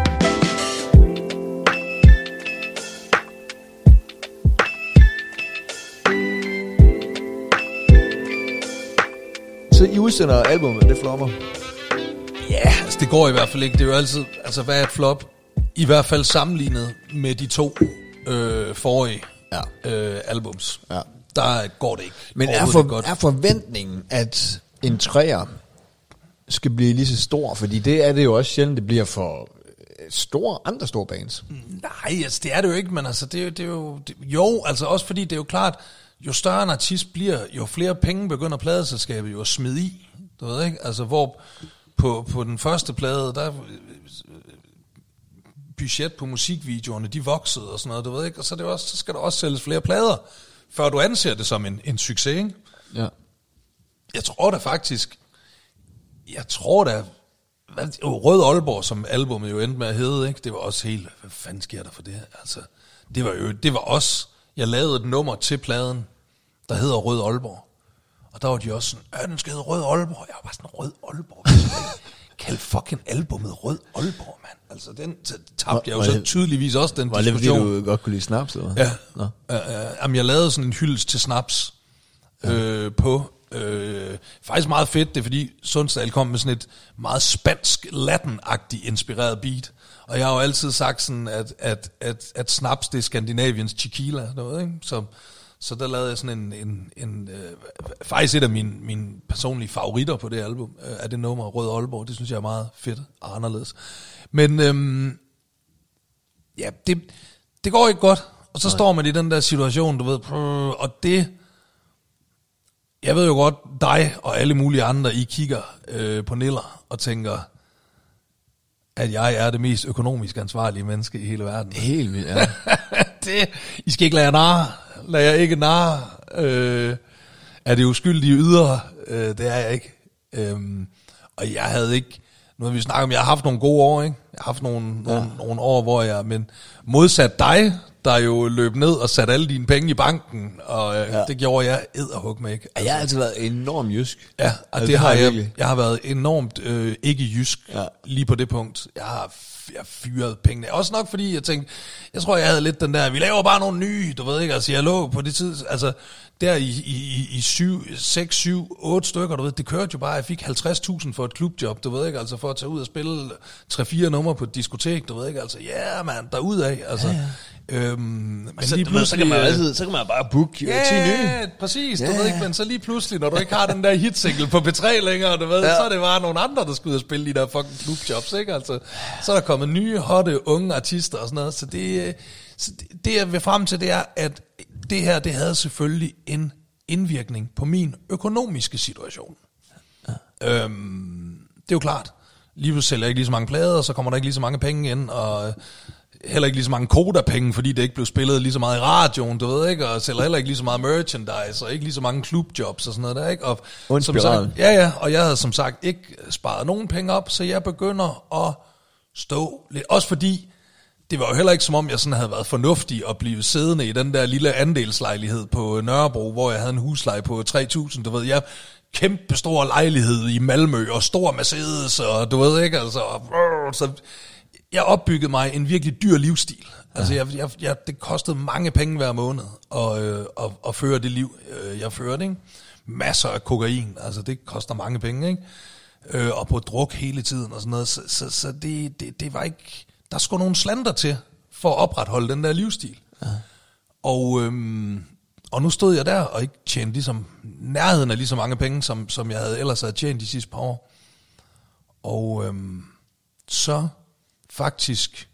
Så I udsender albumet, det flopper. Ja, altså det går i hvert fald ikke. Det er jo altid, altså hvad er et flop? I hvert fald sammenlignet med de to øh, forrige Ja. øh, albums. Ja. Der går det ikke. Men er, Overhovedet for, ikke er forventningen, at en træer skal blive lige så stor? Fordi det er det jo også sjældent, det bliver for store, andre store bands. Nej, altså det er det jo ikke, men altså det er jo, det er jo det, jo, altså også fordi det er jo klart, jo større en artist bliver, jo flere penge begynder pladeselskabet jo at smide i, du ved ikke, altså hvor på, på den første plade, der budget på musikvideoerne, de voksede og sådan noget, du ved ikke, og så, er det også, så skal der også sælges flere plader, før du anser det som en, en succes, ikke? Ja. Jeg tror da faktisk, jeg tror da, hvad, Rød Aalborg, som albumet jo endte med at hedde, ikke? Det var også helt, hvad fanden sker der for det? Altså, det var jo, det var også, jeg lavede et nummer til pladen, der hedder Rød Aalborg. Og der var de også sådan, ja, den skal hedde Rød Aalborg. Jeg var bare sådan, Rød Aalborg. Kald fucking albumet Rød Aalborg, mand. Altså, den tabte jeg jo så tydeligvis også, den Var det, diskussion. fordi du godt kunne lide snaps, eller hvad? Ja. Nå. Uh, uh, jamen, jeg lavede sådan en hyldest til snaps øh, på... Øh, faktisk meget fedt, det er fordi Sundsdal kom med sådan et meget spansk, latin-agtigt inspireret beat. Og jeg har jo altid sagt sådan, at, at, at, at snaps, det er Skandinaviens tequila, noget, ikke? Så, så der lavede jeg sådan en, en, en øh, faktisk et af mine, mine personlige favoritter på det album, øh, er det nummer Rød Aalborg. Det synes jeg er meget fedt og anderledes. Men øhm, ja, det, det går ikke godt. Og så Nej. står man i den der situation, du ved, og det... Jeg ved jo godt, dig og alle mulige andre, I kigger øh, på Niller og tænker, at jeg er det mest økonomisk ansvarlige menneske i hele verden. Helt vildt, ja. det, I skal ikke lade jer narre. Lad jeg ikke narre. Øh, er det uskyldige ydre? Øh, det er jeg ikke. Øhm, og jeg havde ikke... Nu har vi snakket om, jeg har haft nogle gode år, ikke? Jeg har haft nogle, ja. nogle, nogle år, hvor jeg... Men modsat dig, der jo løb ned og satte alle dine penge i banken, og øh, ja. det gjorde jeg edderhug med, ikke? Altså, jeg har altid været enormt jysk. Ja, og altså, det har jeg. Jeg, jeg har været enormt øh, ikke jysk ja. lige på det punkt. Jeg har jeg fyret pengene. Også nok fordi jeg tænkte, jeg tror jeg havde lidt den der, vi laver bare nogle nye, du ved ikke, altså jeg lå på det tid, altså der i, i, i syv, seks, syv, otte stykker, du ved, det kørte jo bare, jeg fik halvtreds tusind for et klubjob, du ved ikke, altså for at tage ud og spille tre fire numre på et diskotek, du ved ikke, altså ja yeah, man, derudad, altså. Ja, ja. Øhm, men så, lige pludselig, så kan man altid, så kan man bare booke ja, ti nye. præcis, yeah. du ved ikke, men så lige pludselig, når du ikke har den der hitsingle på P tre længere, du ved, ja. så er det bare nogle andre, der skal ud og spille de der fucking klubjobs, ikke, altså. Så er der kommet nye, hotte, unge artister og sådan noget, så det, så det, det jeg vil frem til, det er, at det her, det havde selvfølgelig en indvirkning på min økonomiske situation. Ja. Øhm, det er jo klart, lige pludselig sælger jeg ikke lige så mange plader, så kommer der ikke lige så mange penge ind, og heller ikke lige så mange kodapenge, fordi det ikke blev spillet lige så meget i radioen, du ved ikke, og sælger heller ikke lige så meget merchandise, og ikke lige så mange klubjobs og sådan noget der, ikke? Og som sagt, ja, ja, og jeg havde som sagt ikke sparet nogen penge op, så jeg begynder at stå lidt, også fordi det var jo heller ikke som om, jeg sådan havde været fornuftig at blive siddende i den der lille andelslejlighed på Nørrebro, hvor jeg havde en husleje på tre tusind, du ved, jeg kæmpe stor lejlighed i Malmø, og stor Mercedes, og du ved ikke, altså, og, så jeg opbyggede mig en virkelig dyr livsstil. Altså, jeg, jeg, jeg, det kostede mange penge hver måned at, øh, at, at føre det liv, øh, jeg førte, ikke? Masser af kokain, altså det koster mange penge, ikke? Øh, og på druk hele tiden og sådan noget, så, så, så det, det, det var ikke, der skulle nogle slanter til for at opretholde den der livsstil. Ja. Og, øhm, og nu stod jeg der og ikke tjente ligesom nærheden af lige så mange penge, som, som jeg havde ellers havde tjent de sidste par år. Og øhm, så faktisk,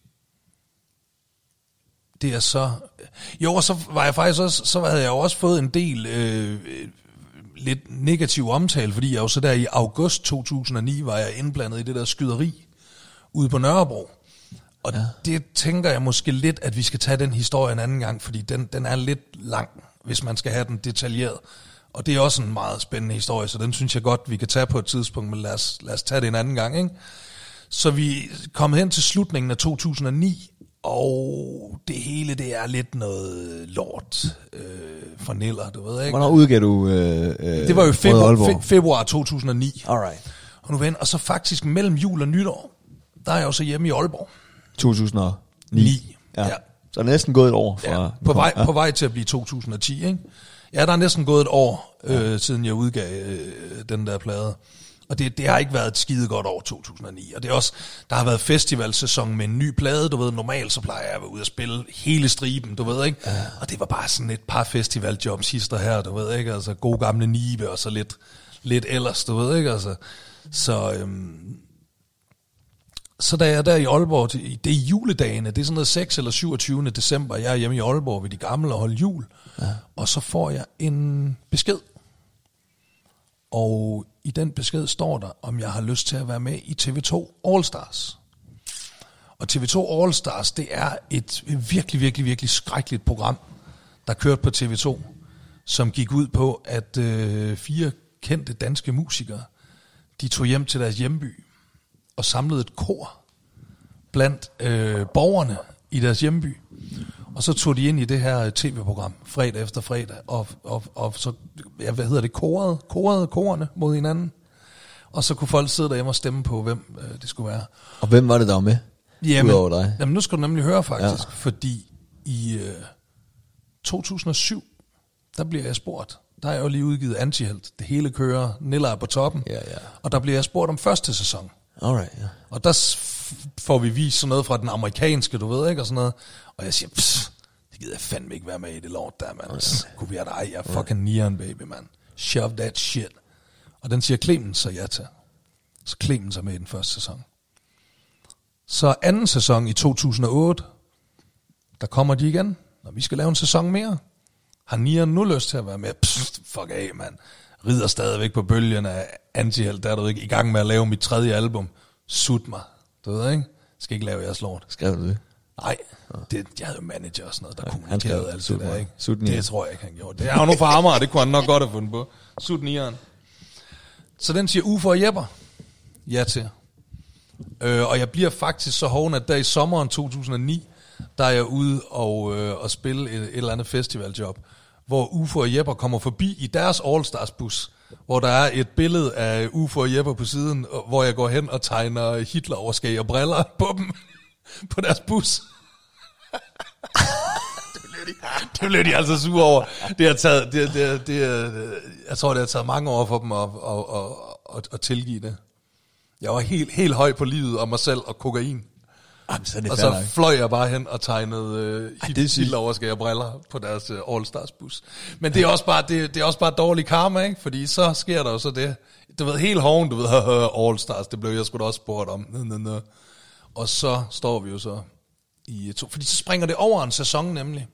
det er så, jo, og så var jeg faktisk også, så havde jeg jo også fået en del øh, lidt negativ omtale, fordi jeg jo så der i august to tusind og ni var jeg indblandet i det der skyderi ude på Nørrebro. Og ja. Det tænker jeg måske lidt, at vi skal tage den historie en anden gang, fordi den, den er lidt lang, hvis man skal have den detaljeret. Og det er også en meget spændende historie, så den synes jeg godt, vi kan tage på et tidspunkt, men lad os, lad os tage det en anden gang, ikke? Så vi kom hen til slutningen af to tusind og ni, og det hele, det er lidt noget lort øh, for Niller, du ved ikke? Hvornår udgav du øh, øh, det var jo februar, fe, februar to tusind og ni. Alright. Og nu ven, og så faktisk mellem jul og nytår, der er jeg jo så hjemme i Aalborg. to tusind og ni. Ja. Ja. Så er det næsten gået et år fra... Ja, på, vej, ja. på vej til at blive to tusind og ti, ikke? Ja, der er næsten gået et år, øh, ja. siden jeg udgav øh, den der plade. Og det, det har ikke været et skide godt år to tusind og ni. Og det er også, der har været festivalsæson med en ny plade, du ved, normalt så plejer jeg at være ude og spille hele striben, du ved ikke. Ja. Og det var bare sådan et par festivaljobs hister her, du ved ikke. Altså gode gamle Nibe og så lidt, lidt ellers, du ved ikke. Altså, så, øhm, så da jeg er der i Aalborg, det er juledagene, det er sådan noget seks eller syvogtyvende december, jeg er hjemme i Aalborg ved de gamle og holde jul. Ja. Og så får jeg en besked. Og i den besked står der, om jeg har lyst til at være med i T V to All Stars. Og T V to All Stars, det er et virkelig, virkelig, virkelig skrækkeligt program, der kørte på T V to, som gik ud på, at øh, fire kendte danske musikere, de tog hjem til deres hjemby og samlede et kor blandt øh, borgerne i deres hjemby. Og så tog de ind i det her tv-program fredag efter fredag, og, og, og så, ja, hvad hedder det, korede, korede korerne mod hinanden. Og så kunne folk sidde derhjemme og stemme på, hvem øh, det skulle være. Og hvem var det, der var med? Jamen, udover dig? Jamen, nu skal du nemlig høre faktisk, ja. Fordi i øh, to tusind og syv, der bliver jeg spurgt. Der er jeg jo lige udgivet Antihelt. Det hele kører, Niller er på toppen. Ja, ja. Og der bliver jeg spurgt om første sæson. Alright, ja. Og der får vi vist sådan noget fra den amerikanske, du ved ikke, og sådan noget. Og jeg siger, pff, det gider jeg fandme ikke være med i det lort der, mand. Okay. Kunne vi have dig, jeg er fucking neon, baby, man. Shove that shit. Og den siger Clemens så ja til. Så Clemens er med i den første sæson. Så anden sæson i to tusind og otte, der kommer de igen. Når vi skal lave en sæson mere, har Nian nu lyst til at være med. Pff, fuck af, mand. Rider stadigvæk på bølgen af Antihelt. Der er du ikke i gang med at lave mit tredje album. Sut mig. Du ved ikke? Skal ikke lave jeres lort. Skrev du det? Nej, det, jeg havde jo manager og sådan noget, der ja, kommunikerede alt det der, ikke? Sut det tror jeg ikke, han gjorde. Det er jo nu fra Amager, det kunne han nok godt have fundet på. Sut nieren. Så den siger Uffe og Jepper ja til. Øh, og jeg bliver faktisk så hoven, at der i sommeren to tusind og ni, der er jeg ude og, øh, og spille et, et eller andet festivaljob, hvor Uffe og Jepper kommer forbi i deres All-Stars bus, hvor der er et billede af Uffe og Jepper på siden, hvor jeg går hen og tegner Hitler-overskæg og briller på dem, på deres bus. det, blev de, det blev de altså sure over. Det har taget, det, det, det, jeg tror, det har taget mange år for dem at, at, at, at, at tilgive det. Jeg var helt, helt høj på livet og mig selv og kokain. Jamen, så og så fløj jeg bare hen og tegnede uh, Hitler-overskæg og briller på deres uh, All-Stars bus. Men det er også bare det, det er også bare dårlig karma, ikke? Fordi så sker der jo så det. Du ved, helt hoven, du ved, All-Stars, det blev jeg sgu da også spurgt om. Og så står vi jo så i to, fordi så springer det over en sæson nemlig.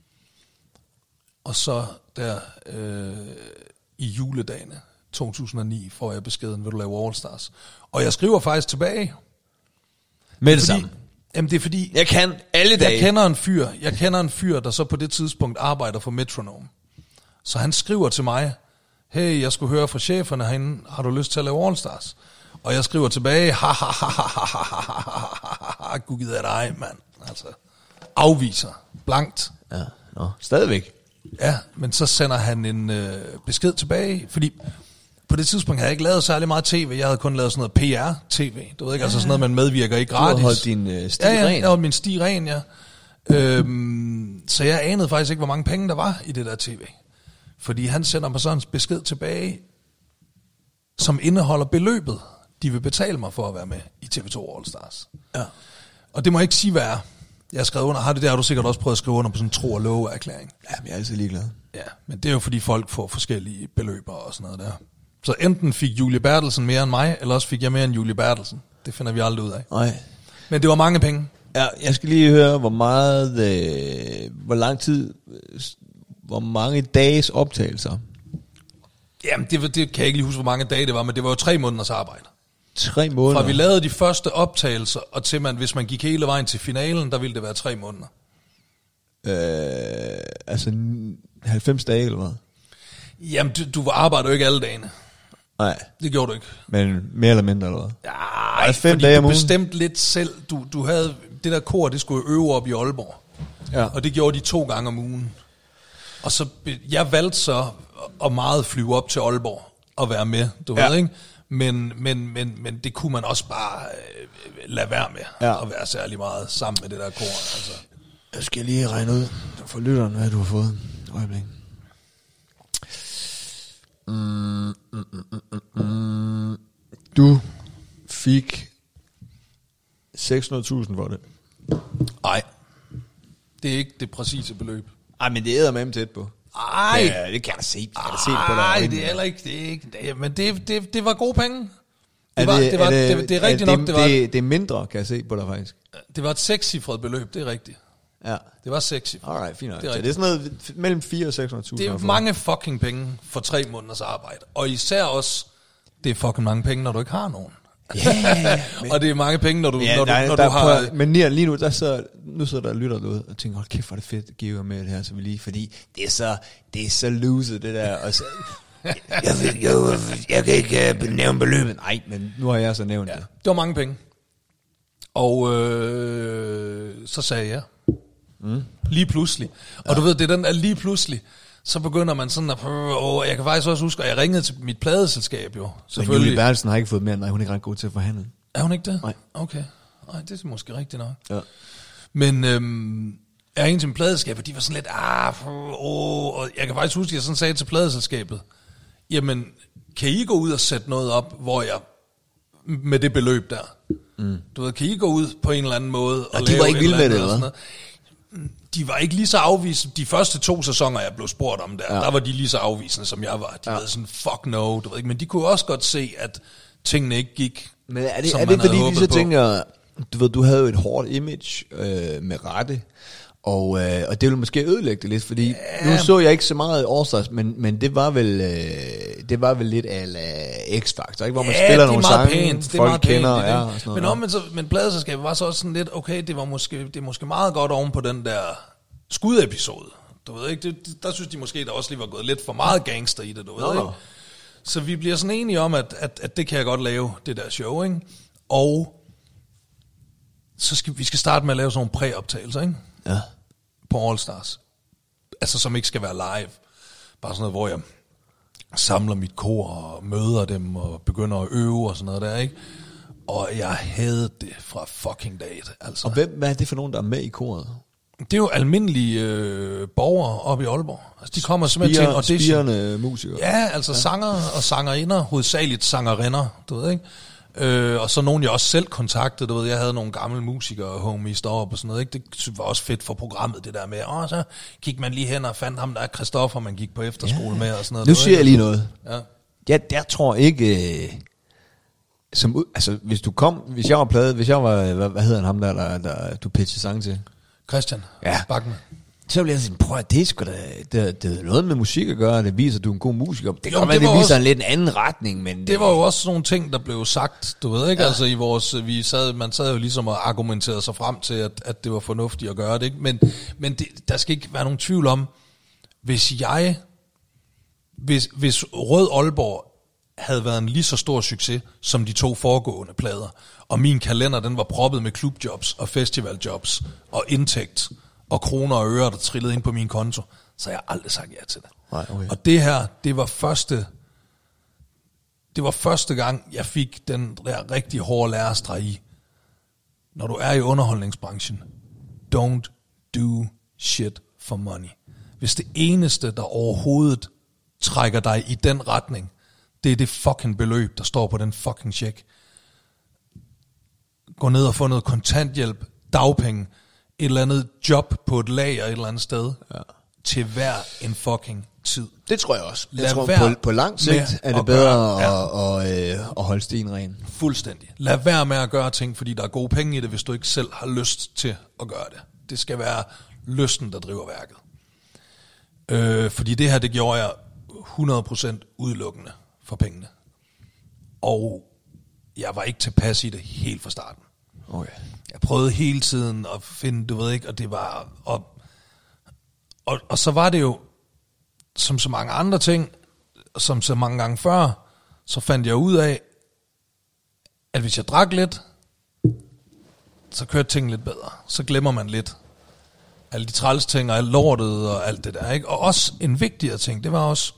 Og så der øh, i juledagene to tusind og ni får jeg beskeden, vil du lave All-Stars? Og jeg skriver faktisk tilbage. Med det fordi, samme. Jamen det er fordi, jeg kan alle dage. Jeg kender en fyr, jeg kender en fyr, der så på det tidspunkt arbejder for Metronome. Så han skriver til mig, hey, jeg skulle høre fra cheferne herinde, har du lyst til at lave All-Stars? Og jeg skriver tilbage, ha ha ha ha ha ha ha ha, gud gider dig, mand. Altså, afviser blankt. Ja, nå, stadigvæk. Ja, men så sender han en øh, besked tilbage, fordi på det tidspunkt havde jeg ikke lavet særlig meget tv. Jeg havde kun lavet sådan noget P R-tv. Du ved ikke, ja. Altså sådan noget, man medvirker i gratis. Du har holdt din øh, sti ja, ja, ren. jeg holdt min sti ren, ja. Øhm, så jeg anede faktisk ikke, hvor mange penge der var i det der tv. Fordi han sender mig sådan en besked tilbage, som indeholder beløbet, de vil betale mig for at være med i T V to All Stars. Ja. Og det må jeg ikke sige, hvad er. Jeg har skrevet under, har det der, har du sikkert også prøvet at skrive under på sådan en tro- og love-erklæring. Ja, men jeg er altid ligeglad. Ja, men det er jo fordi folk får forskellige beløber og sådan noget der. Så enten fik Julie Bertelsen mere end mig, eller også fik jeg mere end Julie Bertelsen. Det finder vi aldrig ud af. Nej. Men det var mange penge. Ja, jeg skal lige høre, hvor meget, øh, hvor lang tid, øh, hvor mange dages optagelser? Jamen, det, det kan jeg ikke lige huske, hvor mange dage det var, men det var jo tre måneders arbejde. Tre måneder? Fra vi lavede de første optagelser, og til man, hvis man gik hele vejen til finalen, der ville det være tre måneder. Øh, altså halvfems dage, eller hvad? Jamen, du, du arbejder jo ikke alle dagene. Nej. Det gjorde du ikke. Men mere eller mindre, eller hvad? Nej, fem fordi dage om du ugen. bestemte lidt selv. Du, du havde, det der kor, det skulle øve op i Aalborg. Ja. Og det gjorde de to gange om ugen. Og så, jeg valgte så at meget flyve op til Aalborg og være med, du Ja. ved ikke? Men, men, men, men det kunne man også bare øh, lade være med, Ja. at være særlig meget sammen med det der kor. Altså. Jeg skal lige regne ud for lytteren, hvad du har fået. Øjeblik. Mm, mm, mm, mm, mm. Du fik seks hundrede tusind for det. Nej, det er ikke det præcise beløb. Ej, men det æder med tæt på. Ej, Ja, det kan jeg da se. Jeg kan da se det på dig. Nej, det er heller ikke, det er ikke, det, men det, det, det var gode penge. Det, Er var, det, det, var, er det, det, det er rigtigt nok, det, det var, det, det er mindre, kan jeg se på dig faktisk. det var et sekscifret beløb, det er rigtigt. Ja. Det var sekscifret. Alright, fint nok. Det er Så det er sådan noget mellem fire og seks hundrede tusind. Det er mange fucking penge for tre måneders arbejde. Og især også, det er fucking mange penge, når du ikke har nogen. Yeah, og det er mange penge, når du, ja, når du, der, når der du har... På, men Nian, lige nu, der så, nu sidder der og lytter derude og tænker, hold kæft, hvor er det fedt, at Geo er med det her, så vi lige, fordi det er så, det er så loset, det der, og så, jeg, jeg, jeg, jeg kan ikke uh, nævne beløbet. Nej, men nu har jeg så nævnt Ja, det. det var mange penge. Og øh, så sagde jeg, mm. lige pludselig. Og ja. Du ved, det er den der lige pludselig, så begynder man sådan at, åh, jeg kan faktisk også huske, at jeg ringede til mit pladeselskab jo, Men Julie Bertelsen har ikke fået mere, nej, hun er ikke ret god til at forhandle. Er hun ikke det? Nej. Okay. Nej, det er måske rigtigt nok. Ja. Men øhm, jeg ringede til min pladeselskab, og de var sådan lidt, ah, åh, og jeg kan faktisk huske, at jeg sådan sagde til pladeselskabet, jamen, kan I gå ud og sætte noget op, hvor jeg, med det beløb der, mm. du ved, kan I gå ud på en eller anden måde, og, og de lave var ikke vilde med det, eller eller? De var ikke lige så afvisende. De første to sæsoner, jeg blev spurgt om der, ja. der var de lige så afvisende, som jeg var. De ja. var sådan, fuck no, du ved ikke. Men de kunne også godt se, at tingene ikke gik, Men er det, som er det man fordi, havde de så håbet på. tænker, du ved, du havde jo et hårdt image øh, med rette, og, øh, og det ville måske ødelægge det lidt, fordi ja. Nu så jeg ikke så meget All Stars, men, men det var vel øh, det var vel lidt af X-Factor, ikke? Hvor man ja, spiller nogle sange, pænt, det er folk meget pænt, kender, det er ja, det. og sådan noget. Men, om, så, men pladeselskabet var så også sådan lidt, okay, det var måske, det er måske meget godt oven på den der skudepisode. Du ved ikke, det, det, der synes de måske, der også lige var gået lidt for meget gangster i det, du ved Nå, ikke? nå. Så vi bliver sådan enige om, at, at, at det kan jeg godt lave, det der show, ikke? Og så skal vi skal starte med at lave sådan nogle præoptagelser, ikke? Ja. På All Stars. Altså, som ikke skal være live. Bare sådan noget, hvor jeg samler mit kor og møder dem og begynder at øve og sådan noget der, ikke? Og jeg havde det fra fucking dag, altså. Og hvem, hvad er det for nogen, der er med i koret? Det er jo almindelige øh, borgere oppe i Aalborg. Altså, de kommer simpelthen til en audition. Spirende musikere. Ja, altså ja. Sanger og sangerinder, hovedsageligt sangerinder, du ved ikke? Øh, og så nogen, jeg også selv kontaktede, du ved, jeg havde nogle gamle musikere, homies deroppe og sådan noget, ikke? Det var også fedt for programmet, det der med, åh, så gik man lige hen og fandt ham, der er Christoffer, man gik på efterskole ja. med og sådan noget. Nu siger jeg lige noget. Ja. Jeg, jeg tror ikke, øh, som, altså hvis du kom, hvis jeg var plade, hvis jeg var, hvad, hvad hedder han ham der, der, der du pitchede sang til? Christian Ja. Bachmann. Så ville jeg sige, prøv at det er sgu da, det, det er noget med musik at gøre, det viser, at du er en god musiker. Det kan Jo, godt være, det det var viser også- en lidt en anden retning, men... Det var jo også sådan nogle ting, der blev sagt, du ved ikke, ja. Altså i vores, vi sad, man sad jo ligesom og argumenterede sig frem til, at, at det var fornuftigt at gøre det, ikke? Men, men det, der skal ikke være nogen tvivl om, hvis jeg, hvis, hvis Rød Aalborg havde været en lige så stor succes som de to foregående plader. Og min kalender, den var proppet med klubjobs og festivaljobs og indtægt og kroner og øre, der trillede ind på min konto. Så jeg har aldrig sagt ja til det. Nej, okay. Og det her, det var første... Det var første gang, jeg fik den der rigtig hårde lærestreg i. Når du er i underholdningsbranchen, don't do shit for money. Hvis det eneste, der overhovedet trækker dig i den retning, det er det fucking beløb, der står på den fucking check. Gå ned og få noget kontanthjælp, dagpenge, et eller andet job på et lager et eller andet sted, ja. Til hver en fucking tid. Det tror jeg også. Jeg Lad tror, på, på lang sigt er det bedre gøre, ja. at, at, at, at holde stien ren. Fuldstændig. Lad være med at gøre ting, fordi der er gode penge i det, hvis du ikke selv har lyst til at gøre det. Det skal være lysten, der driver værket. Øh, fordi det her, det gjorde jeg hundrede procent udelukkende for pengene. Og jeg var ikke tilpas i det helt fra starten. Okay. Jeg prøvede hele tiden at finde, du ved ikke, og det var... Og, og, og så var det jo, som så mange andre ting, som så mange gange før, så fandt jeg ud af, at hvis jeg drak lidt, så kørte tingene lidt bedre. Så glemmer man lidt alle de træls ting og alt lortet og alt det der, ikke? Og også en vigtigere ting, det var også,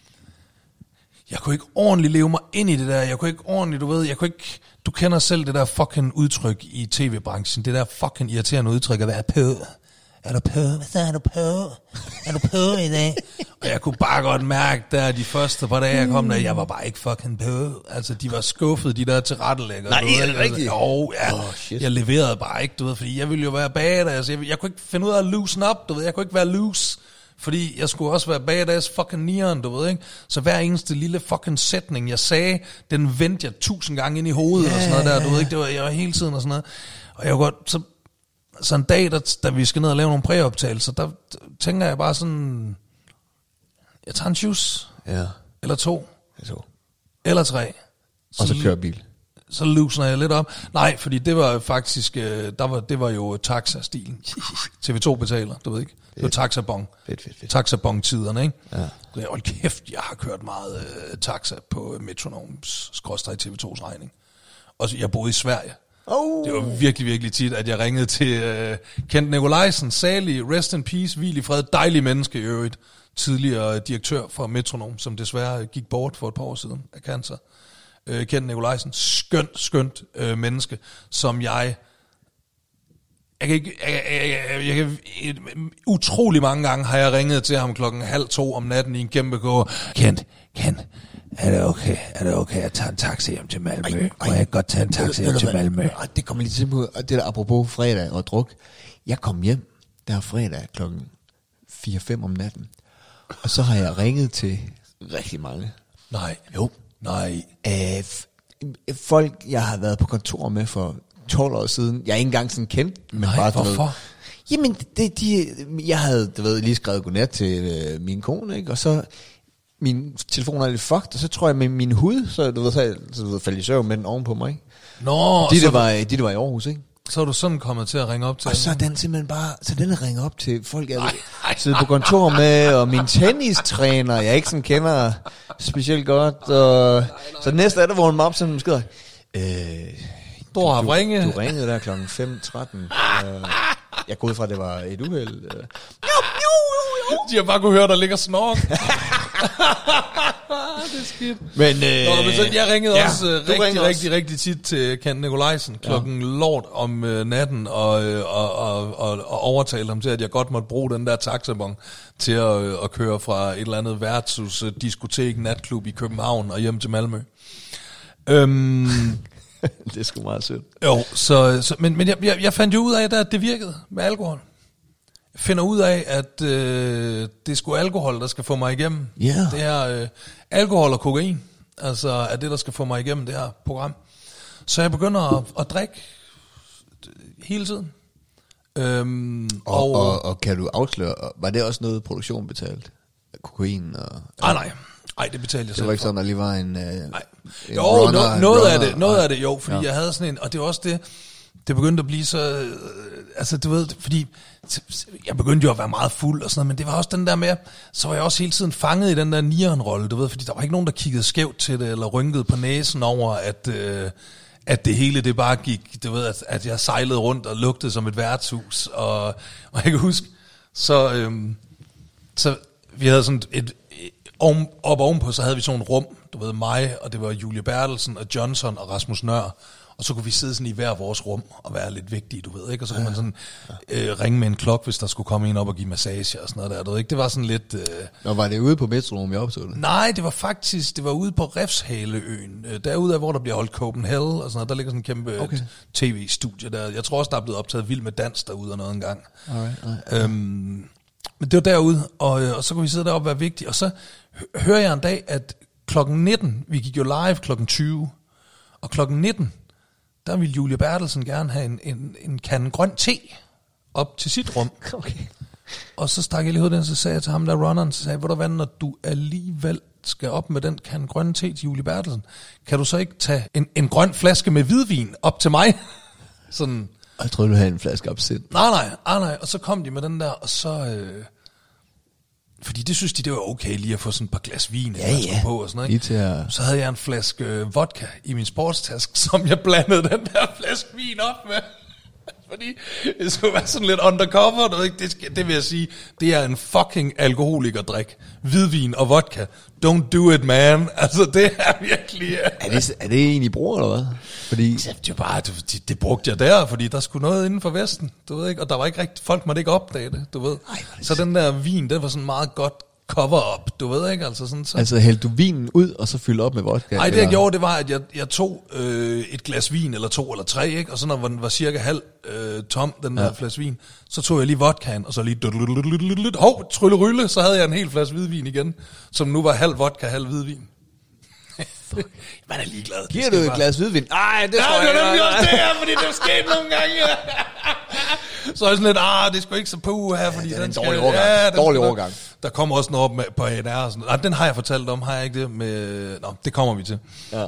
jeg kunne ikke ordentligt leve mig ind i det der. Jeg kunne ikke ordentligt, du ved, jeg kunne ikke... Du kender selv det der fucking udtryk i tv-branchen. Det der fucking irriterende udtryk at være på. Er du på? Hvad så er du på? Er du på i dag? Og jeg kunne bare godt mærke, der de første par dage, jeg kom der, jeg var bare ikke fucking på. Altså, de var skuffet, de der tilrettelæggere. Nej, du ved, er det rigtigt? Jo, ja. Oh, shit. Jeg leverede bare ikke, du ved, fordi jeg ville jo være badass. Jeg, jeg kunne ikke finde ud af at loosen up, du ved. Jeg kunne ikke være loose. Fordi jeg skulle også være badass fucking neon, du ved, ikke? Så hver eneste lille fucking sætning, jeg sagde, den vendte jeg tusind gange ind i hovedet, yeah. Og sådan noget der, du ved ikke? Det var, jeg var hele tiden og sådan noget. Og jeg var godt, så, så en dag, der, da vi skal ned og lave nogle præoptagelser, der tænker jeg bare sådan, jeg tager en juice, ja. Eller to, to, eller tre. Så, og så kører bil. Så loosener jeg lidt op. Nej, fordi det var faktisk, der var, det var jo taxa-stilen. T V to betaler, du ved ikke. Det var taxabong. Fedt, fedt, fedt. Taxabong-tiderne, ikke? Ja. Hold kæft, jeg har kørt meget uh, taxa på Metronoms skråstreg T V tos regning. Og jeg boede i Sverige. Oh. Det var virkelig, virkelig tit, at jeg ringede til uh, Kent Nikolajsen, salig, rest in peace, hvil i fred, dejlig menneske i øvrigt. Tidligere direktør for Metronom, som desværre gik bort for et par år siden af cancer. Uh, Kent Nikolajsen, skønt, skønt uh, menneske, som jeg... Jeg kan ikke, jeg, jeg, jeg, jeg kan, utrolig mange gange har jeg ringet til ham klokken halv to om natten i en kæmpe gå. Kent, Kent, er det okay, er det okay at tage en taxi hjem til Malmø? Ej, ej, Må jeg godt tage en taxi hjem til Malmø? Ej, det kommer lige til på, det der apropos fredag og druk. Jeg kom hjem der fredag klokken fire fem om natten, og så har jeg ringet til rigtig mange. Nej. Jo. Nej. Æh, f- folk, jeg har været på kontor med for tolv år siden. Jeg er ikke engang sådan kendt. Men Nej, bare, hvorfor? Ved, jamen, det, de, jeg havde du ved, lige skrevet godnat til øh, min kone, ikke? Og så min telefon er lidt fucked, og så tror jeg med min hud, så du ved, så, så du ved, faldt i søvn med den ovenpå mig, ikke? Nå, de, der var, de, der var i Aarhus, ikke? Så er du sådan kommet til at ringe op til. Og så er den simpelthen bare, så den er ringet op til folk, jeg sidder på kontor med, og min tennistræner, jeg ikke sådan kender specielt godt, og så næste er der, hvor hun var op sådan, måske, øh, Du har ringet. Du ringede der klokken fem tretten. uh, jeg går ud fra, at det var et uheld. Uh. Jo, jo, jo, jo. De har bare kunne høre, der ligger snork. Det er skidt. Men, øh, Nå, men så jeg ringede ja, også uh, rigtig, rigtig, også. rigtig tit til Kent Nikolajsen klokken ja. lort om uh, natten og, og, og, og, og overtalte ham til, at jeg godt måtte bruge den der taxabon til at, uh, at køre fra et eller andet værtshus, uh, diskotek, natklub i København og hjem til Malmø. Um, det er sgu meget sødt. Jo, så, så, men, men jeg, jeg, jeg fandt jo ud af, at det virkede med alkohol. Jeg finder ud af, at øh, det er sgu alkohol, der skal få mig igennem. Yeah. Det her øh, alkohol og kokain, altså er det, der skal få mig igennem det her program. Så jeg begynder at, at drikke hele tiden. Øhm, og, og, og, og kan du afsløre, var det også noget produktion betalt? Kokain og... Nej, nej. Nej, det betalte jeg selv. Det var ikke sådan, der lige var en... Øh, nej. en jo, runner, no, noget runner, af det, noget nej. af det, jo, fordi ja. Jeg havde sådan en, og det var også det, det begyndte at blive så, øh, altså du ved, fordi jeg begyndte jo at være meget fuld og sådan noget, men det var også den der med, så var jeg også hele tiden fanget i den der nieren-rolle, du ved, fordi der var ikke nogen, der kiggede skævt til det, eller rynkede på næsen over, at, øh, at det hele, det bare gik, du ved, at, at jeg sejlede rundt og lugtede som et værtshus, og, og jeg kan huske, så, øh, så vi havde sådan et, Om, op ovenpå, så havde vi sådan et rum, du ved, mig, og det var Julie Bertelsen og Johnson og Rasmus Nør, og så kunne vi sidde sådan i hver vores rum og være lidt vigtige, du ved, ikke? Og så kunne man sådan øh, ringe med en klokke, hvis der skulle komme en op og give massage og sådan noget der, du ved ikke? Det var sådan lidt... Øh... Og var det ude på Metronom, jeg optog det? Nej, det var faktisk, det var ude på Refshaleøen, øh, derude af, hvor der bliver holdt Copenhagen og sådan noget, der ligger sådan en kæmpe okay. tv-studie der. Jeg tror også, der er blevet optaget Vild med Dans derude og noget engang. Alright, alright. Øhm, Men det var derude, og, og så kunne vi sidde deroppe og være vigtige. Og så hø- hører jeg en dag, at klokken nitten, vi gik jo live klokken tyve, og klokken nitten, der ville Julie Bertelsen gerne have en, en, en kande grøn te op til sit rum. Okay. Og så stak jeg lige hovedet den, så sagde jeg til ham der runneren, så sagde jeg, hvor der vand, når du alligevel skal op med den kande grøn te til Julie Bertelsen, kan du så ikke tage en, en grøn flaske med hvidvin op til mig? Sådan... Jeg troede, du havde en flaske absint. Nej, nej, nej, nej. Og så kom de med den der, og så... Øh, fordi det synes de, det var okay lige at få sådan et par glas vin, ja, ja. på og sådan noget. Lige til at... Så havde jeg en flaske øh, vodka i min sportstask, som jeg blandede den der flaske vin op med. Fordi det skulle være sådan lidt undercover, du ved ikke? Det, skal, det vil jeg sige, det er en fucking alkoholikerdrik. Hvidvin og vodka. Don't do it, man. Altså, det er virkelig... Uh... Er det, er det egentlig bror, eller hvad? Fordi... Det, bare, det, det brugte jeg der, fordi der skulle noget inden for Vesten, du ved ikke? Og der var ikke rigtig... Folk måtte ikke opdage det, du ved. Ej, så den der vin, den var sådan meget godt cover-up, du ved ikke? Altså, sådan, så. altså hældte du vinen ud, og så fyldte op med vodka? Nej, det jeg gjorde, det var, at jeg, jeg tog øh, et glas vin, eller to, eller tre, ikke? Og så når den var cirka halv øh, tom, den ja. der flaske vin, så tog jeg lige vodkaen, og så lige... Hov, trylle-rylle, så havde jeg en hel flaske hvidvin igen, som nu var halv vodka, halv hvidvin. Man er ligeglad. Giver du et bare... glas hvidvin? Nej, det ja, tror jeg ikke. Ja, det er også det her, fordi det er sket nogle gange. Så er jeg sådan lidt, ah, det er sgu ikke så på her, fordi ja, den skal... Dårlig overgang. Ja, dårlig overgang. Der kommer også noget op med, på A N R og sådan noget. Den har jeg fortalt om, har jeg ikke det? Med... Nå, det kommer vi til. Ja.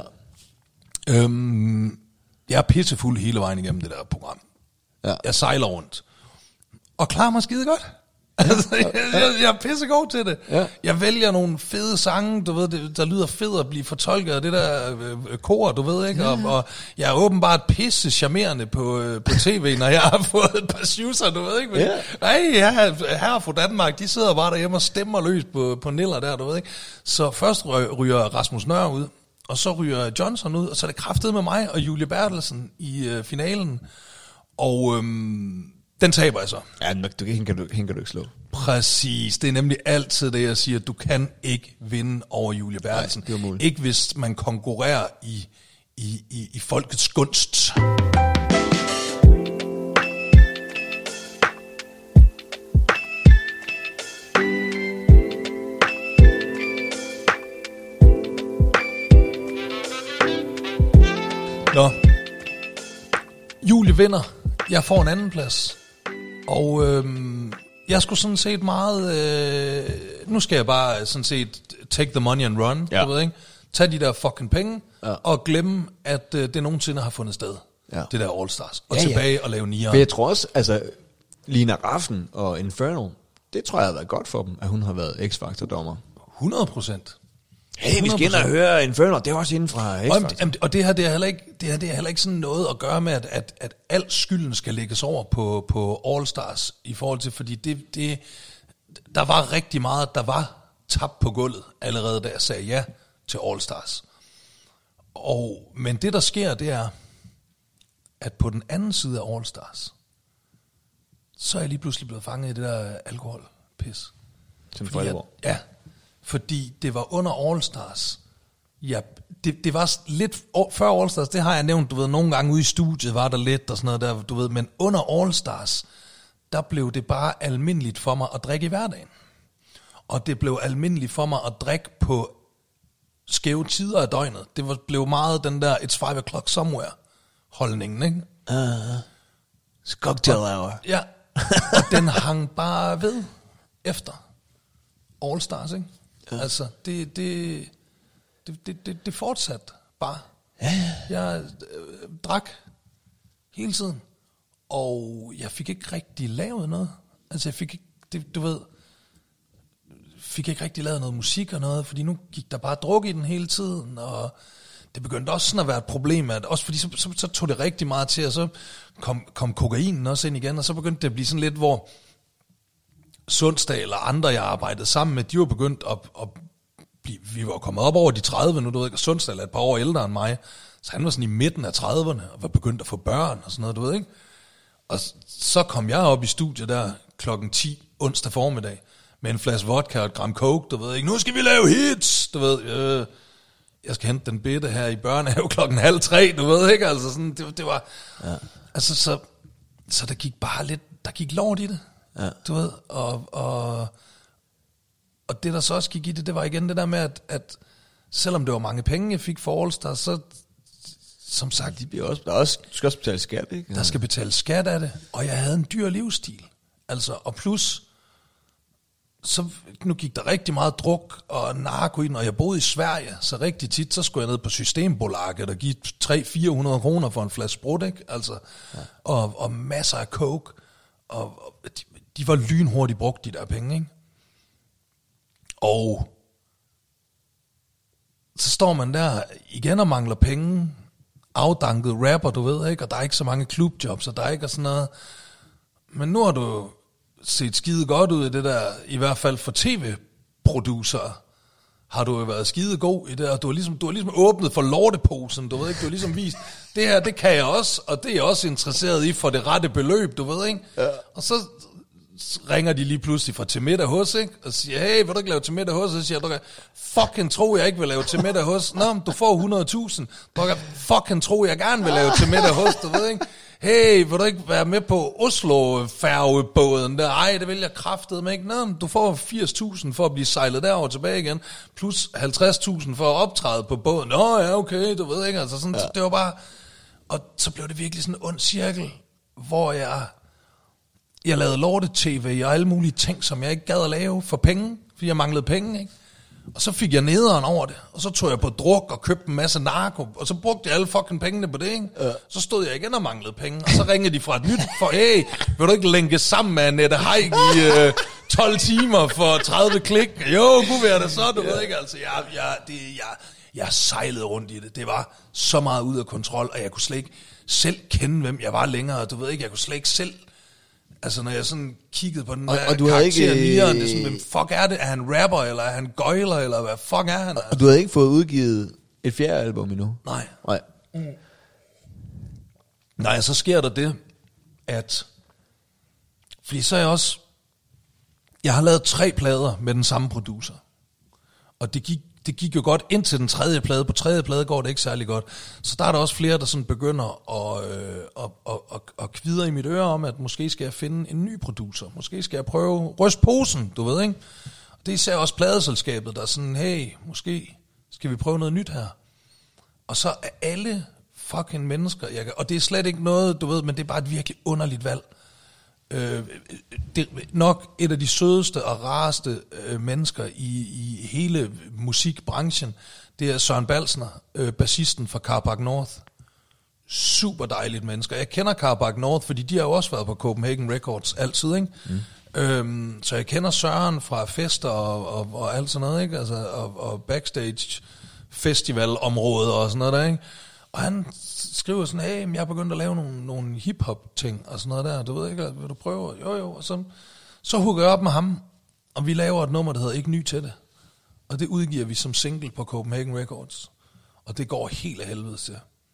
Øhm, jeg er pissefuld hele vejen igennem det der program. Ja. Jeg sejler rundt. Og klarer mig skide godt. Altså, jeg, jeg, jeg er pissegod til det. Ja. Jeg vælger nogle fede sange, du ved, det, der lyder fedt at blive fortolket af det der øh, kor, du ved, ikke? Ja. Og, og jeg er åbenbart pisse charmerende på, øh, på tv, når jeg har fået et par shoeser, du ved, ikke? Men, ja. Nej, her, her fra Danmark, de sidder bare derhjemme og stemmer løs på, på niller der, du ved, ikke? Så først ryger Rasmus Nør ud, og så ryger Johnson ud, og så er det kraftet med mig og Julie Bertelsen i øh, finalen. Og... Øhm, den taber jeg så. Ja, du hænger du, hænger du ikke slå. Præcis. Det er nemlig altid det, jeg siger. Du kan ikke vinde over Julie Bertelsen. Nej, ikke hvis man konkurrerer i, i, i, i folkets gunst. Nå. Julie vinder. Jeg får en anden plads. Og øhm, jeg skulle sådan set meget... Øh, nu skal jeg bare sådan set take the money and run, ja. Du ved ikke? Tag de der fucking penge, ja. Og glemme, at øh, det nogensinde har fundet sted. Ja. Det der All Stars. Og ja, tilbage ja. Og lave nieren. Men jeg tror også, altså Lina Raffen og Infernal, det tror jeg har været godt for dem, at hun har været X-Factor-dommer. hundrede procent. Hey, vi skal ind og høre Infernal, det er også inden fra X-Factor. Og, og det her, det er heller ikke, det her, det er heller ikke sådan noget at gøre med, at, at, at al skylden skal lægges over på, på All Stars, i forhold til, fordi det, det, der var rigtig meget, der var tabt på gulvet, allerede da jeg sagde ja til All Stars. Og, men det, der sker, det er, at på den anden side af All Stars, så er jeg lige pludselig blevet fanget i det der alkoholpis. Som for alvor. Ja, fordi det var under All Stars. Ja, det, det var lidt før All Stars, det har jeg nævnt, du ved, nogle gange ude i studiet var der lidt og sådan noget der, du ved, men under All Stars, der blev det bare almindeligt for mig at drikke i hverdagen. Og det blev almindeligt for mig at drikke på skæve tider af døgnet. Det var, blev meget den der it's five o'clock somewhere holdningen, ikke? Uh, it's cocktail hour. Ja, og den hang bare ved efter All Stars, ikke? Uh. Altså, det, det, det, det, det, det fortsatte bare. Ja. Jeg øh, drak hele tiden. Og jeg fik ikke rigtig lavet noget. Altså jeg fik ikke, det, du ved, fik ikke rigtig lavet noget musik og noget, fordi nu gik der bare druk i den hele tiden, og det begyndte også sådan at være et problem, at også fordi så, så, så tog det rigtig meget til, og så kom, kom kokainen også ind igen, og så begyndte det at blive sådan lidt, hvor Sundsdal og andre, jeg arbejdede sammen med, de var begyndt at, at blive, vi var kommet op over de tredive nu, du ved ikke, og Sundsdal er et par år ældre end mig, så han var sådan i midten af trediverne, og var begyndt at få børn og sådan noget, du ved ikke. Og så kom jeg op i studiet der klokken ti onsdag formiddag, med en flaske vodka og et gram coke, du ved ikke, nu skal vi lave hits, du ved, øh, jeg skal hente den bitte her i børnehave klokken halv tre, du ved ikke, altså sådan, det, det var, ja. altså så, så der gik bare lidt, der gik lort i det, ja. Du ved, og, og, og det der så også gik i det, det var igen det der med, at, at selvom det var mange penge, jeg fik for Allstar, så, som sagt, de bliver også, der også, du skal også betale skat, ikke? Der skal betale skat af det, og jeg havde en dyr livsstil, altså, og plus, så nu gik der rigtig meget druk og narko i den, og jeg boede i Sverige, så rigtig tit, så skulle jeg ned på Systembolaget og give tre til fire hundrede kroner for en flaske sprut, ikke? Altså, ja. og, og masser af coke, og, og de, de var lynhurtigt brugt, de der penge, ikke? Og så står man der igen og mangler penge, afdanket rapper, du ved, ikke? Og der er ikke så mange klubjobs, og der er ikke sådan noget, men nu har du set skide godt ud i det der, i hvert fald for tv-producer, har du jo været skide god i det, og du har ligesom, du har ligesom åbnet for lorteposen, du ved ikke, du har ligesom vist, det her, det kan jeg også, og det er jeg også interesseret i for det rette beløb, du ved ikke, ja. Og så ringer de lige pludselig fra til middag hos, ikke, og siger, hey, vil du ikke lave til middag hos, og så siger jeg, fucking tro, jeg ikke vil lave til middag hos, nå, du får hundrede tusind, fucking tro, jeg gerne vil lave til middag hos, du ved ikke, hey, vil du ikke være med på Oslo-færgebåden der? Ej, det vil jeg kraftedeme ikke. Nå, du får firs tusind for at blive sejlet derover tilbage igen, plus halvtreds tusind for at optræde på båden. Nå ja, okay, du ved ikke, altså sådan, ja. Det var bare, og så blev det virkelig sådan en ond cirkel, hvor jeg, jeg lavede lorte-tv og alle mulige ting, som jeg ikke gad at lave for penge, fordi jeg manglede penge, ikke? Og så fik jeg nederen over det, og så tog jeg på druk og købte en masse narko, og så brugte jeg alle fucking pengene på det, ikke? Ja. Så stod jeg igen og manglede penge, og så ringede de fra et nyt, for hey, vil du ikke lænke sammen med Annette Haik i øh, tolv timer for tredive klik? Jo, kunne være det så, du ja. Ved ikke, altså, jeg, jeg, det, jeg, jeg sejlede rundt i det, det var så meget ud af kontrol, og jeg kunne slet ikke selv kende, hvem jeg var længere, du ved ikke, jeg kunne slet ikke selv. Altså, når jeg sådan kiggede på den og, der og du karakter ikke, nieren, det er sådan, hvem fuck er det? Er han rapper, eller er han gøjler, eller hvad fuck er han? Altså? Og du havde ikke fået udgivet et fjerde album endnu? Nej. Nej. Mm. Nej, så sker der det, at, fordi så er jeg også, jeg har lavet tre plader med den samme producer, og det gik, det gik jo godt ind til den tredje plade. På tredje plade går det ikke særlig godt. Så der er der også flere, der sådan begynder at, øh, at, at, at, at kvidre i mit øre om, at måske skal jeg finde en ny producer. Måske skal jeg prøve ryst posen, du ved, ikke? Det er især også pladeselskabet, der er sådan, hey, måske skal vi prøve noget nyt her. Og så er alle fucking mennesker, jeg kan, og det er slet ikke noget, du ved, men det er bare et virkelig underligt valg. Øh, det er nok et af de sødeste og rareste øh, mennesker i, i hele musikbranchen. Det er Søren Balsner, øh, bassisten fra Carbac North. Super dejligt mennesker. Jeg kender Carbac North, fordi de har jo også været på Copenhagen Records altid, ikke? Mm. Øhm, så jeg kender Søren fra fester og, og, og alt sådan noget, ikke? Altså, og, og backstage festivalområder og sådan noget der, ikke? Og han skriver sådan, hey, jeg er begyndt at lave nogle, nogle hip-hop ting og sådan noget der, du ved ikke, vil du prøve? Jo, jo, og så, så hooker jeg op med ham, og vi laver et nummer, der hedder Ikke Ny Til Det. Og det udgiver vi som single på Copenhagen Records. Og det går helt af helvede til.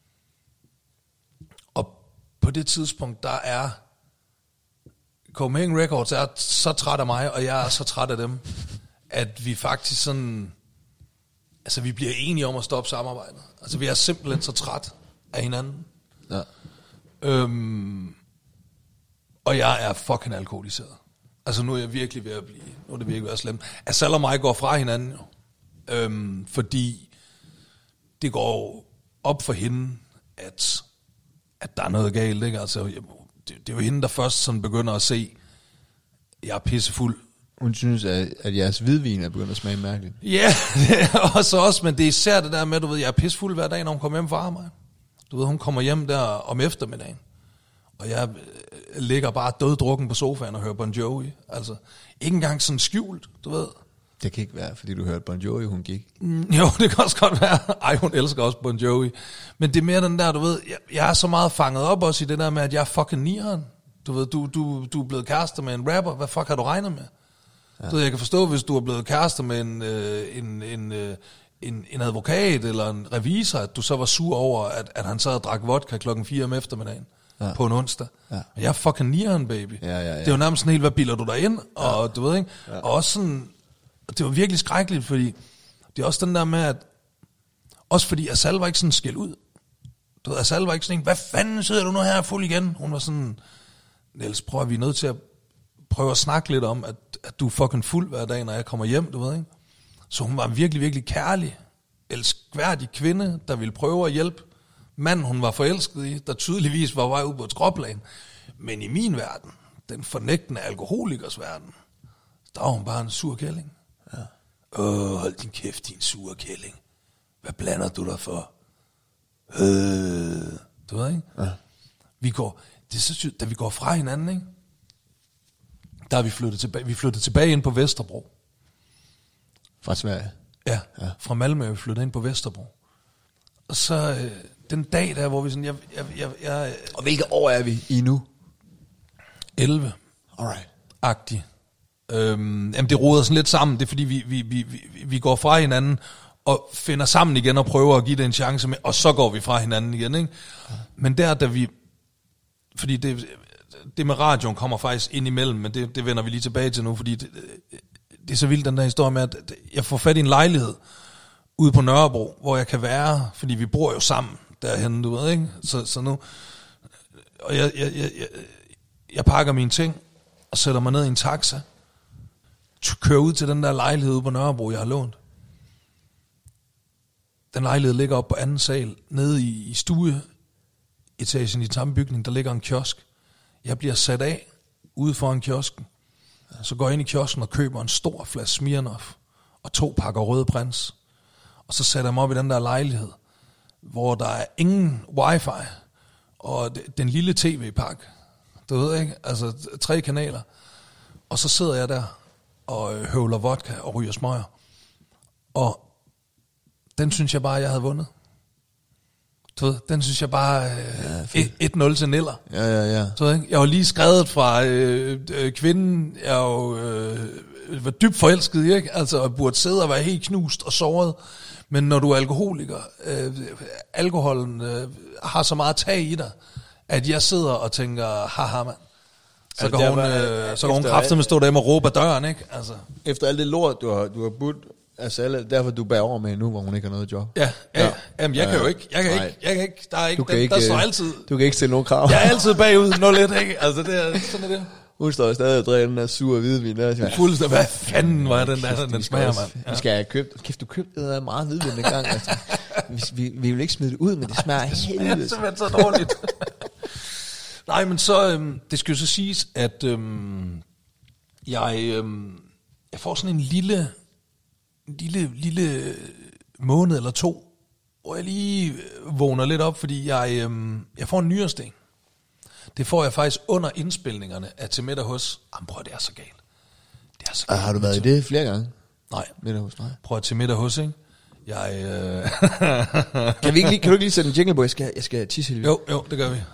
Og på det tidspunkt, der er Copenhagen Records er så træt af mig, og jeg er så træt af dem, at vi faktisk sådan, altså vi bliver enige om at stoppe samarbejdet. Altså vi er simpelthen så træt af hinanden. Ja. Øhm, og jeg er fucking alkoholiseret. Altså nu er jeg virkelig ved at blive, nu er det virkelig ved at slemt. Altså Sal og mig går fra hinanden jo. Øhm, fordi det går op for hende, at, at der er noget galt, ikke? Altså det, det er jo hende, der først sådan begynder at se, jeg er pissefuld. Hun synes, at, at jeres hvidvin er begyndt at smage mærkeligt. Ja, og så også, men det er især det der med, du ved, jeg er pissefuld hver dag, når hun kommer hjem fra arbejde. Du ved, hun kommer hjem der om eftermiddagen. Og jeg øh, ligger bare døddrukken på sofaen og hører Bon Jovi. Altså, ikke engang sådan skjult, du ved. Det kan ikke være, fordi du hørte Bon Jovi, hun gik. Mm, jo, det kan også godt være. Ej, hun elsker også Bon Jovi. Men det er mere den der, du ved, jeg, jeg er så meget fanget op også i det der med, at jeg er fucking nieren. Du ved, du, du, du er blevet kærester med en rapper. Hvad fuck har du regnet med? Ja. Du ved, jeg kan forstå, hvis du er blevet kærester med en, øh, en, en, øh, en, en advokat eller en revisor, at du så var sur over, at, at han sad og drak vodka klokken fire om eftermiddagen. Ja. På en onsdag. Ja. Jeg er fucking nieren, baby. Ja, ja, ja. Det er jo nærmest sådan helt, hvad bilder du dig ind? Og ja. du ved ikke? Ja. Og også sådan, det var virkelig skrækkeligt, fordi det er også den der med, at også fordi Asal var ikke sådan skæld ud. Du ved, Asal var ikke sådan en, hvad fanden sidder du nu her fuld igen? Hun var sådan, Niels, prøv at vi er nødt til at prøve at snakke lidt om, at, at du er fucking fuld hver dag, når jeg kommer hjem, du ved ikke? Så hun var en virkelig, virkelig kærlig, elskværdig kvinde, der ville prøve at hjælpe mand, hun var forelsket i, der tydeligvis var vej ud på et skråplan. Men i min verden, den fornægtende alkoholikers verden, der var hun bare en sur kælling. Ja. Åh, hold din kæft, din sure kælling. Hvad blander du dig for? Øh, du ved ikke? Ja. Vi går, det er så sygt, da vi går fra hinanden, ikke? Der er vi flyttet tilbage, vi flyttede tilbage ind på Vesterbro. Fra Sverige? Ja, ja. Fra Malmø er vi flyttet ind på Vesterbro. Og så øh, den dag der, hvor vi sådan, jeg, jeg, jeg, jeg og hvilke år er vi i nu? elleve. Alright. Agtig. Øhm, jamen det roder sådan lidt sammen. Det er fordi vi, vi, vi, vi, vi går fra hinanden og finder sammen igen og prøver at give det en chance med, og så går vi fra hinanden igen, ikke? Ja. Men der da vi, fordi det, det med radioen kommer faktisk ind imellem, men det, det vender vi lige tilbage til nu, fordi det, det er så vildt den der historie med, at jeg får fat i en lejlighed ude på Nørrebro, hvor jeg kan være, fordi vi bor jo sammen derhenne, du ved, ikke? Så, så nu, og jeg, jeg, jeg, jeg, jeg pakker mine ting og sætter mig ned i en taxa, kører ud til den der lejlighed ude på Nørrebro, jeg har lånt. Den lejlighed ligger op på anden sal, nede i, i stueetagen i den samme bygning, der ligger en kiosk. Jeg bliver sat af ude foran kiosken, så går jeg ind i kiosken og køber en stor flaske Smirnoff og to pakker Røde Prins. Og så sætter jeg mig op i den der lejlighed, hvor der er ingen wifi, og den lille tv-pakke, du ved ikke, altså tre kanaler. Og så sidder jeg der og høvler vodka og ryger smøger. Og den synes jeg bare, jeg havde vundet. Du ved, den synes jeg bare øh, ja, et nul til Niller. Ja, ja, ja. Du ved, ikke? Jeg var lige skrevet fra øh, øh, kvinden, jeg jo, øh, var dybt forelsket i, ikke? Altså, jeg burde sidde og være helt knust og såret. Men når du er alkoholiker, øh, alkoholen øh, har så meget tag i dig, at jeg sidder og tænker, haha mand. Så altså, går hun, var, øh, så går hun kraftigt med stå derhjemme og råbe af døren, ikke? Altså. Efter alt det lort, du har, du har budt, altså alle, derfor du bærer over med nu, hvor hun ikke har noget job. Ja, ja, ja. Jamen jeg ja, kan jo ikke, jeg kan ikke, jeg kan ikke, der er ikke, der, ikke, der står altid. Du kan ikke stille nogen krav. Jeg er altid bagud, nul et, ikke? Altså det er, sådan er det. Hun står stadig og drikker den der sure hvidvin der. Fuldstændig, hvad fanden var den der, den smager, mand? Ja. Vi skal have købt, kæft du købte det der meget hvidvin den gang, altså. Vi, vi, vi vil ikke smide det ud, men det smager helvede. Det er simpelthen så dårligt. Nej, men så, øhm, det skal jo så siges, at øhm, jeg, øhm, jeg får sådan en lille, lille, lille måned eller to, hvor jeg lige vågner lidt op, fordi jeg, øhm, jeg får en nyårsdag. Det får jeg faktisk under indspilningerne af Til Middag Hos. Jamen prøv, det er så galt. Det er så galt. Har du været i det flere gange? Nej. Middag Hos, nej. Prøv at Til Middag Hos, ikke? Jeg, øh... kan, vi ikke lige, kan du ikke lige sætte en jingle på? Jeg skal, jeg skal tisse helt. Jo, jo, det gør vi.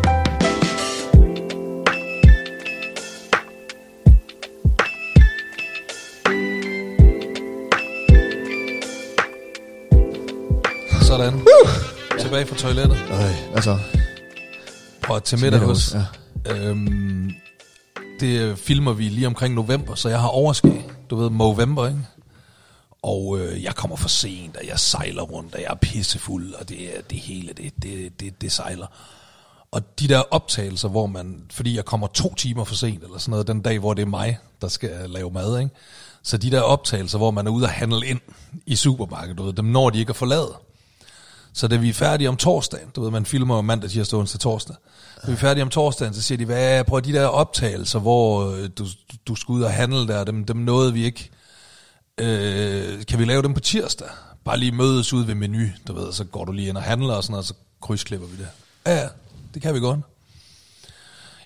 Sådan. Uh! Tilbage fra toilettet. Øj, hvad så? Prøv at Til Middag Hos. Ja. Øhm, det filmer vi lige omkring november, så jeg har overskæg. Du ved, Movember, ikke? Og øh, jeg kommer for sent, og jeg sejler rundt, og jeg er pissefuld, og det, det hele, det, det, det, det sejler. Og de der optagelser, hvor man, fordi jeg kommer to timer for sent, eller sådan noget, den dag, hvor det er mig, der skal lave mad, ikke? Så de der optagelser, hvor man er ude og handle ind i supermarkedet, du ved, dem når de ikke at forlade. Så da vi er færdige om torsdagen, du ved, man filmer mandag, tirsdag, onsdag, torsdag. Da vi er færdige om torsdagen, så siger de, hvad, prøv de der optagelser, hvor du, du skal ud og handle der, dem, dem nåede vi ikke. Øh, kan vi lave dem på tirsdag? Bare lige mødes ud ved Menu, du ved, så går du lige ind og handler og sådan noget, og så krydsklipper vi det. Ja, ja, det kan vi godt.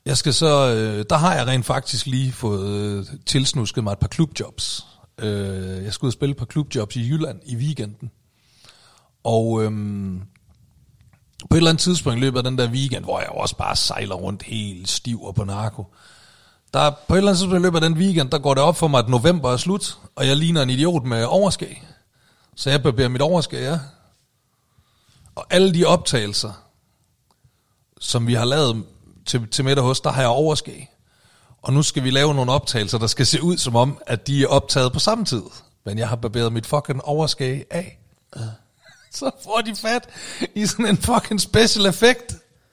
Jeg skal så, øh, der har jeg rent faktisk lige fået øh, tilsnusket mig et par klubjobs. Øh, jeg skal ud og spille et par klubjobs i Jylland i weekenden. Og øhm, på et eller andet tidspunkt i løbet af den der weekend, hvor jeg også bare sejler rundt helt stiv og på narko, der på et eller andet tidspunkt i løbet af den weekend, der går det op for mig, at november er slut, og jeg ligner en idiot med overskæg. Så jeg barberer mit overskæg, ja. Og alle de optagelser, som vi har lavet til, til middag hos, der har jeg overskæg. Og nu skal vi lave nogle optagelser, der skal se ud som om, at de er optaget på samme tid. Men jeg har barberet mit fucking overskæg af. Uh. Så får de fat i sådan en fucking special effect.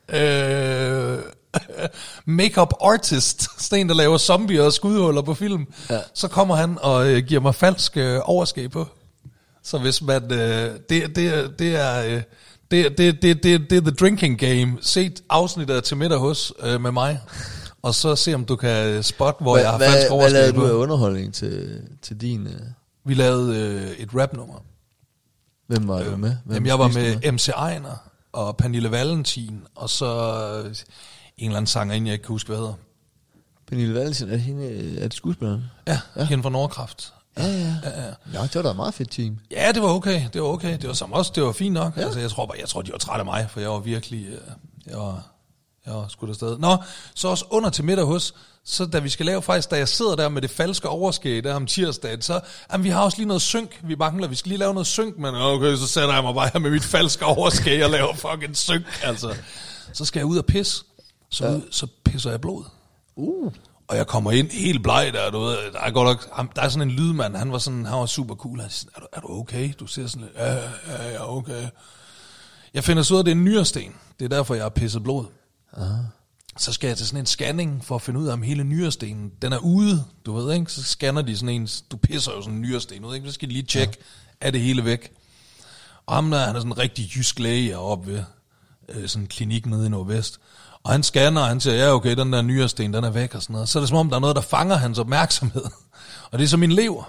Øh, make-up artist. Sådan en, der laver zombier og skudhuller på film. Ja. Så kommer han og øh, giver mig falsk øh, overskæg på. Så hvis man... Øh, det, det, det er... Øh, det, det, det, det, det er the drinking game. Se afsnittet til middag hos øh, med mig. Og så se, om du kan spotte, hvor hva, jeg har hva, falsk overskæg på. Hvad lavede du af underholdning til, til din... Uh... Vi lavede øh, et rapnummer. Hvem var øh, du med? Hvem jamen, jeg var med, med M C Ejner og Pernille Valentin, og så øh, en eller anden sangerinde, jeg ikke kan huske, hvad hedder. Pernille Valentin, er, hende, er det skuespilleren? Ja, ja, hende fra Nordkraft. Ja, ja. ja, ja. Ja, det var da et meget fedt team. Ja, det var okay, det var okay. Det var som også, det var fint nok. Ja. Altså, jeg tror bare, jeg tror, de var trætte af mig, for jeg var virkelig, øh, jeg var... Jeg var skudt afsted. Nå, så også under til middag hos, så da vi skal lave faktisk, da jeg sidder der med det falske overskæg der om tirsdagen, så, jamen, vi har også lige noget synk, vi mangler, vi skal lige lave noget synk, men okay, så sætter jeg mig bare her med mit falske overskæg og laver fucking synk, altså. Så skal jeg ud og pisse, så, ja. ud, så pisser jeg blod. Uh. Og jeg kommer ind helt bleg der, du ved, der er godt nok, der er sådan en lydmand, han var sådan, han var super cool, han siger, er du, er du okay? Du ser sådan lidt, ja, ja, ja, okay. Jeg finder så ud af, at det er en nyresten, det er derfor, jeg har pisset blod. Aha. Så skal jeg til sådan en scanning for at finde ud af, om hele nyrestenen, den er ude, du ved, ikke? Så scanner de sådan en, du pisser jo sådan en nyresten ud, ikke? Så skal de lige tjekke, ja. Er det hele væk? Og ham der, han er sådan en rigtig jysk læge, jeg er oppe ved, øh, sådan en klinik nede i Nordvest. Og han scanner, og han siger, ja okay, den der nyresten, den er væk og sådan noget. Så er det som om, der er noget, der fanger hans opmærksomhed. Og det er så min lever.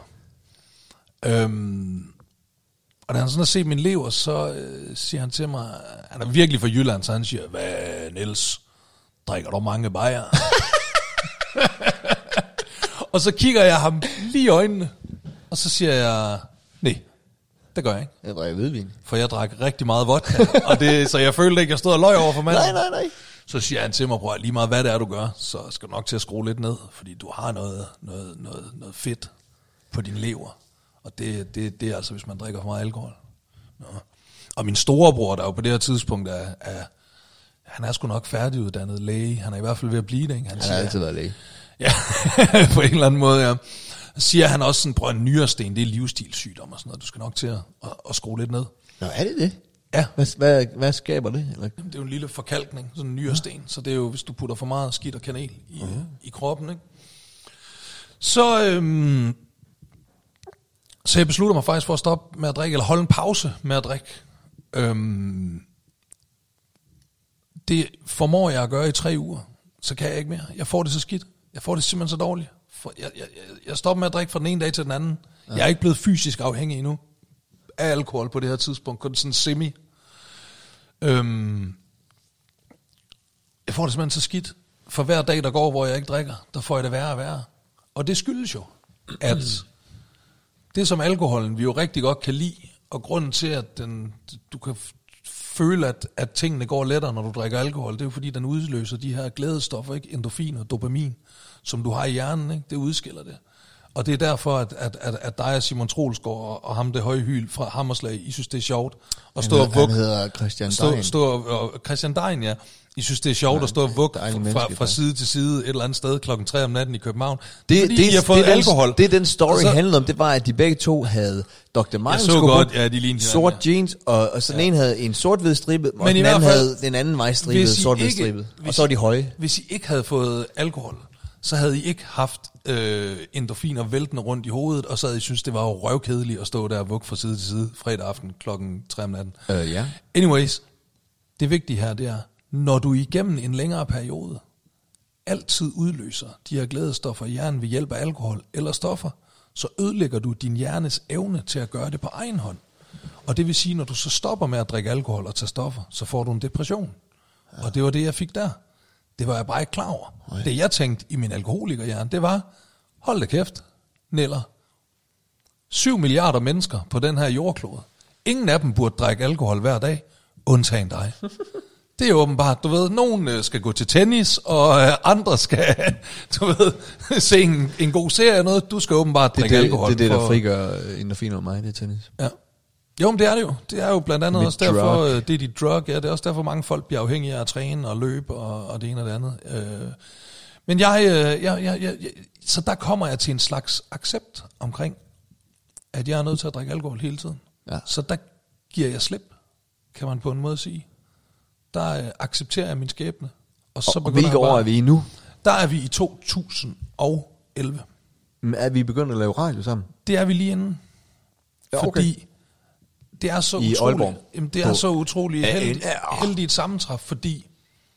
Øhm, og da han sådan har set min lever, så øh, siger han til mig, han er virkelig fra Jylland, så han siger, hvad Niels, drikker du mange bajer? Og så kigger jeg ham lige i øjnene, og så siger jeg, nej, det gør jeg ikke. Jeg drikker hvidvin. For jeg drak rigtig meget vodka, og det, så jeg følte ikke, jeg stod og løg over for manden. Nej, nej, nej. Så siger han til mig, prøv lige meget, hvad det er, du gør, så skal du nok til at skrue lidt ned, fordi du har noget, noget, noget, noget fedt på din lever. Og det, det, det er altså, hvis man drikker for meget alkohol. Nå. Og min storebror, der jo på det her tidspunkt er, er han er sgu nok færdiguddannet læge. Han er i hvert fald ved at blive det, ikke? Han, han siger, har altid været læge. Ja, på en eller anden måde, ja. Så siger han også sådan, prøv en nyresten, det er livsstilssygdom og sådan noget. Du skal nok til at, at, at skrue lidt ned. Nå, er det det? Ja. Hvad, hvad, hvad skaber det? Eller? Jamen, det er jo en lille forkalkning, sådan en nyresten. Ja. Så det er jo, hvis du putter for meget skidt og kanel i, uh-huh. i kroppen, ikke? Så, øhm, så jeg beslutter mig faktisk for at stoppe med at drikke, eller holde en pause med at drikke. Øhm, det formår jeg at gøre i tre uger, så kan jeg ikke mere. Jeg får det så skidt. Jeg får det simpelthen så dårligt. For jeg, jeg, jeg stopper med at drikke fra den ene dag til den anden. Ja. Jeg er ikke blevet fysisk afhængig endnu af alkohol på det her tidspunkt. Kun sådan semi. Øhm, jeg får det simpelthen så skidt. For hver dag, der går, hvor jeg ikke drikker, der får jeg det værre og værre. Og det skyldes jo, at det som alkoholen, vi jo rigtig godt kan lide, og grunden til, at den, du kan føle, at, at tingene går lettere, når du drikker alkohol, det er jo fordi, den udløser de her glædestoffer, ikke? Endorfin og dopamin, som du har i hjernen, ikke? Det udskiller det. Og det er derfor, at, at, at, at dig og Simon Troelsgaard og, og ham det høje hyl fra Hammerslag, I synes, det er sjovt at stå og vugge. Han hedder Christian stå, Dein. Stå, og Christian Dein, ja. I synes, det er sjovt ja, at stå og vugge fra, fra side til side et eller andet sted klokken tre om natten i København. Det, fordi det, I har fået det, alkohol. Det, den story så, handlede om, det var, at de begge to havde doktor Martens så godt, ja, de lignede sort ja. jeans, og, og så den ja. ene havde en sort-hvid stribe, og men den anden fald, havde den anden vejstribe, sort-hvid stribe. Og så var de høje. Hvis I ikke havde fået alkohol, så havde I ikke haft øh, endorfiner væltende rundt i hovedet, og så havde I synes det var jo røvkedeligt at stå der og vugge fra side til side fredag aften klokken tre om natten. Uh, ja. Anyways, det vigtige her, det er, når du igennem en længere periode altid udløser de her glædestoffer i hjernen ved hjælp af alkohol eller stoffer, så ødelægger du din hjernes evne til at gøre det på egen hånd. Og det vil sige, når du så stopper med at drikke alkohol og tage stoffer, så får du en depression. Ja. Og det var det, jeg fik der. Det var jeg bare ikke klar over. Nej. Det jeg tænkte i min alkoholikerhjerne, det var, hold da kæft, Neller. Syv milliarder mennesker på den her jordklode. Ingen af dem burde drikke alkohol hver dag, undtagen dig. Det er åbenbart, du ved, nogen skal gå til tennis, og andre skal, du ved, se en, en god serie eller noget. Du skal åbenbart Det er drikke det, alkohol. det, er det der for- frigør endorfiner om mig, det er tennis. Ja. Jo, men det er det jo. Det er jo blandt andet Mit også derfor, drug. øh, det er dit drug, ja, det er også derfor, mange folk bliver afhængige af at træne og løbe og, og det ene og det andet. Øh, men jeg, øh, jeg, jeg, jeg, jeg, så der kommer jeg til en slags accept omkring, at jeg er nødt til at drikke alkohol hele tiden. Ja. Så der giver jeg slip, kan man på en måde sige. Der øh, accepterer jeg min skæbne. Og, så Og, og begynder hvilke jeg bare- år er vi i nu? Der er vi i to tusind og elleve. Men Er vi begyndt at lave radio sammen? Det er vi lige inden. Ja, okay. Fordi det er så I utroligt. Aalborg? Jamen, det er På- så utroligt Ja, heldigt, ja. heldigt et sammentræf, fordi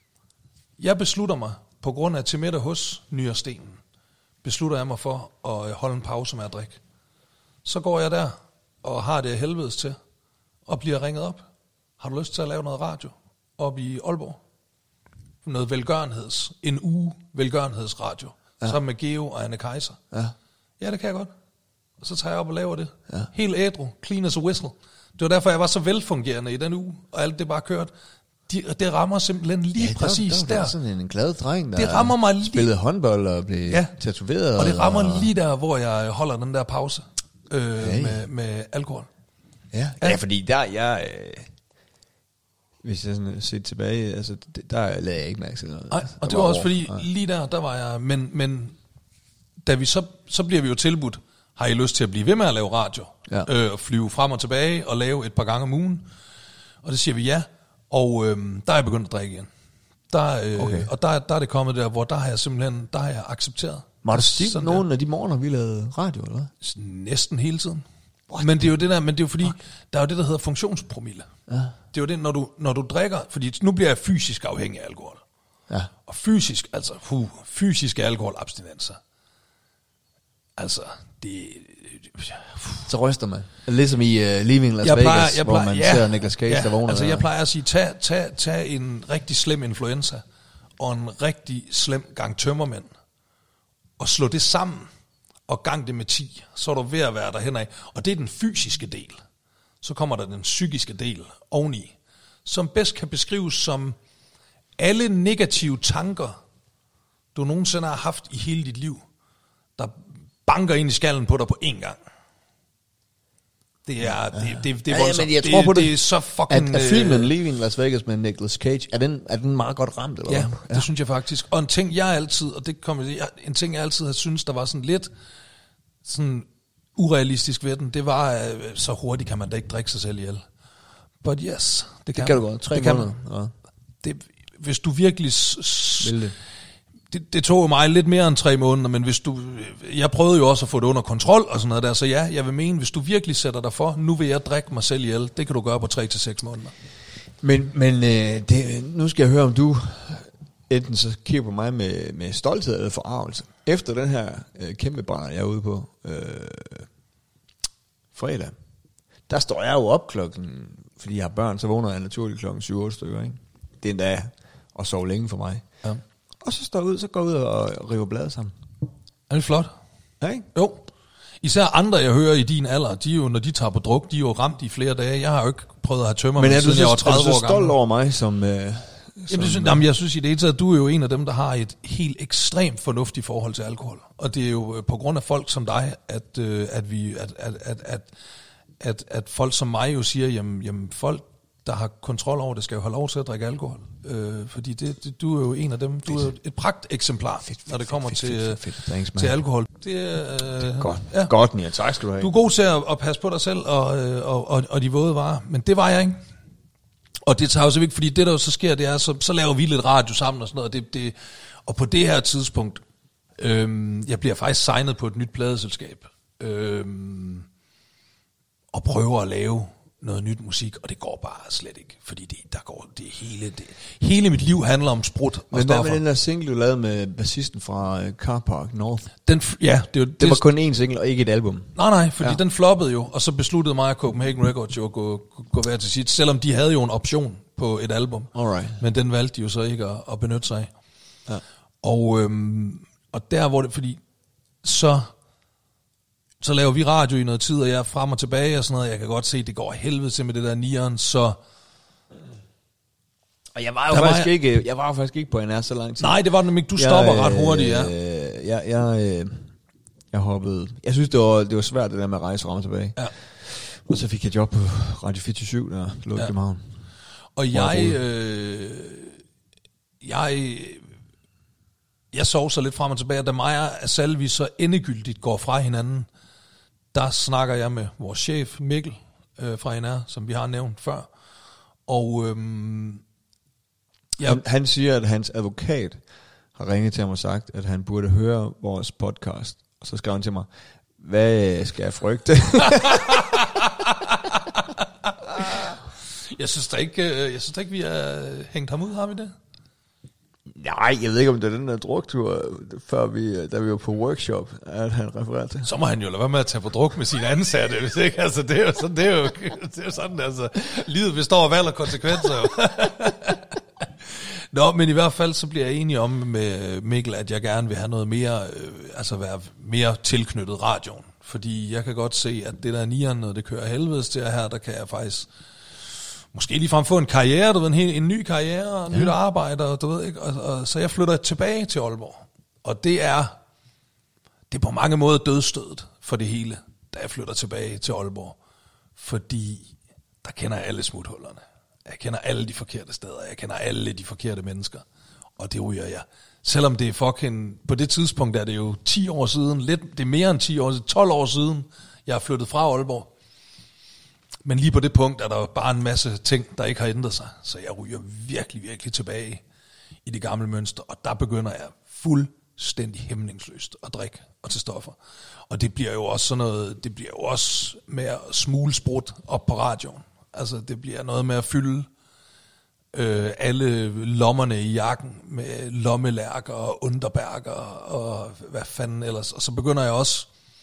jeg beslutter mig, på grund af til middag hos Nyrestenen, beslutter jeg mig for at holde en pause med at drikke. Så går jeg der og har det af helvedes til, og bliver ringet op. Har du lyst til at lave noget radio op i Aalborg? Noget velgørenheds, en uge velgørenhedsradio, ja. Sammen med Geo og Anne Kaiser. Ja. Ja, det kan jeg godt. Og så tager jeg op og laver det. Ja. Helt ædru, clean as a whistle. Det var derfor, jeg var så velfungerende i den uge, og alt det bare kørt. De, det rammer simpelthen lige Ja, præcis der, der, der. der. sådan en glad dreng, der Det rammer mig lige- spillede håndbold og blev Ja. ja. tatoveret. Og det rammer lige der, hvor jeg holder den der pause øh, ja. med, med alkohol. Ja, ja fordi der, jeg... Øh, hvis jeg sådan ser tilbage, altså, det, der lagde jeg ikke mærke til noget. Nej, Altså, og der det var også over. fordi, Nej. lige der, der var jeg, men, men da vi så, så bliver vi jo tilbudt, har I lyst til at blive ved med at lave radio? Ja. Øh, og flyve frem og tilbage og lave et par gange om ugen. Og det siger vi ja, og øh, der er jeg begyndt at drikke igen. Der, øh, Okay. Og der, der er det kommet der, hvor der har jeg simpelthen, der har jeg accepteret. Var der stigt Sådan nogen af de morgener, vi lavede radio, eller hvad? der. Næsten hele tiden. Men det er jo det der, men det er jo fordi, der er jo det, der hedder funktionspromille. Ja. Det er jo det, når du, når du drikker, fordi nu bliver jeg fysisk afhængig af alkohol. Ja. Og fysisk, altså puh, fysiske alkoholabstinenser. Altså, det... Så ryster man. Ligesom i uh, Leaving Las Jeg Vegas, plejer- jeg hvor plejer- man ja, ser Nicolas Cage, ja, der vågner. altså jeg der. plejer at sige, tag, tag, tag en rigtig slem influenza, og en rigtig slem gang tømmermænd, og slå det sammen, og gang det med ti, så er du ved at være derhen af. Og det er den fysiske del. Så kommer der den psykiske del oveni, som bedst kan beskrives som alle negative tanker, du nogensinde har haft i hele dit liv, der banker ind i skallen på dig på én gang. Det er, det, det, det er Ja, ja, voldsomt. men jeg tror på det. Det er så fucking... At, at filmen øh, Leaving Las Vegas med Nicolas Cage, er den, er den meget godt ramt, eller Ja, hvad? det synes jeg faktisk. Og en ting, jeg altid, og det kommer jeg, en ting, jeg altid har syntes, der var sådan lidt sådan urealistisk ved den, det var, øh, så hurtigt kan man da ikke drikke sig selv ihjel. But yes, det kan, Det kan du man. godt. Tre det kan måneder. man. Ja. Det, hvis du virkelig... S- s- Vil det. det, det tog jo mig lidt mere end tre måneder, men hvis du... Jeg prøvede jo også at få det under kontrol og sådan noget der, så ja, jeg vil mene, hvis du virkelig sætter dig for, nu vil jeg drikke mig selv ihjel, det kan du gøre på tre til seks måneder. Men, men øh, det, nu skal jeg høre, om du enten så kigger på mig med, med stolthed eller forarvelse. Efter den her øh, kæmpe brænder, jeg er ude på øh, fredag, der står jeg jo op klokken, fordi jeg har børn, så vågner jeg naturligt klokken syv otte stykker, ikke? Det er endda at sove længe for mig. Ja. Og så står jeg ud, så går jeg ud og river bladet sammen. Er det flot? Ja, ikke? Jo. Især andre, jeg hører i din alder, de er jo, når de tager på druk, de er jo ramt i flere dage. Jeg har jo ikke prøvet at have tømmer, Men er du siden så, jeg var er du tredive så år stolt gammel. over mig som... Øh, Jamen, det synes, jamen, jeg synes i det hele taget, at du er jo en af dem, der har et helt ekstremt fornuftigt forhold til alkohol. Og det er jo øh, på grund af folk som dig, at, øh, at, vi, at, at, at, at, at, at folk som mig jo siger, jamen, jamen folk, der har kontrol over det, skal jo have lov til at drikke alkohol. Øh, fordi det, det, du er jo en af dem, du er jo et pragt eksemplar, når det kommer fedt, til, fedt, øh, fedt, fedt. Thanks, man. til alkohol. Det, øh, Godt, ja. godt, Nia. Tak skal du have. Du er god til at, at passe på dig selv og, øh, og, og, og de våde varer, men det var jeg ikke. Og det tager jo så vigtigt, fordi det der jo så sker, det er, så, så laver vi lidt radio sammen og sådan noget, det, det, og på det her tidspunkt, øhm, jeg bliver faktisk signet på et nyt pladeselskab, øhm, og prøver at lave noget nyt musik, og det går bare slet ikke, fordi det, der går det hele, det, hele mit liv handler om sprut og Men hvad stoffer. med den der single, du lavede med bassisten fra uh, Car Park North? Den, ja, det, det, Det var kun én single, og ikke et album. Nej, nej, fordi ja. Ja. den floppede jo, og så besluttede mig og Copenhagen Records jo at gå, gå hver til sit, selvom de havde jo en option på et album. Alright. Men den valgte de jo så ikke at, at benytte sig af. Ja. Og, øhm, og der hvor det, fordi så, så laver vi radio i noget tid, og jeg er frem og tilbage og sådan noget. Jeg kan godt se, at det går helvede til med det der nieren, så... Og jeg var jo Der faktisk var jeg- ikke, jeg var jo faktisk ikke på N R så lang tid. Nej, det var nemlig ikke. Du stopper jeg, ret hurtigt, ja. Øh, jeg, jeg, øh, jeg hoppede... Jeg synes, det var, det var svært, det der med at rejse frem og tilbage. Ja. Og så fik jeg job på Radio fireogtyve, der lå i Ja. København. Og Hvor jeg jeg, boede. øh, jeg, jeg sov så lidt frem og tilbage, og da mig og Salvi så endegyldigt går fra hinanden, der snakker jeg med vores chef Mikkel øh, fra N R, som vi har nævnt før. Og øhm, Ja. Han, han siger, at hans advokat har ringet til ham og sagt, at han burde høre vores podcast. Og så skrev han til mig, hvad skal jeg frygte? jeg synes da ikke, øh, jeg synes da ikke, vi har hængt ham ud, har vi det? Nej, jeg ved ikke, om det er den der druktur, før vi, da vi var på workshop, at han refererer til. Så må han jo lade være med at tage på druk med sine ansatte, hvis ikke? Altså, det er jo sådan, det er jo, det er jo sådan altså, livet består af valg og konsekvenser. Nå, men i hvert fald så bliver jeg enig om med Mikkel, at jeg gerne vil have noget mere, øh, altså være mere tilknyttet radioen. Fordi jeg kan godt se, at det der nieren, når det kører helvedes til her, der kan jeg faktisk måske ligefrem få en karriere, du ved, en, hel, en ny karriere, og ja. nyt arbejde, og, du ved, ikke? Og, og, så jeg flytter tilbage til Aalborg. Og det er, det er på mange måder dødstødet for det hele, da jeg flytter tilbage til Aalborg. Fordi der kender jeg alle smuthullerne. Jeg kender alle de forkerte steder. Jeg kender alle de forkerte mennesker. Og det ryger jeg. Selvom det er fucking... På det tidspunkt er det jo ti år siden. Lidt, det er mere end ti år siden. tolv år siden, jeg er flyttet fra Aalborg. Men lige på det punkt er der bare en masse ting, der ikke har ændret sig. Så jeg ryger virkelig, virkelig tilbage i det gamle mønster. Og der begynder jeg fuldstændig hæmningsløst at drikke og til stoffer. Og det bliver jo også sådan noget... Det bliver jo også med at smule sprut op på radioen. Altså, det bliver noget med at fylde øh, alle lommerne i jakken med lommelærker og underbærker og hvad fanden ellers. Og så begynder jeg også,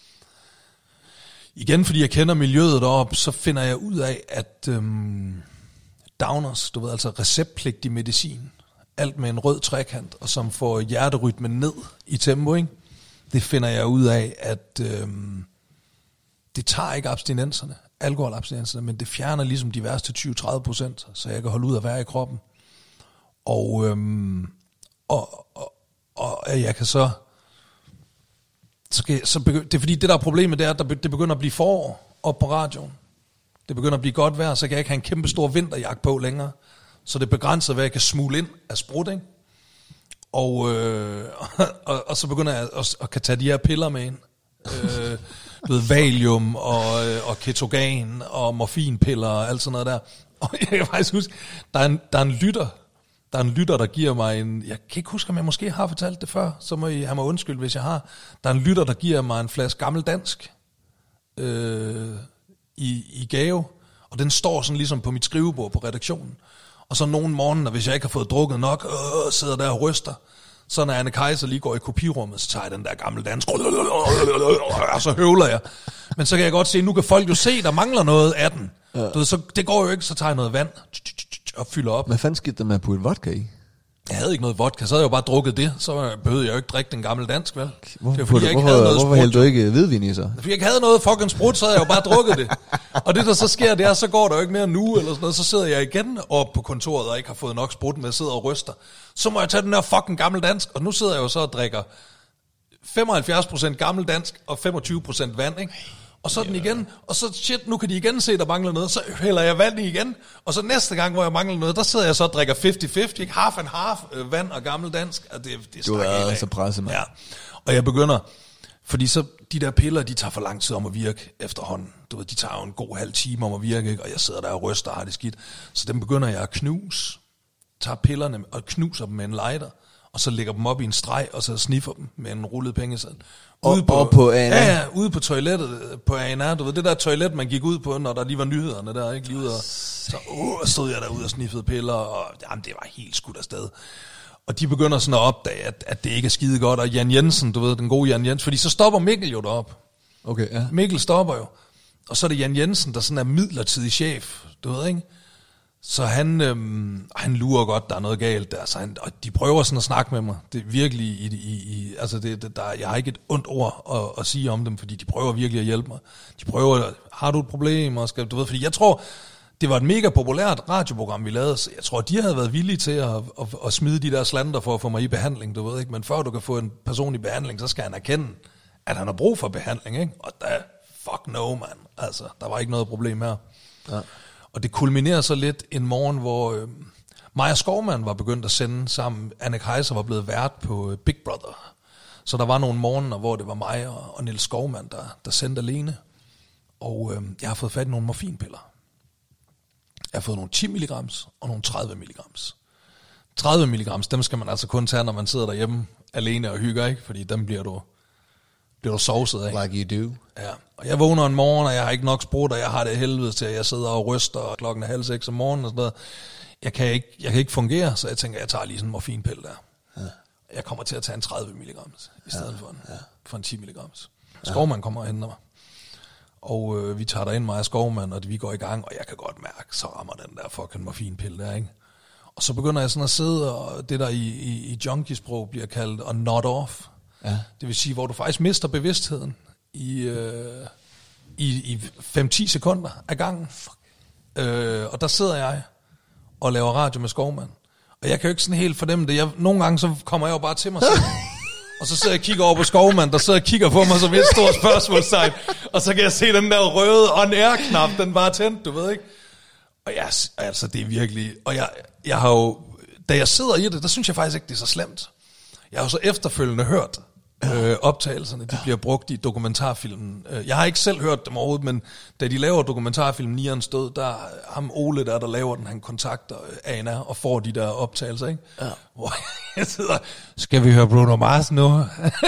igen fordi jeg kender miljøet deroppe, så finder jeg ud af, at øhm, downers, du ved, altså receptpligtig medicin, alt med en rød trekant, og som får hjerterytmen ned i tempo, ikke? Det finder jeg ud af, at øhm, det tager ikke abstinenserne, alkoholabstinenserne, men det fjerner ligesom de værste tyve til tredive procent, så jeg kan holde ud af være i kroppen. Og, øhm, og, og, og jeg kan så... så, kan, så begy- det er fordi, det der er problemet, det er, at det begynder at blive forår op på radioen. Det begynder at blive godt vejr, så kan jeg ikke have en kæmpe stor vinterjakke på længere. Så det begrænser, hvad jeg kan smule ind af sprut, ikke? Og, øh, og, og så begynder jeg at, at kan tage de her piller med ind. Øh, du ved, valium og, og ketogan og morfinpiller og alt sådan noget der. Og jeg kan faktisk huske, der er en, der er en lytter, der er en lytter, der giver mig en, jeg kan ikke huske, om jeg måske har fortalt det før, så må I have mig undskyld, hvis jeg har. Der er en lytter, der giver mig en flaske gammel dansk øh, i, i gave, og den står sådan ligesom på mit skrivebord på redaktionen. Og så nogle morgener, hvis jeg ikke har fået drukket nok, øh, sidder der og ryster. Så når Anne Kaiser lige går i kopirummet, så tager jeg den der gamle dansk, og så høvler jeg. Men så kan jeg godt se, nu kan folk jo se, der mangler noget af den. Ja. Du ved, så det går jo ikke, så tager jeg noget vand og fylder op. Hvad fanden skete der med at putte vodka i? Jeg havde ikke noget vodka, så havde jeg jo bare drukket det. Så behøvede jeg jo ikke drikke den gamle dansk, vel? Hvorfor, det var, fordi, jeg ikke hvorfor, havde noget hvorfor sprut, hældte du ikke hvidvin i så? fordi jeg ikke havde noget fucking sprut, så havde jeg jo bare drukket det. Og det der så sker, det er, så går der jo ikke mere nu, eller sådan noget, så sidder jeg igen op på kontoret, og ikke har fået nok sprut, men jeg sidder og ryster. Så må jeg tage den der fucking gammel dansk, og nu sidder jeg jo så og drikker femoghalvfjerds procent gammel dansk, og femogtyve procent vand, ikke? Og så er den igen, og så shit, nu kan de igen se, der mangler noget, så hælder jeg vand i igen, og så næste gang, hvor jeg mangler noget, der sidder jeg så og drikker halvtreds halvtreds, ikke? Half and half, øh, vand og gammel dansk, og det, det Du er så presset, mand. Ja, og jeg begynder, fordi så de der piller, de tager for lang tid om at virke efterhånden. Du ved, de tager jo en god halv time om at virke, ikke? Og jeg sidder der og ryster og har det skidt. Så dem begynder jeg at knuse, tager pillerne og knuser dem med en lighter, og så lægger dem op i en streg, og så sniffer dem med en rullet pengeseddel. Ude på, og på A N R? Ja, ja, ude på toilettet på A N R. Du ved, det der toilet, man gik ud på, når der lige var nyhederne der, ikke? Lige ud og, så uh, stod jeg derude og sniffede piller, og jamen, det var helt skudt afsted. Og de begynder sådan at opdage, at, at det ikke er skide godt. Og Jan Jensen, du ved, den gode Jan Jensen, fordi så stopper Mikkel jo derop. Okay, ja. Mikkel stopper jo. Og så er det Jan Jensen, der sådan er midlertidig chef, du ved, ikke? Så han, øhm, han lurer godt, der er noget galt der, så han, og de prøver sådan at snakke med mig. Det er virkelig, i, i, i, altså det, det, der, jeg har ikke et ondt ord at, at sige om dem, fordi de prøver virkelig at hjælpe mig. De prøver, har du et problem, og skal, du ved, fordi jeg tror, det var et mega populært radioprogram, vi lavede, så jeg tror, de havde været villige til at, at, at smide de der slanter for at få mig i behandling, du ved ikke, men før du kan få en person i behandling, så skal han erkende, at han har brug for behandling, ikke? Og der, fuck no, man. Altså, der var ikke noget problem her. Ja. Og det kulminerer så lidt en morgen, hvor øh, Maja Skovmand var begyndt at sende sammen. Anne Kaiser var blevet vært på øh, Big Brother. Så der var nogle morgener, hvor det var mig og, og Niels Skovmand, der, der sendte alene. Og øh, jeg har fået fat i nogle morfinpiller. Jeg har fået nogle ti milligrams og nogle tredive milligrams. tredive milligrams, dem skal man altså kun tage, når man sidder derhjemme alene og hygger, ikke? Fordi dem bliver du, bliver du sovset af. Like you do. Ja, og jeg vågner en morgen, og jeg har ikke nok sprut, og jeg har det helvede til, at jeg sidder og ryster, og klokken er halv seks om morgenen og sådan noget. Jeg kan ikke, jeg kan ikke fungere, så jeg tænker, jeg tager lige sådan en morfinpille der. Ja. Jeg kommer til at tage en tredive milligrams, i stedet ja, for, en, ja. for en ti milligrams. Skovmand kommer og henter mig. Og øh, vi tager derind, mig og Skovmand, og vi går i gang, og jeg kan godt mærke, så rammer den der fucking morfinpille der, ikke? Og så begynder jeg sådan at sidde, og det der i, i, i junkiesprog bliver kaldt a nod off. Ja. Det vil sige, hvor du faktisk mister bevidstheden i, øh, i, i fem til ti sekunder af gangen. Øh, og der sidder jeg og laver radio med Skovmand. Og jeg kan jo ikke sådan helt fornemme det. Jeg, nogle gange så kommer jeg jo bare til mig selv. Og så sidder jeg og kigger over på Skovmand, der sidder og kigger på mig som et stort spørgsmålstegn. Og så kan jeg se den der røde on-air-knap, den bare tændt, du ved ikke. Og jeg, altså det er virkelig... Og jeg, jeg har jo... Da jeg sidder i det, der synes jeg faktisk ikke, det er så slemt. Jeg har jo så efterfølgende hørt øh, optagelserne, de bliver brugt i dokumentarfilmen. Jeg har ikke selv hørt dem overhovedet, men da de laver dokumentarfilmen Nierens død, der er ham Ole der, der laver den, han kontakter Anna og får de der optagelser, ikke? Ja. Hvor jeg sidder, skal vi høre Bruno Mars nu?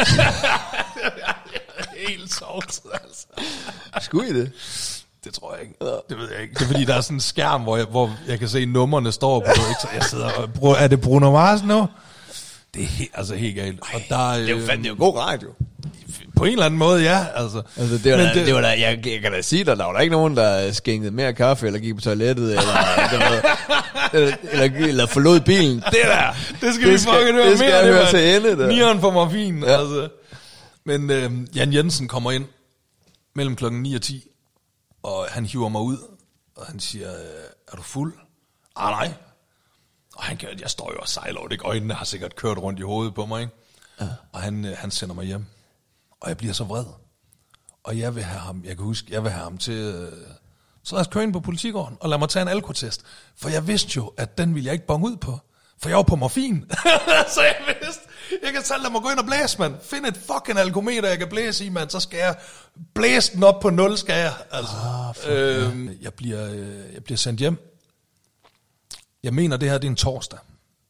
Helt sovt, altså. Skulle I det? Det tror jeg ikke. Det ved jeg ikke. Det er fordi, der er sådan en skærm, hvor jeg, hvor jeg kan se, nummerne står på. Ikke? Så jeg sidder og, er det Bruno Mars nu? Det er helt, altså helt galt. Ej, og der, det er jo fandme god radio. På en eller anden måde, ja. Altså, altså det var, da, det, det var da, jeg, jeg kan da sige dig, der var der ikke nogen, der skænkede mere kaffe, eller gik på toilettet, eller, var, eller, eller, eller forlod bilen. Det der, det skal det vi fucking høre mere. Det skal jeg høre til ende. Nieren for morfin, ja. Altså. Men øh, Jan Jensen kommer ind mellem klokken ni og ti, og han hiver mig ud, og han siger, er du fuld? Ah, nej. Og han kan, jeg står jo og sejler over det, øjnene har sikkert kørt rundt i hovedet på mig, ikke? Ja. Og han, han sender mig hjem, og jeg bliver så vred. Og jeg vil have ham, jeg kan huske, jeg vil have ham til, så lad os køre ind på politigården, og lad mig tage en alkotest. For jeg vidste jo, at den ville jeg ikke bonge ud på, for jeg var på morfin. Så jeg vidste, jeg kan tage, lad mig gå ind og blæse, mand. Find et fucking alkometer, jeg kan blæse i, mand. Så skal jeg blæse den op på nul, skal jeg. Altså, ah, øhm, jeg, bliver, jeg bliver sendt hjem. Jeg mener, det her det er en torsdag.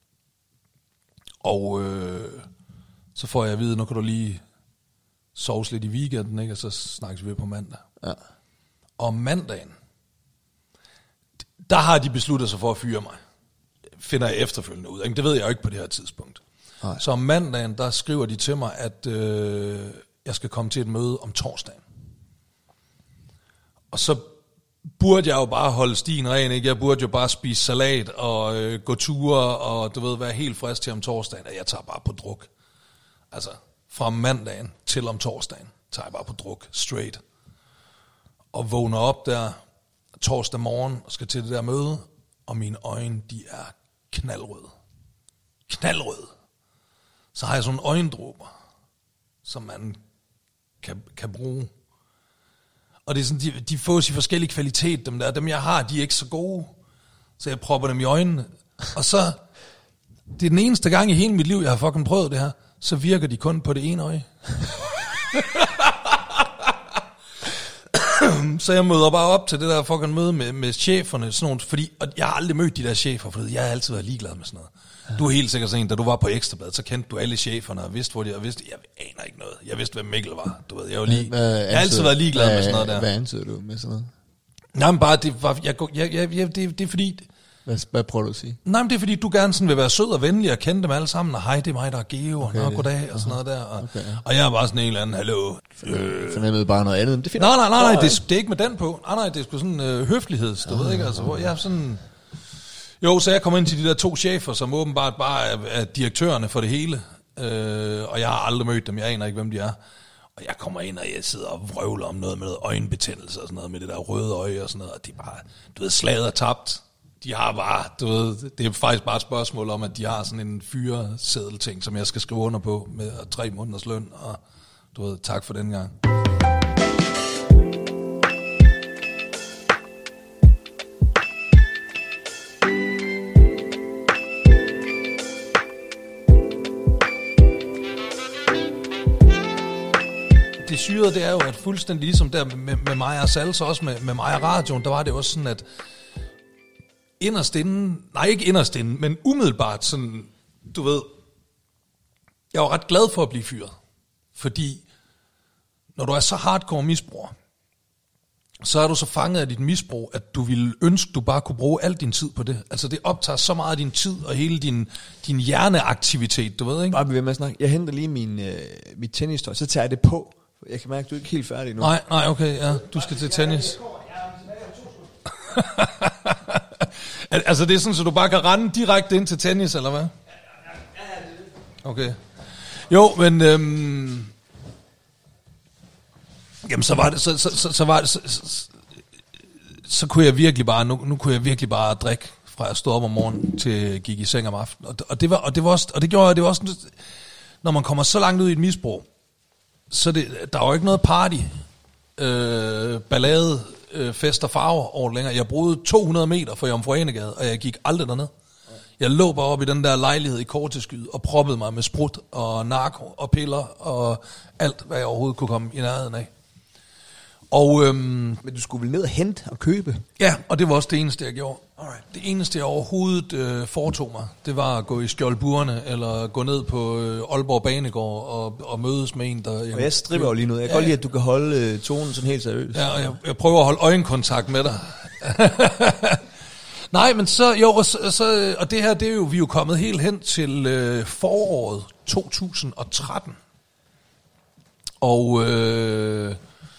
Og øh, så får jeg at vide, nu kan du lige sove lidt i weekenden, ikke? Og så snakkes vi på mandag. Ja. Og mandagen, der har de besluttet sig for at fyre mig. Finder jeg efterfølgende ud. Det ved jeg jo ikke på det her tidspunkt. Nej. Så om mandagen, der skriver de til mig, at øh, jeg skal komme til et møde om torsdagen. Og så burde jeg jo bare holde stien ren, ikke? Jeg burde jo bare spise salat og øh, gå ture og du ved, være helt frisk til om torsdagen. Og jeg tager bare på druk. Altså, fra mandagen til om torsdagen, tager jeg bare på druk, straight. Og vågner op der torsdag morgen og skal til det der møde, og mine øjne, de er knaldrøde. Knaldrøde. Så har jeg sådan nogle øjendråber, som man kan, kan bruge. Og det er sådan, de, de fås i forskellige kvalitet, dem der. Dem jeg har, de er ikke så gode, så jeg propper dem i øjnene. Og så, det er den eneste gang i hele mit liv, jeg har fucking prøvet det her, så virker de kun på det ene øje. Så jeg møder bare op til det der fucking møde med, med cheferne, sådan nogle, fordi, og jeg har aldrig mødt de der chefer, for jeg har altid været ligeglad med sådan noget. Ja. Du er helt sikkert sådan, da du var på Ekstrabladet, så kendte du alle cheferne og vidste, hvor de, og vidste, jeg aner ikke noget. Jeg vidste, hvem Mikkel var, du ved, jeg var lige, hvad, jeg har altid været ligeglad hvad, med sådan noget der. Hvad ansøger du med sådan noget? Nej, men bare, det var, jeg, jeg, jeg, jeg, det, det er fordi... Hvad, hvad prøver du at sige? Nej, men det er fordi, du gerne sådan vil være sød og venlig og kende dem alle sammen, og hej, det er mig, der er Geo, okay, og goddag, og sådan noget der. Og, okay, ja. Og jeg er bare sådan en eller anden, hallo. Øh. Fornemmede bare noget andet, det nej, nej, nej, nej, det, det er ikke med den på. Nej, nej, det er sgu sådan øh, høfligheds, du ja, ved ikke, altså, hvor jeg er sådan... Jo, så jeg kommer ind til de der to chefer, som åbenbart bare er, er direktørerne for det hele. Øh, og jeg har aldrig mødt dem, jeg aner ikke, hvem de er. Og jeg kommer ind, og jeg sidder og vrøvler om noget med noget øjenbetændelse og sådan noget, med det der røde øje og sådan noget. Og de bare, du ved, slaget er tabt. De har bare, du ved, det er faktisk bare et spørgsmål om, at de har sådan en fyreseddelting, som jeg skal skrive under på med tre måneders løn. Og du ved, tak for den gang. Det syrede, det er jo, at fuldstændig ligesom der med, med mig og Sal, så også med, med mig og radioen, der var det også sådan, at inderst inden, nej ikke inderst inden, men umiddelbart sådan, du ved, jeg var ret glad for at blive fyret. Fordi når du er så hardcore misbruger, så er du så fanget af dit misbrug, at du ville ønske, du bare kunne bruge al din tid på det. Altså det optager så meget af din tid og hele din, din hjerneaktivitet, du ved, ikke? Bare blive ved med at snakke. Jeg henter lige min, øh, mit tennistøj, så tager jeg det på. Jeg kan mærke, at du er ikke helt færdig nu. Nej, nej, okay, ja. Du skal til tennis. Altså det er sådan, så du bare kan rende direkte ind til tennis, eller hvad? Okay. Jo, men øhm, jamen så var det, så, så, så, så var det, så, så, så kunne jeg virkelig bare, nu, nu kunne jeg virkelig bare drikke fra jeg stod op om morgenen til jeg gik i seng om aftenen. Og, og det var, og det var også, og det gjorde, det var også, når man kommer så langt ud i et misbrug, så det, der var jo ikke noget party, øh, ballade, øh, fest og farver over længere. Jeg boede to hundrede meter fra Jomfru Anegade, og jeg gik aldrig derned. Jeg lå bare op i den der lejlighed i Korteskyde og proppede mig med sprut og narko og piller og alt, hvad jeg overhovedet kunne komme i nærheden af. Og, øhm, Men du skulle vel ned og hente og købe? Ja, og det var også det eneste, jeg gjorde. Alright. Det eneste, jeg overhovedet øh, foretog mig, det var at gå i Skjoldburene, eller gå ned på øh, Aalborg Banegård og, og mødes med en, der... Og jeg stripper jo lige nu. Jeg kan ja, godt lide, at du kan holde øh, tonen sådan helt seriøst. Ja, og jeg, jeg prøver at holde øjenkontakt med dig. Nej, men så, jo, og, så, så, og det her, det er jo, vi er jo kommet helt hen til øh, foråret to tusind og tretten. Og øh,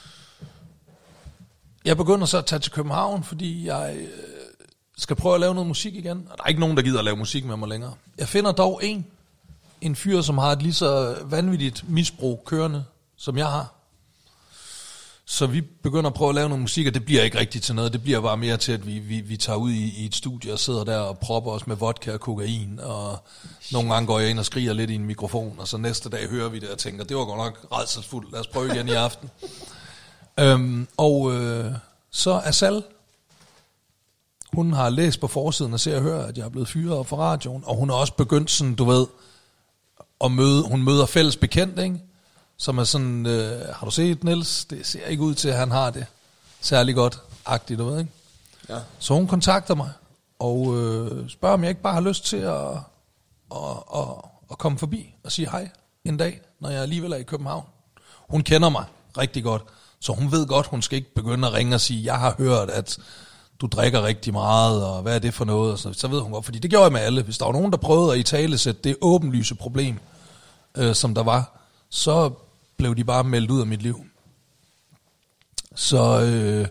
jeg begynder så at tage til København, fordi jeg øh, skal prøve at lave noget musik igen. Og der er ikke nogen, der gider at lave musik med mig længere. Jeg finder dog en, en fyr, som har et lige så vanvittigt misbrug kørende, som jeg har. Så vi begynder at prøve at lave noget musik, og det bliver ikke rigtigt til noget. Det bliver bare mere til, at vi, vi, vi tager ud i, i et studie og sidder der og propper os med vodka og kokain. Og nogle gange går jeg ind og skriger lidt i en mikrofon, og så næste dag hører vi det og tænker, det var godt nok rædselsfuldt. Lad os prøve igen i aften. øhm, og øh, så er Sal, hun har læst på forsiden og ser og hører, at jeg er blevet fyret op for radioen. Og hun har også begyndt sådan, du ved, at møde, hun møder fælles bekendt, ikke? Som er sådan, øh, har du set Niels? Det ser ikke ud til, at han har det særlig godt, agtigt, du ved, ikke? Ja. Så hun kontakter mig, og øh, spørger, om jeg ikke bare har lyst til at, at, at, at komme forbi og sige hej en dag, når jeg alligevel er i København. Hun kender mig rigtig godt, så hun ved godt, hun skal ikke begynde at ringe og sige, jeg har hørt, at du drikker rigtig meget, og hvad er det for noget? Og så, så ved hun godt, fordi det gjorde jeg med alle. Hvis der var nogen, der prøvede at italesætte det åbenlyse problem, øh, som der var, så blev de bare meldt ud af mit liv. Så øh,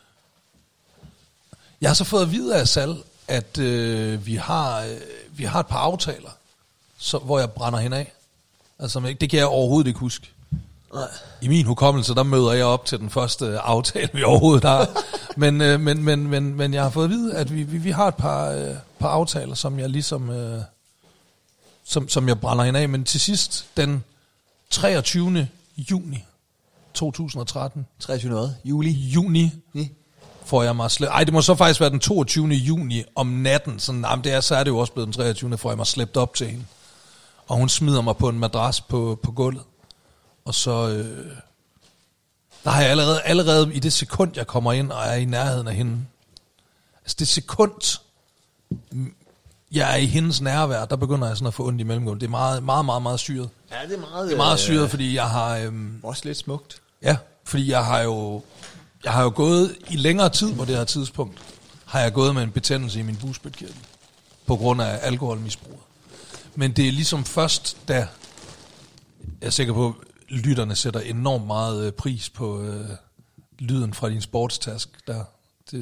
jeg har så fået at vide af Sal, at øh, vi, har, øh, vi har et par aftaler, så, hvor jeg brænder hende af. Altså, det kan jeg overhovedet ikke huske. Nej. I min hukommelse, der møder jeg op til den første aftale, vi overhovedet har. men, øh, men, men, men, men jeg har fået at vide, at vi, vi, vi har et par, øh, par aftaler, som jeg ligesom øh, som, som jeg brænder hende af. Men til sidst, den treogtyvende juni to tusind og tretten. treogtyvende hvad? Juli? Juni. Ja. Får jeg mig slæbt. Ej, det må så faktisk være den toogtyvende juni om natten. Sådan, jamen, det er, så er det jo også blevet den treogtyvende får jeg mig slæbt op til hende. Og hun smider mig på en madras på, på gulvet. Og så øh, der har jeg allerede, allerede i det sekund, jeg kommer ind og er i nærheden af hende. Altså det sekund, jeg er i hendes nærvær, der begynder jeg sådan at få ondt i mellemgulvet. Det er meget, meget, meget, meget syret. Ja, det er meget, det er meget syret, fordi jeg har... Øhm, også lidt smukt. Ja, fordi jeg har jo... Jeg har jo gået i længere tid på det her tidspunkt, har jeg gået med en betændelse i min bugspytkirtel, på grund af alkoholmisbrug. Men det er ligesom først, da jeg er sikker på, at lytterne sætter enormt meget pris på øh, lyden fra din sportstask. Der. Det,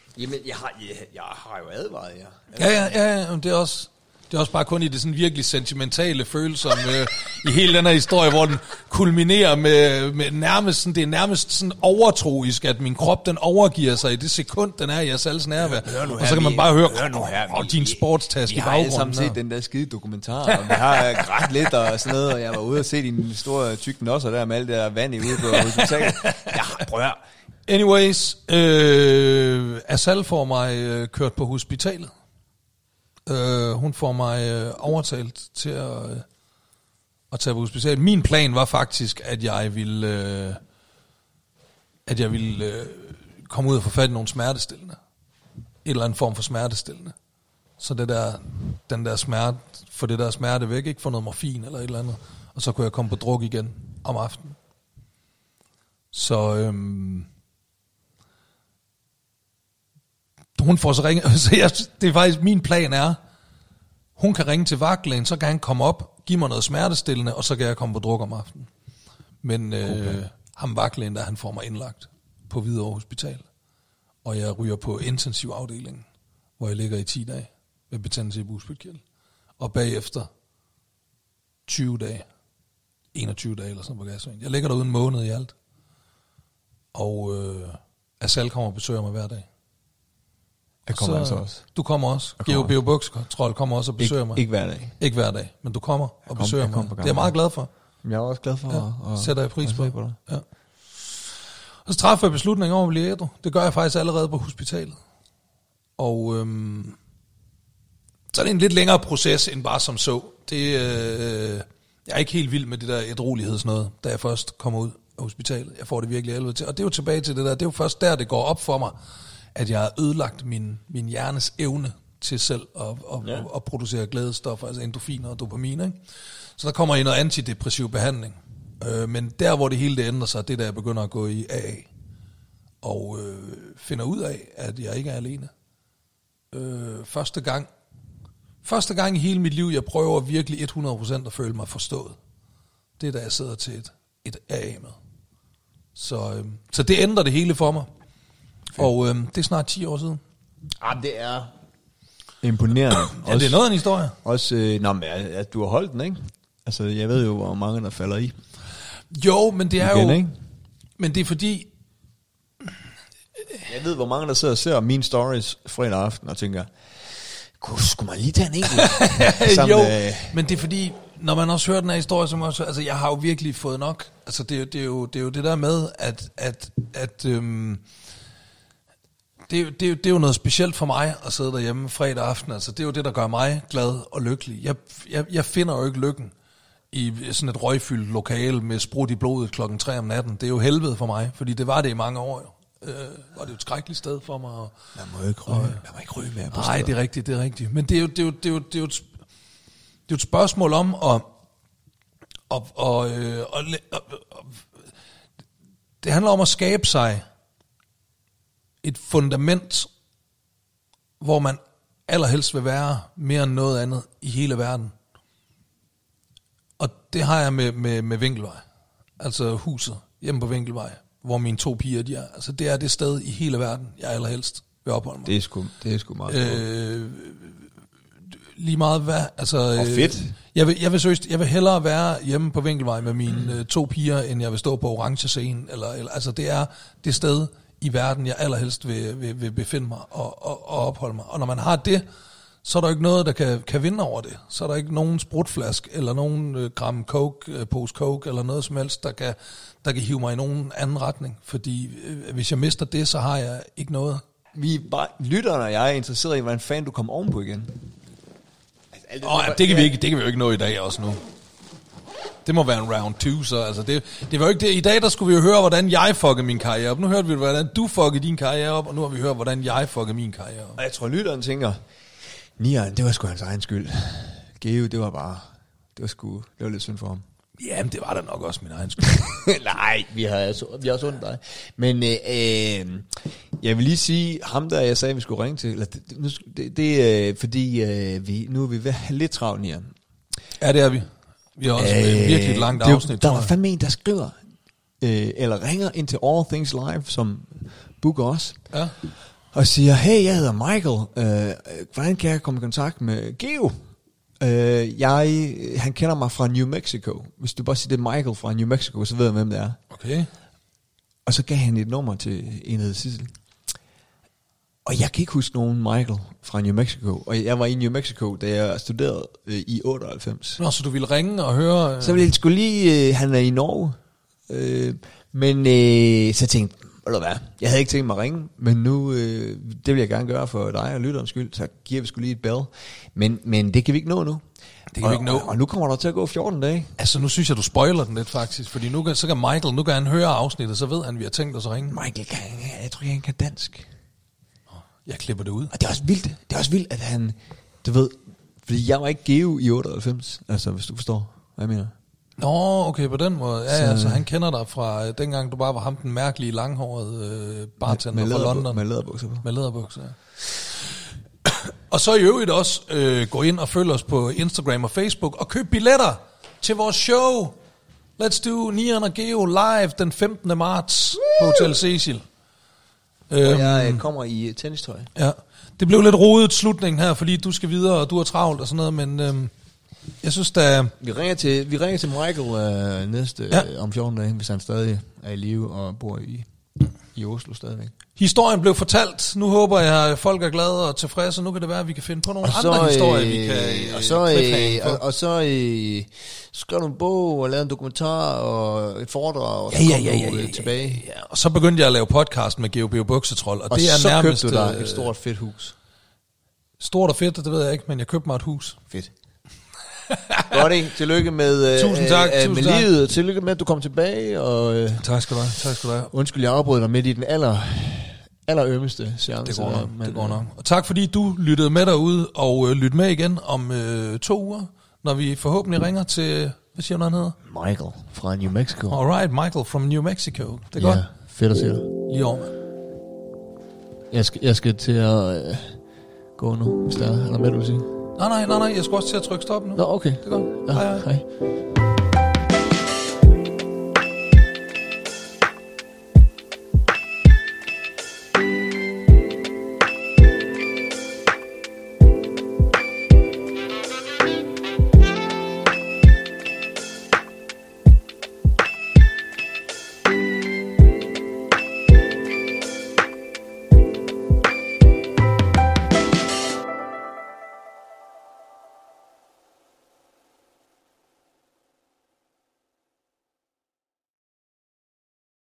Jamen, jeg har, jeg, jeg har jo advaret jer. Ja, ja, ja, ja, men det er også... Det er også bare kun i det sådan virkelig sentimentale følelser med, i hele den her historie, hvor den kulminerer med, med nærmest sådan, det er nærmest sådan overtroisk, at min krop, den overgiver sig i det sekund, den er i jeres alles nærvær. Og så kan man bare høre, hør nu her, og din sportstaske i baggrunden. Vi har alle sammen set den der skide dokumentar, og vi har grædt lidt og sådan noget, og jeg var ude og se din store tyk nosser der med alt det der vand i ude på hospitalet. Ja, prøv at. Anyways, øh, Asal får mig øh, kørt på hospitalet. Uh, hun får mig uh, overtalt til at, uh, at tage på hospitalet. Min plan var faktisk, at jeg ville, uh, at jeg ville uh, komme ud og få fat i nogle smertestillende. Et eller andet form for smertestillende. Så det der, den der smerte, for det der smerte væk, ikke få noget morfin eller et eller andet. Og så kunne jeg komme på druk igen om aftenen. Så øhm, hun får så ringe, så jeg, det er faktisk, min plan er, hun kan ringe til vagtlægen, så kan han komme op, give mig noget smertestillende, og så kan jeg komme på druk om aftenen. Men øh, okay. ham vagtlægen, der han får mig indlagt på Hvidovre Hospital, og jeg ryger på intensivafdelingen, hvor jeg ligger i ti dage med betændelse i bugspytkirtel. Og bagefter tyve dage, enogtyve dage eller sådan på gasvand. Jeg ligger derude en måned i alt. Og øh, Asal kommer og besøger mig hver dag. Jeg kommer så, altså også. Du kommer også. Geo Beo Buks, tror jeg, kommer også og besøger Ik- mig. Ikke hver dag. Ikke hver dag, men du kommer og kom, besøger mig. Det er jeg meget glad for. Jeg er også glad for ja, at... Sætter jeg pris på. på dig. Ja. Og så træffer jeg beslutningen om at blive ædru. Det gør jeg faktisk allerede på hospitalet. Og øhm, så er det en lidt længere proces end bare som så. Det, øh, jeg er ikke helt vild med det der ædruelighedsnøde, da jeg først kommer ud af hospitalet. Jeg får det virkelig helvede til. Og det er jo tilbage til det der. Det er jo først der, det går op for mig, at jeg har ødelagt min, min hjernes evne til selv at, at, ja. at, at producere glædestoffer, altså endorfiner og dopamin. Ikke? Så der kommer i noget antidepressiv behandling. Øh, men der, hvor det hele det ændrer sig, det er, da jeg begynder at gå i A A. Og øh, finder ud af, at jeg ikke er alene. Øh, første gang, første gang i hele mit liv, jeg prøver virkelig hundrede procent at føle mig forstået. Det er, da jeg sidder til et, et A A med. Så, øh, så det ændrer det hele for mig. Og øh, det er snart ti år siden. Ah, det er imponerende. Ja, det er noget af en historie. Også, øh, nå, men at du har holdt den, ikke? Altså, jeg ved jo, hvor mange der falder i. Jo, men det er Igen, jo... ikke? Men det er fordi... Jeg ved, hvor mange der sidder og ser mine stories fredag aften og tænker, kunne skulle man lige tage en enkelt? Jo, med... men det er fordi, når man også hører den her historie, som også, altså jeg har jo virkelig fået nok. Altså det er, det er, jo, det er jo det der med, at... at, at øhm, Det er, det, er, det er jo noget specielt for mig at sidde derhjemme fredag aften. Altså, det er jo det, der gør mig glad og lykkelig. Jeg, jeg, jeg finder jo ikke lykken i sådan et røgfyldt lokale med sprut i blodet klokken tre om natten. Det er jo helvede for mig, fordi det var det i mange år. Jo. Øh, var det jo et skrækkeligt sted for mig. Og, man må ikke ryge, man må ikke ryge mere på nej, det er rigtigt, det er rigtigt. Men det er jo, det er jo, det er jo, det er jo, et, det er jo et spørgsmål om at... Og, og, øh, og, og, og, det handler om at skabe sig et fundament, hvor man allerhelst vil være mere end noget andet i hele verden. Og det har jeg med, med, med Vinkelvej. Altså huset hjemme på Vinkelvej, hvor mine to piger de er. Altså det er det sted i hele verden, jeg allerhelst vil opholde mig. Det er sgu, det er sgu meget øh, lige meget hvad. Altså, og fedt. Øh, jeg, vil, jeg, vil søst, jeg vil hellere være hjemme på Vinkelvej med mine øh, to piger, end jeg vil stå på orange scene. Eller, eller, altså det er det sted i verden, jeg allerhelst vil, vil, vil befinde mig og, og, og opholde mig. Og når man har det, så er der ikke noget, der kan, kan vinde over det. Så er der ikke nogen sprutflask, eller nogen øh, gram coke, øh, pose coke, eller noget som helst, der kan, der kan hive mig i nogen anden retning. Fordi øh, hvis jeg mister det, så har jeg ikke noget. Vi bare, lytterne og jeg er interesseret i, hvordan fanden du kommer ovenpå igen. Altså, oh, det, det, kan vi ikke, det kan vi jo ikke nå i dag også nu. Det må være en round two, så altså det, det var jo ikke det. I dag der skulle vi jo høre, hvordan jeg fuckede min karriere op. Nu hørte vi, hvordan du fuckede din karriere op, og nu har vi hørt, hvordan jeg fuckede min karriere op. Og jeg tror, lytteren tænker, Nieren, det var sgu hans egen skyld. Geo, det var bare, det var sgu, det var lidt synd for ham. Jamen, det var da nok også min egen skyld. Nej, vi har, vi har også ondt dig. Men øh, øh, jeg vil lige sige, ham der, jeg sagde, vi skulle ringe til, eller det, det, det øh, fordi øh, vi, nu er vi ved at have lidt travlt, Nieren. Ja, det er vi. Vi har også øh, virkelig et langt afsnit. Der var fandme en, der skriver, øh, eller ringer ind til All Things Live, som booker os. Ja. og siger, hey, jeg hedder Michael, øh, hvordan kan jeg komme i kontakt med Geo? Øh, jeg, han kender mig fra New Mexico. Hvis du bare siger, det er Michael fra New Mexico, så ved jeg, hvem det er. Okay. Og så gav han et nummer til en, der hed Sissel. Og jeg kan ikke huske nogen Michael fra New Mexico. Og jeg var i New Mexico, da jeg studerede øh, i otteoghalvfems. Nå, så du ville ringe og høre... Øh... Så ville jeg sgu lige... Øh, han er i Norge. Øh, men øh, så tænkte jeg, hvad, jeg havde ikke tænkt mig at ringe, men nu, øh, det vil jeg gerne gøre for dig og lytterens skyld, så giver vi sgu lige et bell. Men, men det kan vi ikke nå nu. Det kan og, vi ikke nå. Og, og nu kommer der til at gå fjorten dage. Altså, nu synes jeg, du spoiler den lidt faktisk, fordi nu kan, så kan Michael, nu kan han høre afsnittet, så ved han, vi har tænkt os at ringe. Michael kan, jeg tror ikke, han kan dansk. Jeg klipper det ud. Og det er også vildt, det er også vildt, at han, du ved, fordi jeg var ikke Geo i otteoghalvfems, altså hvis du forstår, hvad jeg mener. Nå, okay, på den måde. Ja, så, ja, så han kender dig fra øh, dengang, du bare var ham, den mærkelige, langhårede øh, bartender med, med fra London. Med læderbukser på. Med læderbukser, ja. Og så i øvrigt også øh, gå ind og følg os på Instagram og Facebook, og køb billetter til vores show. Let's do Nian og Geo live den femtende marts på Hotel Cecil. Og jeg kommer i tennistøj. Ja, det blev lidt rodet slutningen her, fordi du skal videre, og du er travlt og sådan noget, men øhm, jeg synes da... Vi ringer til, vi ringer til Michael øh, næste ja. øh, om fjorten dage, hvis han stadig er i live og bor i, i Oslo stadigvæk. Historien blev fortalt. Nu håber jeg, at folk er glade og tilfredse, nu kan det være, at vi kan finde på nogle og andre så, historier, øh, vi kan... Og så, øh, og, og så øh, skrev du en bog og lavede en dokumentar og et foredrag, og så ja, kom ja, ja, du ja, øh, tilbage. Ja, og så begyndte jeg at lave podcast med Geo Bio Buksetrold, og, og det er så nærmest... købte du dig et stort fedt hus. Stort og fedt, det ved jeg ikke, men jeg købte mig et hus. Fedt. Godt, ikke? Tillykke med, tusind tak, øh, tusind med tak. livet. Tillykke med, at du kom tilbage. Og, øh, tak skal du have. Tak skal du have. Undskyld, jeg afbrød dig midt i den aller, aller ømmeste seance. Det går nok, men, det går nok. Og tak fordi du lyttede med derude, og øh, lyt med igen om øh, to uger, når vi forhåbentlig ringer til, hvad siger du, han hedder? Michael fra New Mexico. Alright, Michael from New Mexico. Det er ja, godt. Fedt at se dig. Lige over, mand. Jeg skal, jeg skal til at øh, gå nu, hvis der er, er der med, du vil sige. Nej, nej, nej, nej, jeg skal også til at trykke stop nu. Nå, okay. Det er godt. Ja, hej, hej. hej.